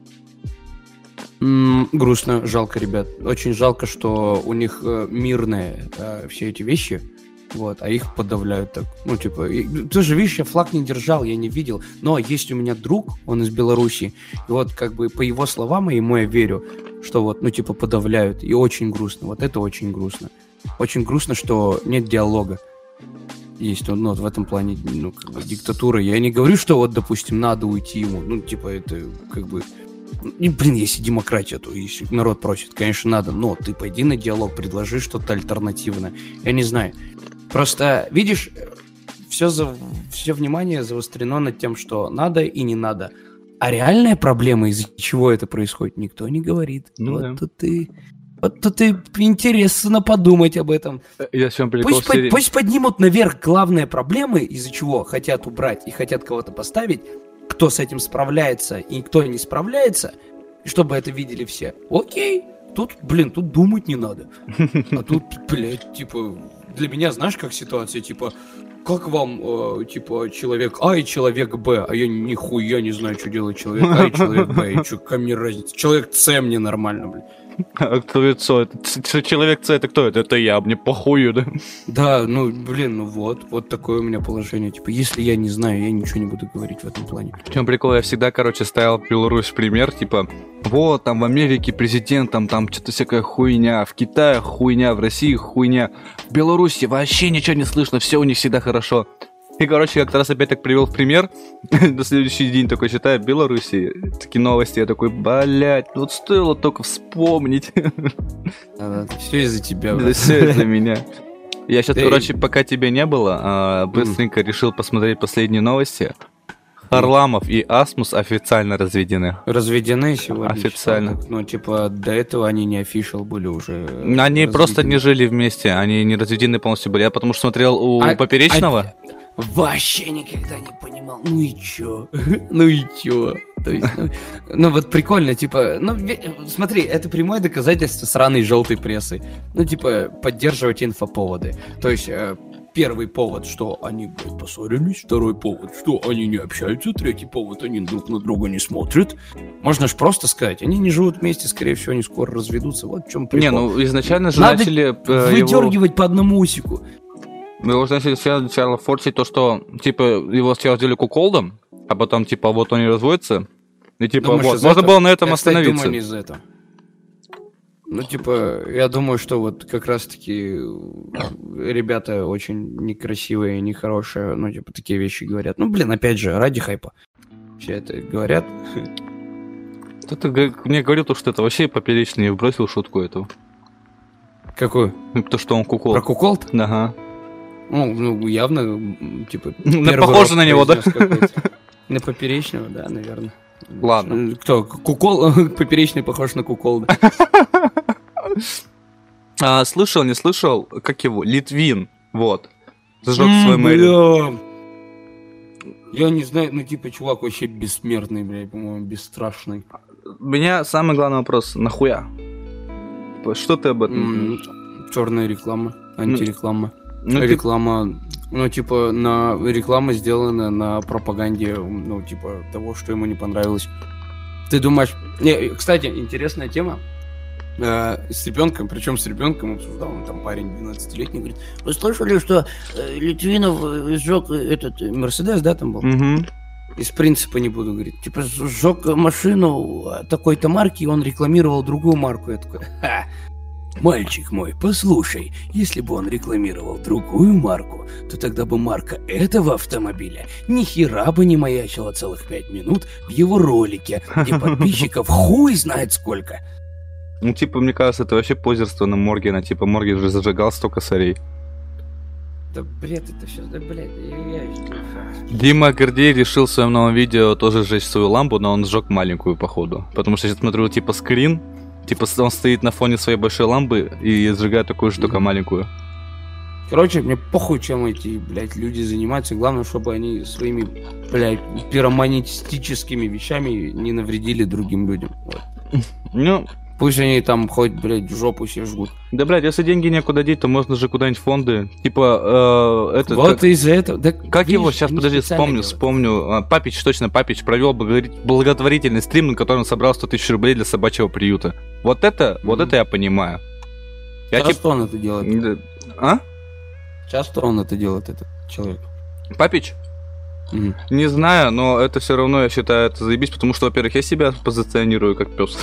Грустно, жалко, ребят. Очень жалко, что у них мирные все эти вещи, вот, а их подавляют так. Ну, типа, тоже, видишь, я флаг не держал, я не видел, но есть у меня друг, он из Беларуси, и вот, как бы, по его словам, и ему я верю, что вот, ну, типа, подавляют, и очень грустно, вот это очень грустно. Очень грустно, что нет диалога. Есть, ну, вот в этом плане, ну, как бы, диктатура. Я не говорю, что вот, допустим, надо уйти ему, ну, типа, это, как бы... И, блин, если демократия, то если народ просит, конечно, надо, но ты пойди на диалог, предложи что-то альтернативное. Я не знаю. Просто, видишь, все внимание заострено над тем, что надо и не надо. А реальная проблема, из-за чего это происходит, никто не говорит. Ну, вот да. тут и интересно подумать об этом. Я всем прикол Пусть поднимут наверх главные проблемы, из-за чего хотят убрать и хотят кого-то поставить, кто с этим справляется и кто не справляется, чтобы это видели все. Окей, тут думать не надо. А тут, блядь, типа, для меня, знаешь, как ситуация, типа, как вам, типа, человек А и человек Б, а я нихуя не знаю, что делает человек А и человек Б, и что, ко мне разница. Человек С мне нормально, блядь. А кто это? Человек С, это кто это? Это я, мне похую, да? Да, ну, блин, ну вот такое у меня положение. Типа, если я не знаю, я ничего не буду говорить в этом плане. В чем прикол? Я всегда, короче, ставил Беларусь в пример, типа, вот, там в Америке президент, там что-то всякая хуйня, в Китае хуйня, в России хуйня, в Беларуси вообще ничего не слышно, все у них всегда хорошо. И, короче, как-то раз опять так привел в пример, на следующий день такой читаю Беларуси, такие новости, я такой, блядь, вот стоило только вспомнить. Все из-за тебя, Это все из-за меня. Я сейчас, короче, пока тебя не было, быстренько решил посмотреть последние новости. Харламов и Асмус официально разведены. Разведены сегодня? Официально. Ну, типа, до этого они не official были уже. Они просто не жили вместе, они не разведены полностью были. Я потому что смотрел у Поперечного. Вообще никогда не понимал. Ну и чё? Ну и чё? То есть, ну вот прикольно, типа, ну смотри, это прямое доказательство сраной желтой прессы. Ну типа, поддерживать инфоповоды. То есть, первый повод, что они, блядь, поссорились. Второй повод, что они не общаются. Третий повод, они друг на друга не смотрят. Можно ж просто сказать, они не живут вместе, скорее всего, они скоро разведутся. Вот в чем прикол. Не, ну изначально же надо начали выдергивать по одному усику. Мы уже начали сначала форсить то, что, типа, его сначала сделали куколдом, а потом, типа, вот они разводятся, и, типа, думаешь, вот, можно было на этом я, остановиться. Кстати, думаю, не из-за этого. Ну, типа, я думаю, что вот как раз-таки ребята очень некрасивые, нехорошие, ну, типа, такие вещи говорят. Ну, блин, опять же, ради хайпа. Все это говорят. Ты мне говорил, что это вообще Поперечный бросил шутку эту. Какую? То, что он кукол. Про куколд? Ага. Ну, явно, типа... Похоже на него, да? На Поперечного, да, наверное. Ладно. Кто? Кукол? Поперечный похож на кукол. Слышал, не слышал? Как его? Литвин. Вот. Сжег свой мэрил. Я не знаю, ну типа чувак вообще бессмертный, блядь, по-моему, бесстрашный. У меня самый главный вопрос. Нахуя? Что ты об этом? Черная реклама, антиреклама. Реклама, ну, типа, реклама сделана на пропаганде, ну, типа, того, что ему не понравилось. Ты думаешь... Кстати, интересная тема. С ребенком, причем с ребенком обсуждал, он там парень 12-летний, говорит, вы слышали, что Литвинов сжег этот Мерседес, да, там был? Угу. Из принципа не буду говорить. Типа, сжег машину такой-то марки, и он рекламировал другую марку. Я такой, ха! Мальчик мой, послушай, если бы он рекламировал другую марку, то тогда бы марка этого автомобиля ни хера бы не маячила целых 5 минут в его ролике, где подписчиков хуй знает сколько. Ну, типа, мне кажется, это вообще позерство на Моргена. Типа, Морген же зажигал 100 косарей. Да бред это все, да блядь, Дима Гордей решил в своем новом видео тоже сжечь свою лампу, но он сжег маленькую, походу. Потому что я сейчас смотрю, типа, скрин. Типа, он стоит на фоне своей большой лампы и сжигает такую же, только маленькую. Короче, мне похуй, чем эти, блядь, люди занимаются. Главное, чтобы они своими, блядь, пироманистическими вещами не навредили другим людям. Вот. Ну, Пусть они там хоть, блядь, жопу себе жгут. Да, блядь, если деньги некуда деть, то можно же куда-нибудь в фонды. Типа, это... Вот из-за этого... Да, как видишь, его? Сейчас, они подожди, специально вспомню. Папич провел благотворительный стрим, на котором собрал 100 тысяч рублей для собачьего приюта. Вот это я понимаю. Часто он это делает? А? Часто он это делает, этот человек? Папич? Не знаю, но это все равно, я считаю, это заебись, потому что, во-первых, я себя позиционирую как пес.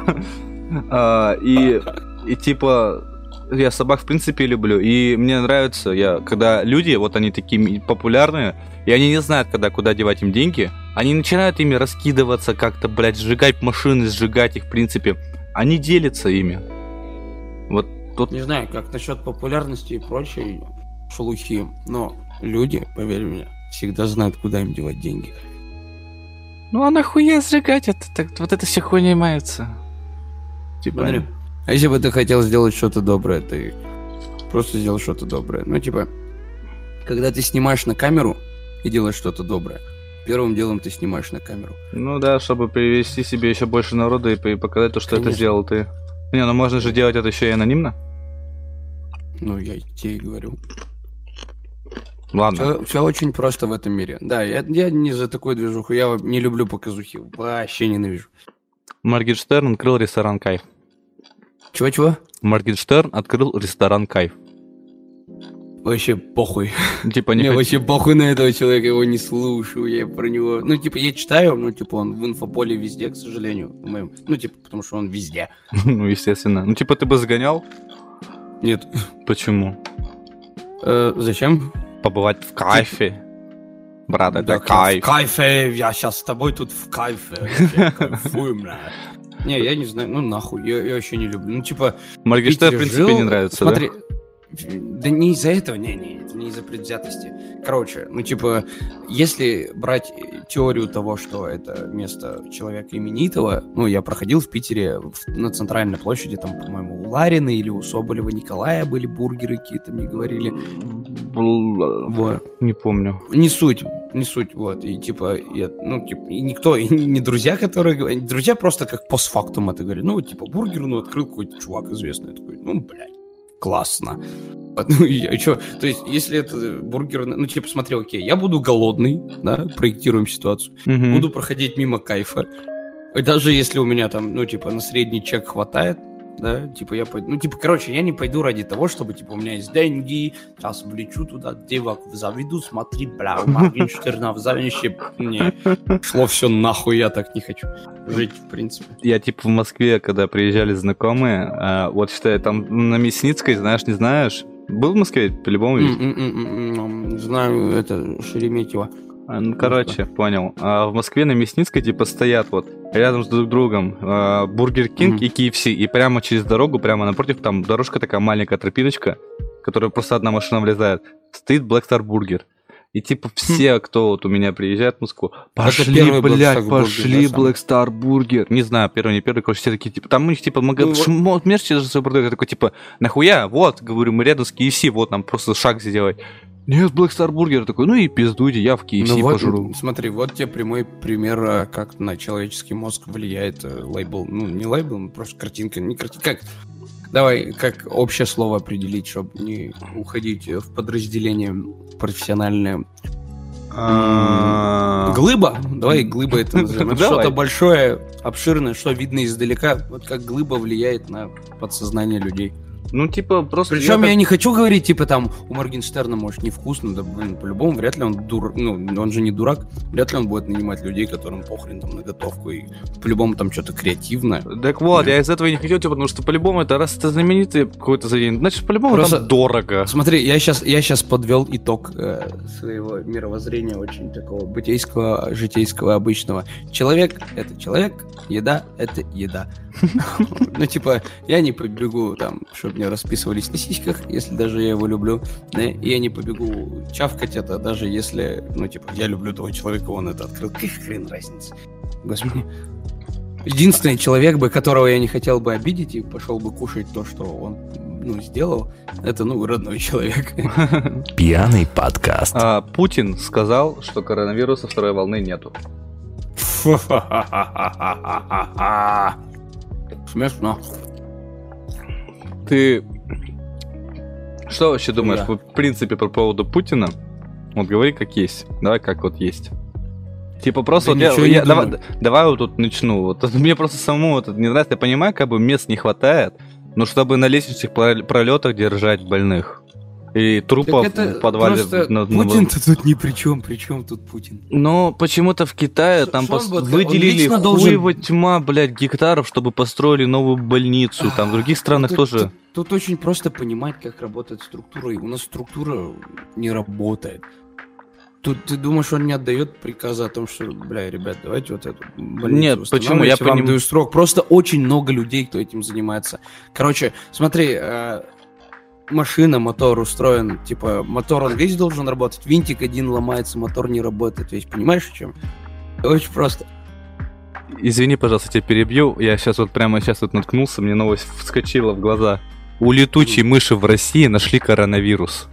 И типа, я собак в принципе люблю, и мне нравится, когда люди, вот они такие популярные, и они не знают, куда девать им деньги, они начинают ими раскидываться как-то, блядь, сжигать машины, сжигать их, в принципе, они делятся ими. Вот тут... Не знаю, как насчет популярности и прочей шелухи, но люди, поверь мне, всегда знают, куда им девать деньги. Ну а нахуя сжигать это? Вот это все хуйней мается. Типа... Смотри, а если бы ты хотел сделать что-то доброе, ты просто сделал что-то доброе. Ну, типа, когда ты снимаешь на камеру и делаешь что-то доброе, первым делом ты снимаешь на камеру. Ну да, чтобы привести себе еще больше народа и показать то, что Конечно. это сделал ты. Не, ну можно же делать это еще и анонимно. Ну, я тебе и говорю. Ладно. Все очень просто в этом мире. Да, я не за такую движуху, я не люблю показухи, вообще ненавижу. Моргенштерн открыл ресторан «Кайф». Чего-чего? Моргенштерн открыл ресторан «Кайф». Вообще похуй. Типа Мне вообще похуй на этого человека, его не слушаю, я про него... Ну, типа, я читаю, ну, типа, он в инфополе везде, к сожалению, моем. Ну, типа, потому что он везде. Ну, естественно. Ну, типа, ты бы сгонял? Нет. Почему? Зачем? Побывать в кайфе. Брат, это Так, кайф. в кайфе, я сейчас с тобой тут в кайфе. Вообще, кайфуем, бля. Не, я не знаю, ну нахуй, я вообще не люблю. Ну, типа... Моргенштерн, в принципе, жил, не нравится, смотри, да? Да не из-за этого, это не из-за предвзятости. Короче, ну типа, если брать теорию того, что это место человека именитого, ну, я проходил в Питере на центральной площади, там, по-моему, у Ларина или у Соболева Николая были бургеры какие-то, мне говорили. Вот. Не помню. Не суть, вот, и типа, и никто, и не друзья, которые говорят, друзья просто как постфактум это говорят, ну, вот, типа, бургер, ну, открыл какой-то чувак известный, такой, ну, блядь. Классно. Ну, и что? То есть, если это бургер... Ну, типа, смотри, окей, я буду голодный, да, проектируем ситуацию. Буду проходить мимо Кайфа. И даже если у меня там, ну, типа, на средний чек хватает, да, типа, я пойду... Ну, типа, короче, я не пойду ради того, чтобы, типа, у меня есть деньги, сейчас влечу туда, девок заведу, смотри, бля, у Моргенштерна в завище. Не, шло все нахуй, я так не хочу жить, в принципе. Я, типа, в Москве, когда приезжали знакомые, вот, считай, там на Мясницкой, знаешь, не знаешь? Был в Москве, по-любому видел? Знаю, это Шереметьево. Ну, короче, понял. В Москве на Мясницкой, типа, стоят вот рядом с друг другом Бургер Кинг и KFC, и прямо через дорогу, прямо напротив, там дорожка такая маленькая, тропиночка, в которую просто одна машина влезает, стоит Black Star Burger. И типа все, кто вот у меня приезжает в Москву, пошли, блядь, пошли Black Star Burger. Не знаю, первый, не первый, короче, все такие, типа, там у них, типа, мерч даже свой продают. Я такой, типа, нахуя? Вот, говорю, мы рядом с KFC, вот нам просто шаг сделать. Нет, Black Star Burger. Такой, ну и пиздуйте, я в KFC вот, пожру. Смотри, вот тебе прямой пример, как на человеческий мозг влияет лейбл. Ну, не лейбл, просто картинка. Не картинка, как... Давай, как общее слово определить, чтобы не уходить в подразделение профессиональное. Глыба? Давай глыба это назовем. Это что-то большое, обширное, что видно издалека. Вот как глыба влияет на подсознание людей. Ну, типа, просто... Причем я не хочу говорить, типа, там, у Моргенштерна, может, невкусно, да, блин, по-любому, вряд ли он дурак, ну, он же не дурак, вряд ли он будет нанимать людей, которым похрен там на готовку, и по-любому там что-то креативное. Так вот, я из этого не хотел, типа, потому что по-любому это, раз это знаменитый какой-то заведение, значит, по-любому просто там дорого. Смотри, я сейчас подвел итог своего мировоззрения, очень такого бытейского, житейского, обычного. Человек — это человек, еда — это еда. Ну, типа, я не побегу там, чтобы мне расписывались на сиськах, если даже я его люблю, и я не побегу чавкать это, даже если, ну, типа, я люблю того человека, он это открыл. Какая хрен разница? Господи. Единственный человек, которого я не хотел бы обидеть и пошел бы кушать то, что он, ну, сделал, это, ну, родной человек. Пьяный подкаст. Путин сказал, что коронавируса второй волны нету. Смешно. Ты что вообще думаешь, Да. в принципе, по поводу Путина? Вот говори как есть. Давай как вот есть. Типа просто Да вот ничего не думаю. давай вот тут начну. Вот мне просто самому вот это не нравится. Я понимаю, как бы мест не хватает, но чтобы на лестничных пролетах держать больных. И трупов Так это в подвале. просто Путин-то тут ни при чем. При чем тут Путин? Но почему-то в Китае там Что он вот- он выделили лично должен- хуево тьма, блядь, гектаров, чтобы построили новую больницу. Там в других странах Тут- тоже. Тут очень просто понимать, как работает структура. И у нас структура не работает. Тут ты думаешь, он не отдает приказа о том, что, бля, ребят, давайте вот эту больницу Нет, почему? восстанавливайте, Я вам поним- даю срок. Просто очень много людей, кто этим занимается. Короче, смотри, машина, мотор устроен, типа, мотор он весь должен работать, винтик один ломается, мотор не работает весь. Понимаешь, в чем? Очень просто. Извини, пожалуйста, тебя перебью. Я сейчас вот прямо сейчас вот наткнулся, мне новость вскочила в глаза. У летучей мыши в России нашли коронавирус.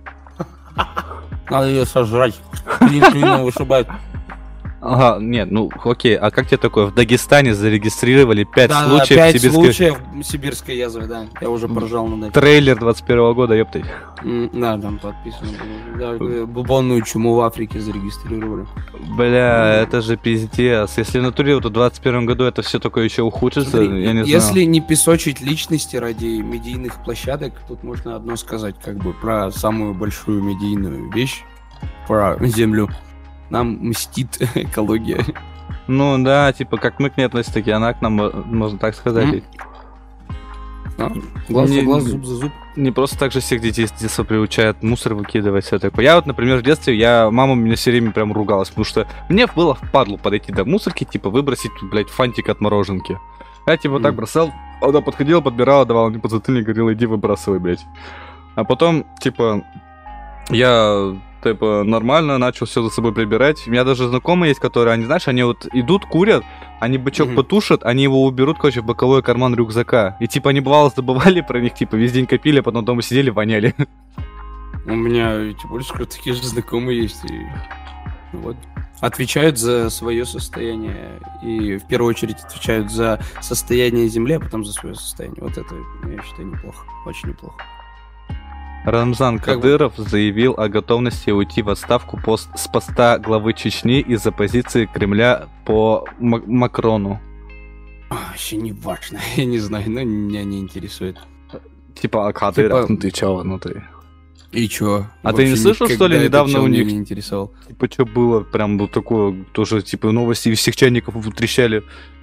Надо ее сожрать. Клин вышибает. Ага, нет, ну окей, а как тебе такое? В Дагестане зарегистрировали 5 Да, случаев 5 сибирской... случаев сибирской язвы, да. Я уже поржал над этим. Трейлер 21 года, ёпты. Да, там подписано было. Да, бубонную чуму в Африке зарегистрировали. Бля, это же пиздец. Если в натуре вот в 21 году это все такое еще ухудшится, Смотри, я не знаю. если не песочить личности ради медийных площадок, тут можно одно сказать, как бы, про самую большую медийную вещь, про Землю. Нам мстит экология. Ну да, типа, как мы к ней относимся, так и она к нам, можно так сказать. Глаз за Не- глаз, зуб за зуб. Не просто так же всех детей с детства приучают мусор выкидывать, все такое. Я вот, например, в детстве, мама меня все время прям ругалась, потому что мне было впадлу подойти до мусорки, типа, выбросить, блядь, фантик от мороженки. Я, типа, так бросал, она подходила, подбирала, давала мне подзатыльник, говорила, иди выбрасывай, блядь. А потом, типа, я... Типа, нормально начал все за собой прибирать. У меня даже знакомые есть, которые, они, знаешь, они вот идут, курят, они бычок потушат, они его уберут, короче, в боковой карман рюкзака. И, типа, они, бывало, забывали про них, типа, весь день копили, а потом дома сидели, воняли. У меня, тем более, скоро такие же знакомые есть. И вот. Отвечают за свое состояние. И в первую очередь отвечают за состояние Земли, а потом за свое состояние. Вот это, я считаю, неплохо. Очень неплохо. Рамзан Как бы- Кадыров заявил о готовности уйти в отставку с поста главы Чечни из-за позиции Кремля по Макрону. Вообще не важно. Я не знаю, но меня не интересует. Типа, а Кадыров, Типа- ну ты чё, ну ты... И чё? А ты не Вообще слышал, что ли, никогда недавно этот чел у меня них- не интересовал. Типа, что было, прям вот такое, тоже, типа, новости из всех чайников трещали.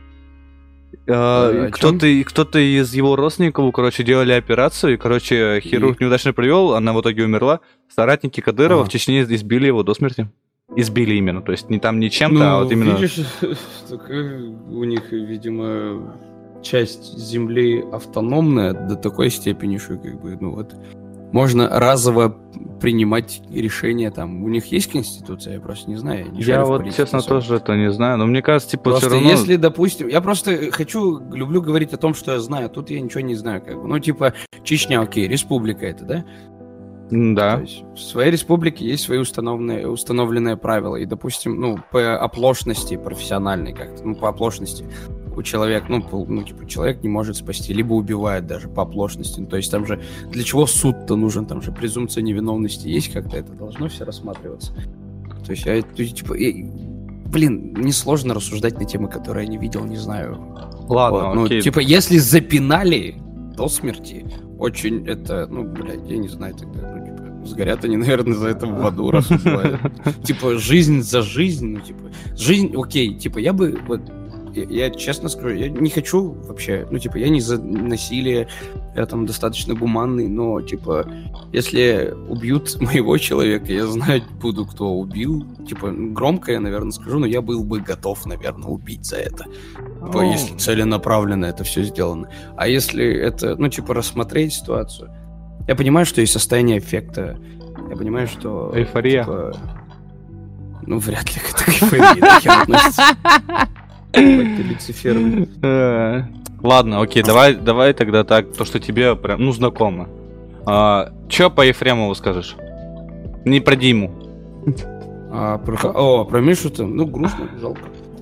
О чём? Кто-то из его родственников, короче, делали операцию, и, короче, хирург неудачно провел, она в итоге умерла. Соратники Кадырова Ага. в Чечне избили его до смерти. Избили именно, то есть не там не чем-то, а вот именно... Ну, видишь, только у них, видимо, часть земли автономная до такой степени, что как бы, ну вот, можно разово принимать решения там. У них есть конституция, я просто не знаю. Не Я шарю в вот, политике честно, особо. тоже это не знаю, но мне кажется, типа, Просто все равно... если, допустим, я просто люблю говорить о том, что я знаю, тут я ничего не знаю, как бы. Ну, типа, Чечня, окей, республика это, да? Да. То есть в своей республике есть свои установленные правила. И, допустим, ну, по оплошности профессиональной как-то, ну, по оплошности у человека, типа, человек не может спасти, либо убивает даже по оплошности. Ну, то есть там же для чего суд-то нужен? Там же презумпция невиновности есть как-то, это должно все рассматриваться. То есть, блин, несложно рассуждать на темы, которые я не видел, не знаю. Ладно, Вот, окей. Ну, типа, если запинали до смерти, очень это, ну, блядь, я не знаю тогда, ну, типа, сгорят они, наверное, за это в аду, раз убивают. Типа, жизнь за жизнь, ну, типа, жизнь, окей, типа, я бы, вот, я честно скажу, я не хочу вообще, ну, типа, я не за насилие, я там достаточно гуманный, но, типа, если убьют моего человека, я знать буду, кто убил, типа, громко я, наверное, скажу, но я был бы готов, наверное, убить за это. Типа, если целенаправленно это все сделано. А если это, ну, типа, рассмотреть ситуацию. Я понимаю, что есть состояние эффекта. Я понимаю, что... Эйфория. Типа, ну, вряд ли к этой эйфории нахер относится. Ебать, ты Люцифер. Ладно, окей, давай тогда так, то, что тебе прям, ну, знакомо. Чё по Ефремову скажешь? Не про Диму. Про Мишу-то, ну, грустно, жалко.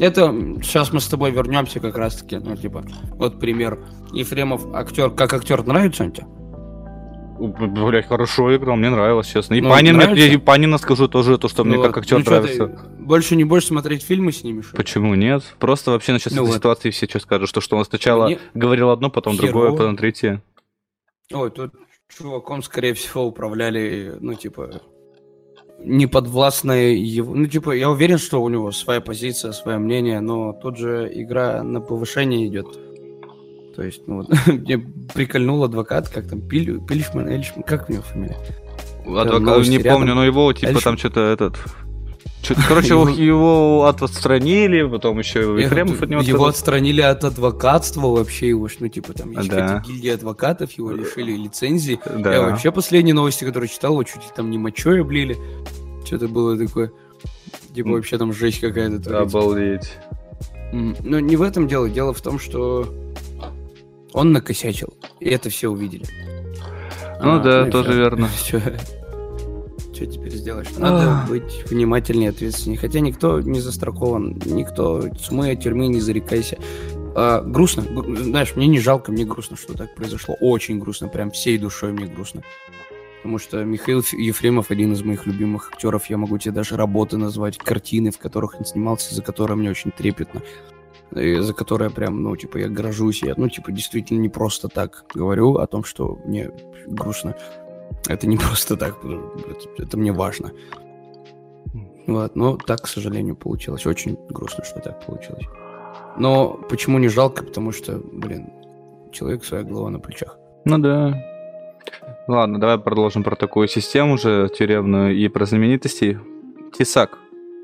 Это сейчас мы с тобой вернемся как раз-таки, ну, типа, вот пример. Ефремов актер, как актер нравится он тебе? Блять, хорошо играл, мне нравилось, честно. И Ну, Панина, нравится? и Панина скажу тоже, то, что мне Ну как вот. актер Ну, чё нравится. ты больше не будешь смотреть фильмы с ними, что ли? Почему нет? Просто вообще насчет Ну этой вот. ситуации все что скажут, что он сначала Мне говорил одно, потом другое, херово. потом третье. Ой, тут чуваком, скорее всего, управляли, ну, типа, неподвластные его... Ну, типа, я уверен, что у него своя позиция, свое мнение, но тут же игра на повышение идет. То есть, ну, вот, мне прикольнул адвокат, как там, Пильшман, Эльшман, как у него фамилия? Адвокат, новости не рядом. помню, но его, типа, Дальше. там что-то короче, его отстранили, потом еще Ефремов от него Его отказался. отстранили от адвокатства вообще, его, ну, типа, там, есть Да. какие-то гильдии адвокатов, его лишили лицензии. Да. Я вообще последние новости, которые читал, его чуть ли там не мочой облили. Что-то было такое. Типа вообще там жесть какая-то творится. Обалдеть. Но не в этом дело. Дело в том, что он накосячил. И это все увидели. Ну да, и тоже всё. верно. Что теперь сделаешь? Надо быть внимательнее, ответственнее. Хотя никто не застрахован. Никто тьмы, тюрьмы не зарекайся. Грустно. Знаешь, мне не жалко, мне грустно, что так произошло. Очень грустно. Прям всей душой мне грустно. Потому что Михаил Ефремов один из моих любимых актеров. Я могу тебе даже работы назвать, картины, в которых он снимался, за которые мне очень трепетно. И за которые прям, ну, типа, я горжусь. Я, ну, типа, действительно не просто так говорю о том, что мне грустно. Это не просто так. Это мне важно. Вот, но так, к сожалению, получилось. Очень грустно, что так получилось. Но почему не жалко? Потому что, блин, человек своя голова на плечах. Ну да. Ладно, давай продолжим про такую систему же тюремную и про знаменитостей. Тесак.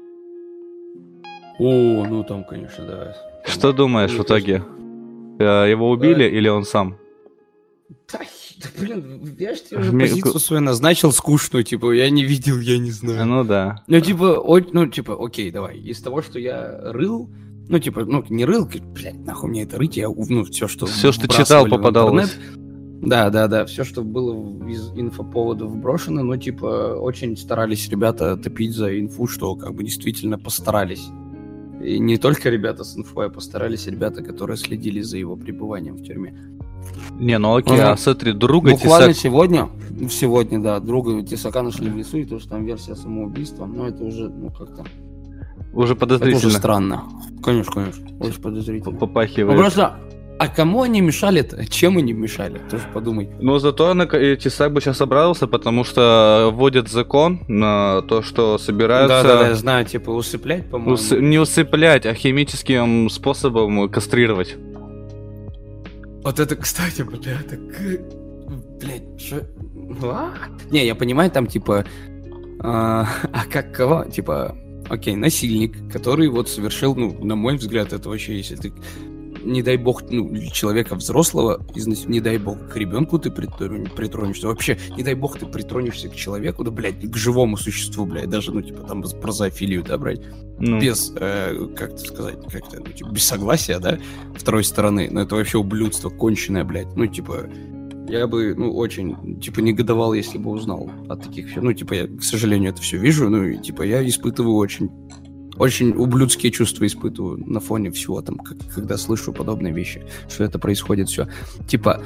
О, ну там, конечно, да. Что думаешь Мне в итоге? Его убили или он сам? Да, блин, я же тебе уже Мне- позицию свою назначил скучную, типа, я не видел, я не знаю. Ну да. Ну, типа, окей, давай. Из того, что я рыл, ну, типа, ну, не рыл, блядь, нахуй мне это рыть, я, ну, все, что Все, что вбрасывали читал, в попадалось. интернет. Да, все, что было из инфоповодов вброшено, ну, типа, очень старались ребята топить за инфу, что, как бы, действительно постарались. И не только ребята с инфой, а постарались ребята, которые следили за его пребыванием в тюрьме. Не, ну окей, Ага. а смотри, друга Буквально Тесак... сегодня, да, друга Тесака нашли в лесу, и то, что там версия самоубийства, но это уже, ну, как-то... Уже Это уже подозрительно странно. Конечно, очень подозрительно. Ну, попахивает. просто, а кому они мешали-то? Чем они мешали? Тоже подумай. Но зато Тесак бы сейчас обрадовался, потому что вводят закон на то, что собираются... Да, я знаю, типа, усыплять, по-моему. Не усыплять, а химическим способом кастрировать. Вот это, кстати, блядь, что... Не, я понимаю, там, типа... А как кого? Типа, окей, насильник, который вот совершил, ну, на мой взгляд, это вообще, если ты, не дай бог, ну, человека взрослого, не дай бог, к ребенку ты притронешься, вообще, не дай бог, ты притронешься к человеку, да, блядь, к живому существу, блядь, даже, ну, типа, там, про зоофилию, да, брать, Ну, без, как это сказать, как-то, ну, типа, без согласия, да, второй стороны, ну, это вообще ублюдство конченое, блядь, ну, типа, я бы, ну, очень, типа, негодовал, если бы узнал о таких, ну, типа, я, к сожалению, это все вижу, ну, и, типа, я испытываю очень ублюдские чувства испытываю на фоне всего там, когда слышу подобные вещи, что это происходит все. Типа,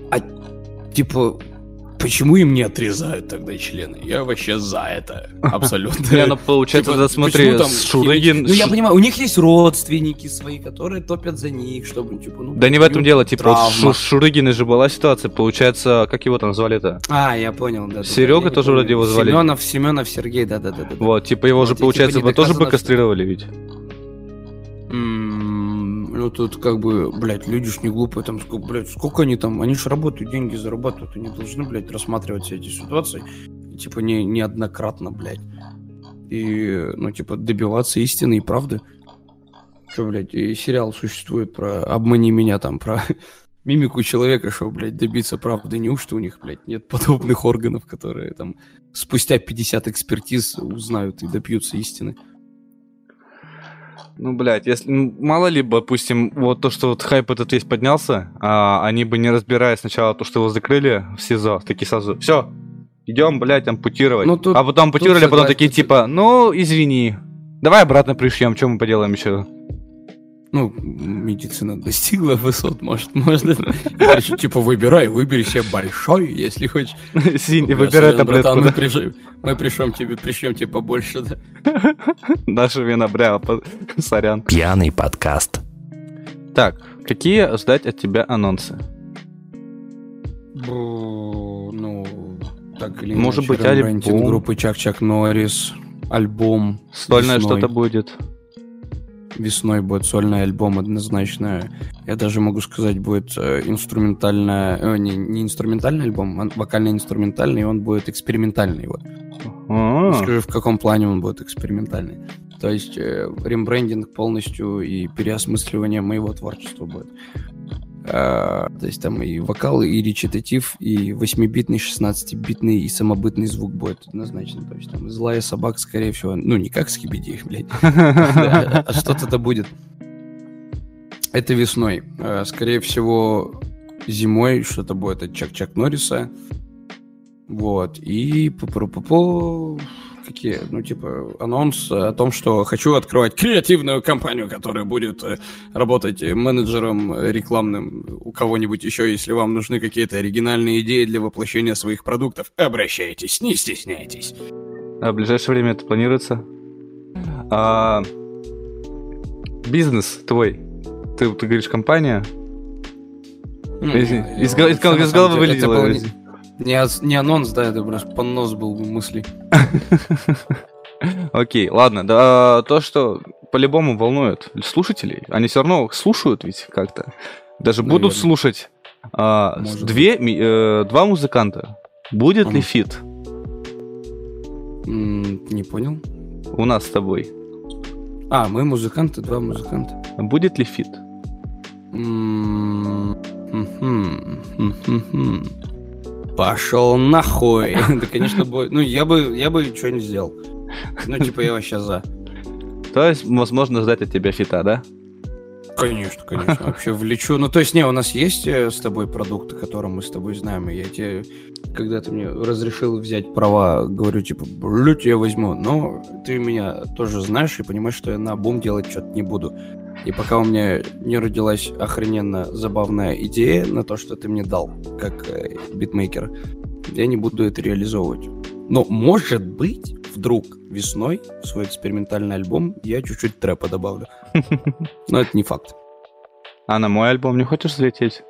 почему им не отрезают тогда члены? Я вообще за это. Абсолютно. не, ну получается, Типа, да, смотри, почему там Шурыгин... Ну, я понимаю, у них есть родственники свои, которые топят за них, чтобы, типа, ну... Да не в этом дело, типа, вот травма. с Шурыгиной же была ситуация, получается, как его там звали-то? Я понял, да. Серега я не тоже помню. вроде его звали. Семенов Сергей, да. Вот, типа, его Вот, же, и, типа, получается, не бы тоже бы доказано, что- кастрировали ведь. Ну, тут как бы, блядь, люди ж не глупые, там, сколько они там, они же работают, деньги зарабатывают, они должны, блядь, рассматривать все эти ситуации, и, типа, неоднократно, блядь, и, ну, типа, добиваться истины и правды. Что, блядь, и сериал существует про «Обмани меня», там, про мимику человека, что, блядь, добиться правды. Неужто у них, блядь, нет подобных органов, которые, там, спустя 50 экспертиз узнают и добьются истины? Ну, блядь, если, мало ли, допустим, вот то, что вот хайп этот весь поднялся, они бы не разбирая сначала то, что его закрыли в СИЗО, такие сразу, все, идем, блядь, ампутировать. Ну, тут- а потом ампутировали, тут а потом такие, согласен. типа, ну, извини, давай обратно пришьем, что мы поделаем еще? медицина достигла высот, можно. Короче, типа, выбери себе большой, если хочешь. Выбирай таблетку, да? Мы пришлем тебе побольше, да. Наша вина, бля, сорян. Пьяный подкаст. Так, какие ждать от тебя анонсы? Так или может быть, альбом группы Чак Норрис, альбом. Сольное что-то будет. Весной будет сольный альбом однозначно. Я даже могу сказать, будет инструментальный, не инструментальный альбом, а вокально-инструментальный, и он будет экспериментальный. Вот. Скажу, в каком плане он будет экспериментальный. То есть рембрендинг полностью и переосмысливание моего творчества будет. То есть там и вокал, и речитатив, и 8-битный, 16-битный, и самобытный звук будет однозначно. То есть там злая собака, скорее всего, не как Скибиди, блядь, а что-то будет. Это весной. Скорее всего, зимой что-то будет от Чак Норриса. Вот. И какие, анонс о том, что хочу открывать креативную компанию, которая будет работать менеджером рекламным у кого-нибудь еще. Если вам нужны какие-то оригинальные идеи для воплощения своих продуктов, обращайтесь, не стесняйтесь. А в ближайшее время это планируется? Бизнес твой. Ты говоришь, компания? Из головы вылетело. Не анонс, да, это просто понос был в мысли. Окей, ладно. Да, то, что по-любому волнует слушателей, они все равно слушают ведь как-то. Даже будут слушать. Два музыканта. Будет ли фит? Не понял. У нас с тобой. Мы музыканты, два музыканта. Будет ли фит? Пошел нахуй. Да, конечно, будет. Я бы что-нибудь сделал. Я вообще за. То есть, возможно, ждать от тебя фита, да? Конечно. Вообще влечу. У нас есть с тобой продукты, которые мы с тобой знаем. И я тебе, когда ты мне разрешил взять права, говорю, я возьму. Но ты меня тоже знаешь и понимаешь, что я на бум делать что-то не буду. И пока у меня не родилась охрененно забавная идея на то, что ты мне дал, как битмейкер, я не буду это реализовывать. Но, может быть, вдруг весной в свой экспериментальный альбом я чуть-чуть трэпа добавлю. Но это не факт. А на мой альбом не хочешь залететь?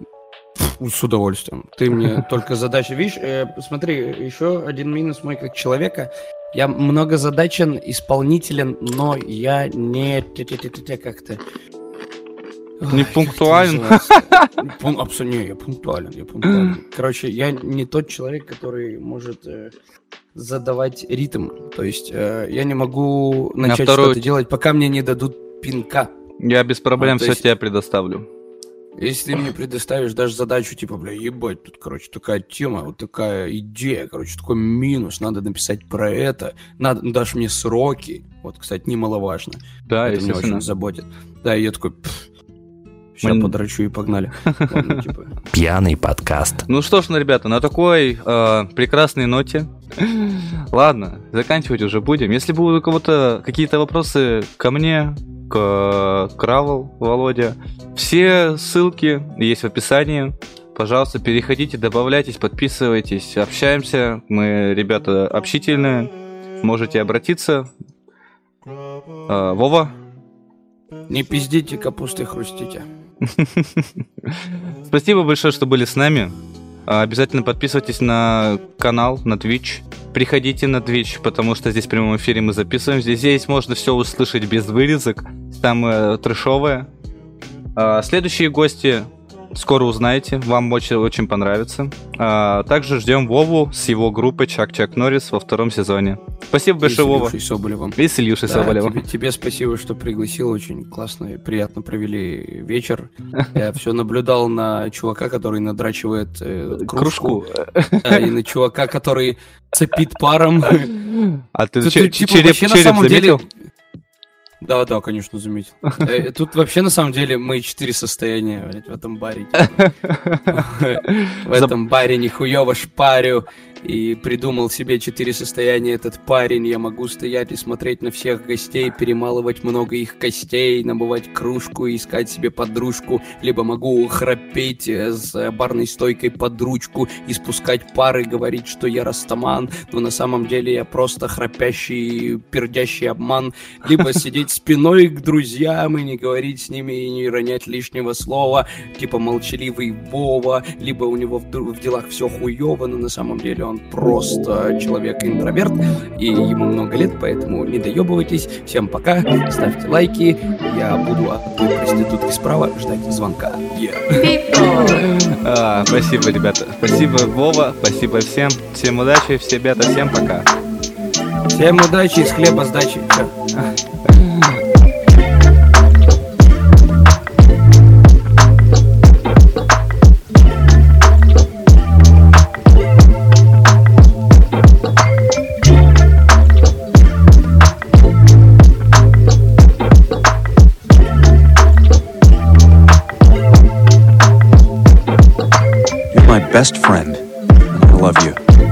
С удовольствием. Ты мне только задачи... Видишь, смотри, еще один минус мой как человека. Я многозадачен, исполнителен, но я не как-то... Не пунктуален? Абсолютно, я пунктуален. Короче, я не тот человек, который может задавать ритм. То есть я не могу начать что-то делать, пока мне не дадут пинка. Я без проблем все тебе предоставлю. Если ты мне предоставишь даже задачу, ебать, тут, такая тема, вот такая идея, такой минус, надо написать про это, дашь мне сроки, вот, кстати, немаловажно. Да, это меня очень заботит. Да, и я такой, сейчас подрачу и погнали. Ладно, Пьяный подкаст. Ну что ж, ребята, на такой прекрасной ноте, ладно, заканчивать уже будем. Если будут у кого-то какие-то вопросы ко мне, к Кравл, Володя, все ссылки есть в описании. Пожалуйста, переходите, добавляйтесь, подписывайтесь, общаемся. Мы, ребята, общительные. Можете обратиться. Вова? Не пиздите, капустой хрустите. Спасибо большое, что были с нами. Обязательно подписывайтесь на канал, на Twitch. Приходите на Twitch, потому что здесь в прямом эфире мы записываем. Здесь можно все услышать без вырезок. Там трэшовое. Следующие гости скоро узнаете. Вам очень понравится. Также ждем Вову с его группой Чак Норрис во втором сезоне. Спасибо большое, Вова. И с Ильюшей Соболевым. И с Ильюшей Соболевым. Тебе спасибо, что пригласил. Очень классно и приятно провели вечер. Я все наблюдал на чувака, который надрачивает кружку. И на чувака, который цепит паром. А ты череп заметил? Да, конечно, заметил. Тут вообще, на самом деле, мои 4 состояния, блядь, в этом баре. В этом баре нихуёво шпарю, и придумал себе 4 состояния этот парень. Я могу стоять и смотреть на всех гостей, перемалывать много их костей, набывать кружку и искать себе подружку, либо могу храпеть с барной стойкой под ручку и спускать пары, говорить, что я растаман, но на самом деле я просто храпящий, пердящий обман, либо сидеть спиной к друзьям и не говорить с ними и не ронять лишнего слова, типа молчаливый Вова, либо у него в делах все хуево, но на самом деле он просто человек-интроверт, и ему много лет, поэтому не доебывайтесь. Всем пока, ставьте лайки, я буду от той проститутки справа ждать звонка. Спасибо, ребята. Спасибо, Вова. Спасибо всем. Всем удачи, все ребята, всем пока. Всем удачи, из хлеба сдачи. My best friend, and I love you.